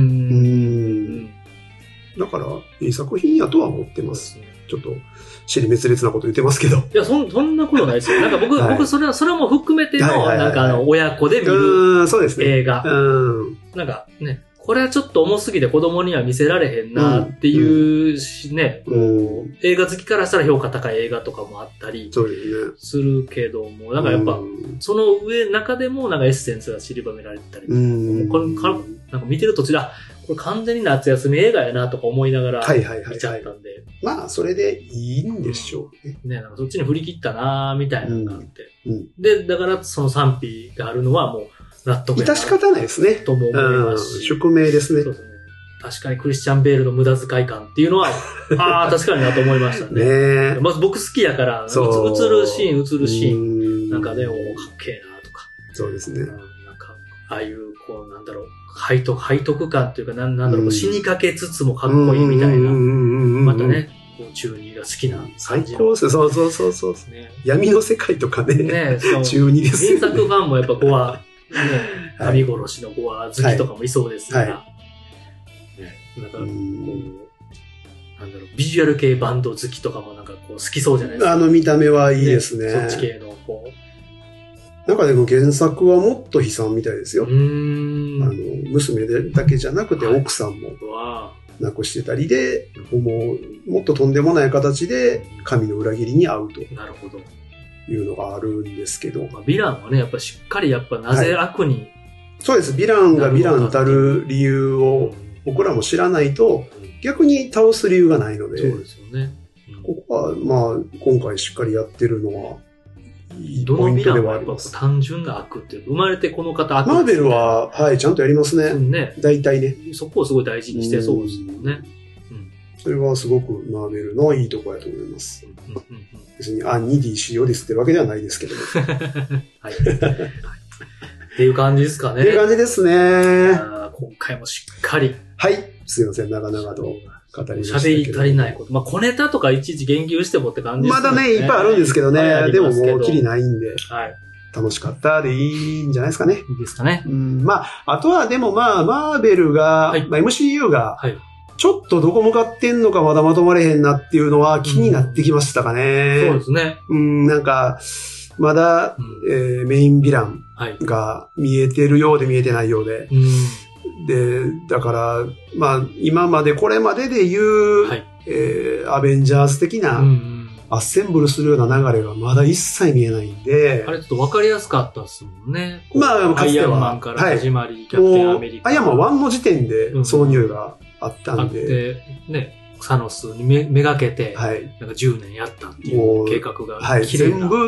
だから、いい作品やとは思ってます。ちょっと、尻滅裂なこと言ってますけど。いや、そん、そんなことないですよ。なんか僕、はい、僕、それは、それも含めての、なんかあの、親子で見る映画。 うん。 なんかね、これはちょっと重すぎて子供には見せられへんなっていうしね、うん、映画好きからしたら評価高い映画とかもあったりするけども、なんかやっぱ、その上、中でもなんかエッセンスが散りばめられたりとか、うん、これかなんか見てる途中だ、これ完全に夏休み映画やなとか思いながら見ちゃったんで。 まあ、それでいいんでしょうね。 ね、なんかそっちに振り切ったなみたいなのがあって。うんうん、で、だからその賛否があるのはもう納得やな。 致し方ないですね。 とも思いますし。 宿命ですね。そうですね。 確かにクリスチャン・ベールの無駄遣い感っていうのは、ああ、確かになと思いましたね。 ねまず僕好きやから、映るシーン、映るシーン、なんかね、おかっけえなとか。 そうですね。 なんか、ああいう、こう、なんだろう、背徳、背徳感っていうか、なんなんだろう、死にかけつつもかっこいいみたいな。またね、こう中二が好きな感じの。最高ですね。そうそうそうそう。ね、闇の世界とかね。ね、中二ですね。原作ファンもやっぱゴア、ね、神殺しのゴア好きとかもいそうですから。はいはいなんかこう、なんだろう、ビジュアル系バンド好きとかもなんかこう好きそうじゃないですか。 あの見た目はいいですね。 ねそっち系のこう。なんかでも原作はもっと悲惨みたいですよ。うーんあの娘だけじゃなくて奥さんも亡くしてたりで、はい、もうもっととんでもない形で神の裏切りに遭うと。 なるほど。 いうのがあるんですけど。 まあ、ヴィランはね、やっぱしっかりやっぱなぜ悪に、はい、 そうです。ヴィランがヴィランたる理由を、僕らも知らないと、逆に倒す理由がないので。 そうですよね。 うん、ここは、まあ、今回しっかりやってるのは、いいポイントではあります。 単純な悪っていう、生まれてこの方悪、 ね、マーベルは、はい、ちゃんとやりますね。 ね。 大体ね。 そこをすごい大事にしてそうですよね。 うん。それはすごくマーベルのいいところだと思います。うんうんうん、別に、あ、にディーシー をディスってるわけではないですけども。 はい。っていう感じですかね。 っていう感じですね。 今回もしっかり。 はい。すいません、長々と語りましたけど。 喋り足りないこと。まあ、小ネタとかいちいち言及してもって感じですね。 まだね、いっぱいあるんですけどね。でももうキリないんで。はい。楽しかったでいいんじゃないですかね。いいですかね。 うん。まあ、あとはでもまあ、マーベルが、はい、まあ、エムシーユー が、はい。ちょっとどこ向かってんのかまだまとまれへんなっていうのは気になってきましたかね。 うん、そうですね。 うん、なんか、まだ、うんえー、メインヴィランが見えてるようで見えてないようで。うん、で、だから、まあ、今までこれまでで言う、はいえー、アベンジャーズ的な、うんうんアッセンブルするような流れがまだ一切見えないんで。 あれちょっと分かりやすかったですもんね。 まあ、 アイアンマンから始まり、はい、キャプテンアメリカ。 アイアンマンワンの時点でその匂いがあったんで。 うん、で、ね、サノスにめめがけて、はい、なんかじゅうねんやったっていう計画がはい、全部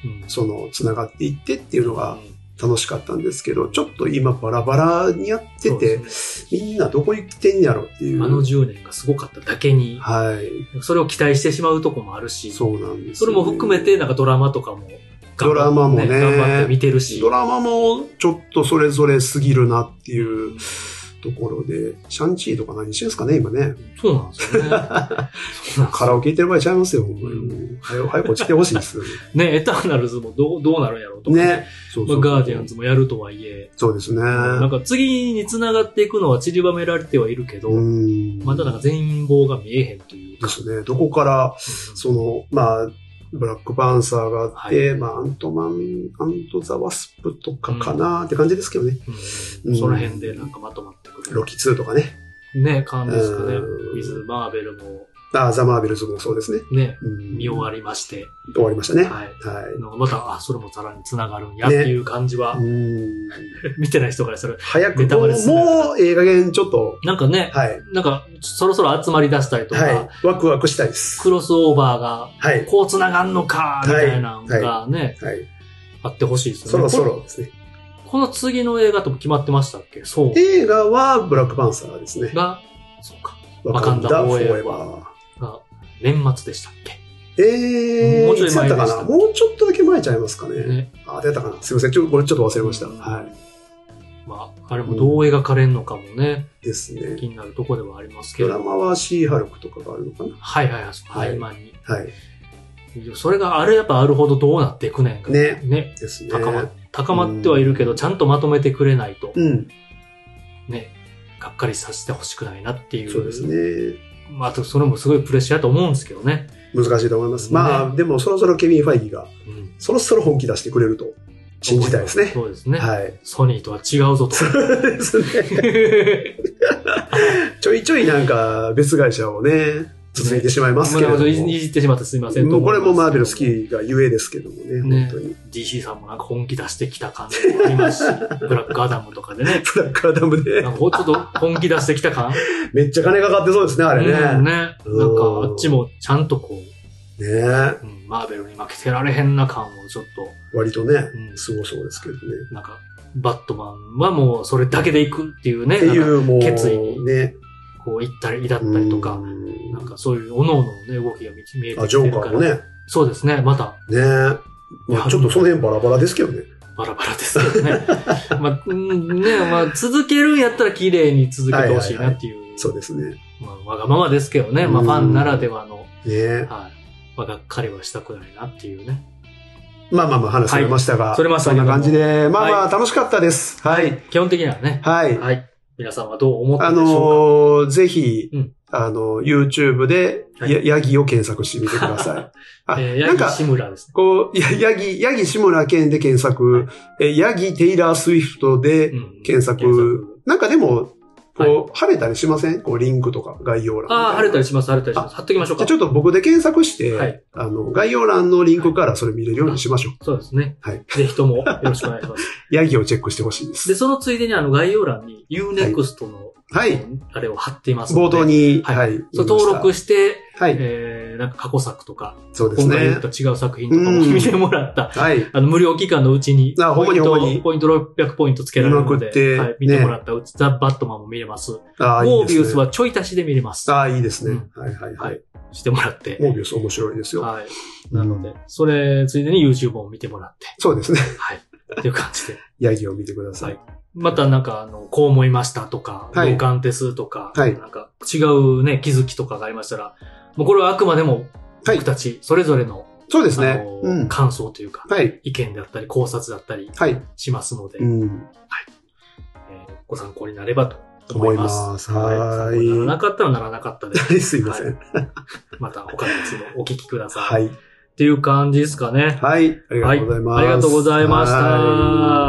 うん、 その、繋がっていってっていうのが楽しかったんですけど、ちょっと今バラバラにやってて、ね、みんなどこ行ってんやろっていう。 あのじゅうねんがすごかっただけに、 はい。 それを期待してしまうとこもあるし、 そうなんです、ね。 それも含めて、なんかドラマとかも、 ドラマもね、 頑張って見てるし。 ドラマもちょっとそれぞれすぎるなっていうところで、シャンチーとか何してんすかね、今ね。 そうなんですよね。 カラオケ行ってる場合ちゃいますよ、ほんまに。早く、早く来てほしいですよね。 ね、エターナルズもどう、どうなるんやろうとか。 ね。 そうそうそう、まあ、ガーディアンズもやるとはいえ。 そうですね。 なんか次に繋がっていくのは散りばめられてはいるけど、まだなんか全貌が見えへんというか。 ですね。どこから、うん、その、まあ、ブラックパンサーがあって、はい、まあ、アントマン、アントザワスプとかかなって感じですけどね。 うんうん、その辺でなんかまとまってくる。 ロキツーとかね。 ね、感じですかね。ウィズ・マーベルも。 ああ、ザ・マーベルズもそうですね。 ね、うん、見終わりまして。 終わりましたね。 はい。はい。また、あ、それもさらに繋がるんやっていう感じは、ね、うん見てない人からしたら、 早く、もう、もう、映画編ちょっと。 なんかね、はい。なんか、そろそろ集まり出したりとか、はい。 ワクワクしたいです。 クロスオーバーが、はい。こう繋がんのか、みたいなのがね、はい。はい、あってほしいですよね。 そろそろですね。 この次の映画とも決まってましたっけ？そう。 映画は、ブラックパンサーですね。 が、そうか。ワカンダ・フォーエバーが年末でしたっけ？ えー、もうちょい前でした。もうちょっとだけ前ちゃいますかね。ねあ、出たかな。すいません。ちょっと、これちょっと忘れました。うん、はい。 まあ、あれもどう描かれんのかもね。 うん、ですね。 気になるとこではありますけど。 ドラマはシーハルクとかがあるのかな。 はいはいはい。はい、合間に。 はい。 それがあれやっぱあるほどどうなっていくねんか。 ね。 ね。 ですね。 高ま、高まってはいるけど、ちゃんとまとめてくれないと。 うん。 ね。がっかりさせてほしくないなっていう。 そうですね。 まあ、それもすごいプレッシャーだと思うんですけどね。 難しいと思います。ね、まあ、でもそろそろケビン・ファイギーが、うん、そろそろ本気出してくれると信じたいですね。 そうですね。 はい。 ソニーとは違うぞと。 そうですね。ちょいちょいなんか別会社をね、続いてしまいますけれども。ね、 いじってしまってすみませんと。 これもマーベル好きがゆえですけどもね、ね本当に。 ディーシー さんもなんか本気出してきた感じもありますし、ブラックアダムとかでね。 ブラックアダムで。 なんかちょっと本気出してきた感めっちゃ金かかってそうですね、あれね。 うん、ね。なんかあっちもちゃんとこう、 ね、 うん、マーベルに負けてられへんな感をちょっと。 割とね、うん、すごそうですけどね。 なんか、バットマンはもうそれだけでいくっていうね。 っていうもう、 決意に。 ね。 こう、行ったり、だったりとか、なんかそういう、各々のね、動きが見えてきてるから。 あ、ジョーカーもね。 そうですね、また。 ねまあ、ちょっとその辺バラバラですけどね。 バラバラですけどね。まあ、ね、まあ、続けるんやったら綺麗に続けてほしいなっていう。はいはいはい、 そうですね。 まあ、わがままですけどね。まあ、ファンならではの。 ねはい。まあ、がっかりはしたくないなっていうね。 まあまあまあ話されましたが。はい、 それましたそんな感じで、まあまあ楽しかったです。はい。はい、 基本的にはね。 はい。 はい。皆さんはどう思ったでしょうか？あのー、ぜひ、うん、あの、YouTube で、はい、や、ヤギを検索してみてください。 あ、えー、ヤギ志村ですね。 こう、ヤギ、ヤギ志村けんで検索、はい、えー、ヤギテイラー・スウィフトで検索。うん、検索なんかでも、こう、はい、貼れたりしません？こう、リンクとか、概要欄。 ああ、貼れたりします、貼れたりします。貼っときましょうか。 じゃあちょっと僕で検索して、はい、あの、概要欄のリンクからそれ見れるようにしましょう。 そうですね。はい。ぜひともよろしくお願いします。 ヤギをチェックしてほしいです。 で、そのついでにあの、概要欄に ユーネクスト の、はい。あれを貼っていますので。冒頭に、 はい。はい、そう登録して、はい。えー、なんか過去作とか、 そうですね。 今回言った違う作品とかも見てもらった、 はい。 あの、無料期間のうちに、 あ、ほんまにほんまに。 ポイントろっぴゃくポイントつけられるので、 てはい。見てもらったうち、ね、ザ・バットマンも見れます。ああ、いいですね。モービウスはちょい足しで見れます。 ああ、いいですね。うん、はいはいはい。 してもらって。 モービウス面白いですよ。 はい。なので、それ、ついでに YouTube も見てもらって。 そうですね。 はい。っていう感じで。 ヤギを見てください。はい。 またなんか、あの、こう思いましたとか、はい、同感ですとか、はい、なんか違うね、気づきとかがありましたら、もうこれはあくまでも僕たちそれぞれの、はい、 そうですね、 うん、感想というか、はい、意見であったり考察だったりしますので、はいうんはいえー、ご参考になればと思います。思います。はい。参考にならなかったらならなかったで。 すいません。はい、 また他のやつもお聞きください。 はい。 っていう感じですかね。 はい。ありがとうございます。 はい、ありがとうございました。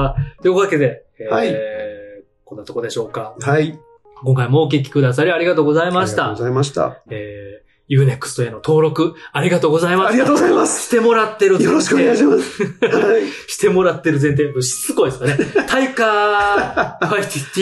というわけで、えーはい、こんなとこでしょうか。 はい。 今回もお聞きくださりありがとうございました。 ありがとうございました。 えー、ユーネクスト への登録ありがとうございます。 ありがとうございます。 してもらってる。 よろしくお願いします。はい。 してもらってる前提、しつこいですかね。タイカーファイティティ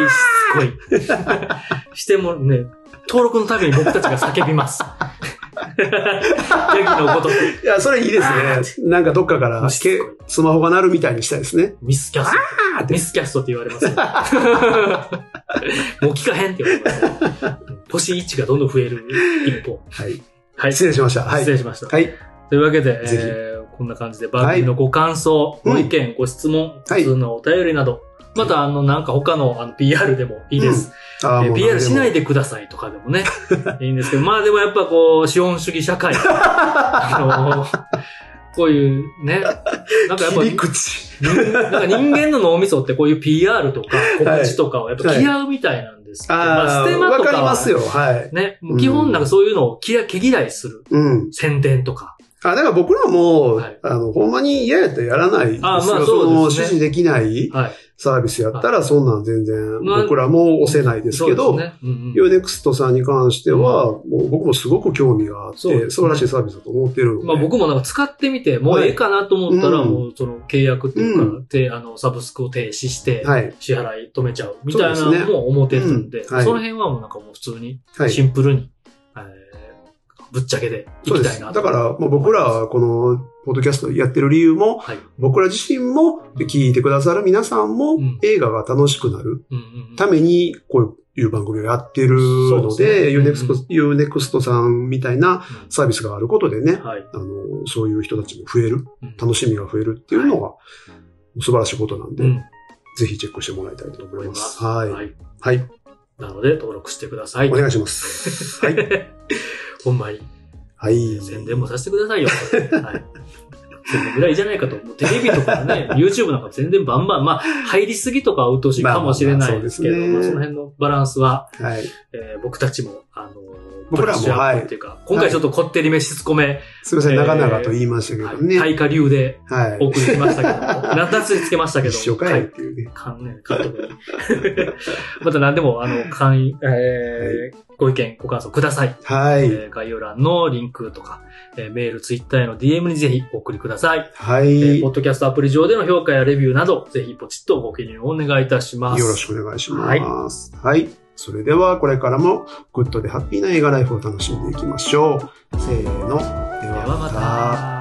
ぐらいしつこい。してもね、登録のために僕たちが叫びます。 ヤギのごとく。 いや、それいいですね。なんかどっかからけスマホが鳴るみたいにしたいですね。 ミスキャスト。ミスキャストって言われますね。もう聞かへんって言われますね。星いちがどんどん増える一方。 はい。 はい。 失礼しました。はい。 失礼しました。 はい。 というわけで、えー、こんな感じで番組のご感想、はい、ご意見、うん、ご質問、普通のお便りなど、はい、またあの、なんか他のあの ピーアール でもいいです。うん、えー、ピーアール しないでくださいとかでもね、いいんですけど、まあでもやっぱこう、資本主義社会。あのこういうね、なんかやっぱ、 切り口なんか人間の脳みそってこういう ピーアール とか告知とかをやっぱ気合うみたいなんですけど、はい、まあステマとかは。わかりますよ。はい。ね、基本なんかそういうのを嫌毛嫌いする。うん。宣伝とか。 あ、だから僕らも、はい、あの、ほんまに嫌やったらやらないですよ。あ、まあそうですね。その、指示できない。はい。サービスやったら、そんなん全然、僕らも押せないですけど、ユーネクストさんに関しては、もう僕もすごく興味があって、素晴らしいサービスだと思ってるので。 まあ僕もなんか使ってみて、もうええかなと思ったら、もうその契約っていうか、で、あの、サブスクを停止して、支払い止めちゃうみたいなのも思ってるんで、その辺はもうなんかもう普通に、シンプルに、ぶっちゃけでいきたいな。 だから、もう僕ら、この、ポッドキャストやってる理由も、はい、僕ら自身も、聞いてくださる皆さんも、うん、映画が楽しくなるために、こういう番組をやってるので、ユーネクスト、ユーネクストさんみたいなサービスがあることでね、はい、あの、そういう人たちも増える、うん、楽しみが増えるっていうのが、素晴らしいことなんで、うん、ぜひチェックしてもらいたいと思います。はい。はい。はい。 なので、登録してください。 お願いします。はい。 ほんまに。 はい。 宣伝もさせてくださいよ。はい。宣伝ぐらいじゃないかと。テレビとかね、YouTube なんか宣伝バンバン、まあ、入りすぎとかは鬱陶しいかもしれないですけど、まあまあまあ そ, ね、その辺のバランスは、はいえー、僕たちも、あの、 僕らも、はい。 っていうか、今回ちょっとこってりめしつこめ、はい、 すみません、長々と言いましたけどね。 大化流で、お送りしましたけど、夏につけましたけど、 一緒かいっていうね。 勘ね、監督に。また何でも、あの、勘、えーはい、ご意見、ご感想ください。はい、えー。概要欄のリンクとか、えー、メール、ツイッターへの ディーエム にぜひお送りください。はい、えー。ポッドキャストアプリ上での評価やレビューなど、ぜひポチッとご記入をお願いいたします。 よろしくお願いします。はい。はい、それでは、これからもグッドでハッピーな映画ライフを楽しんでいきましょう。せーの。ではまた。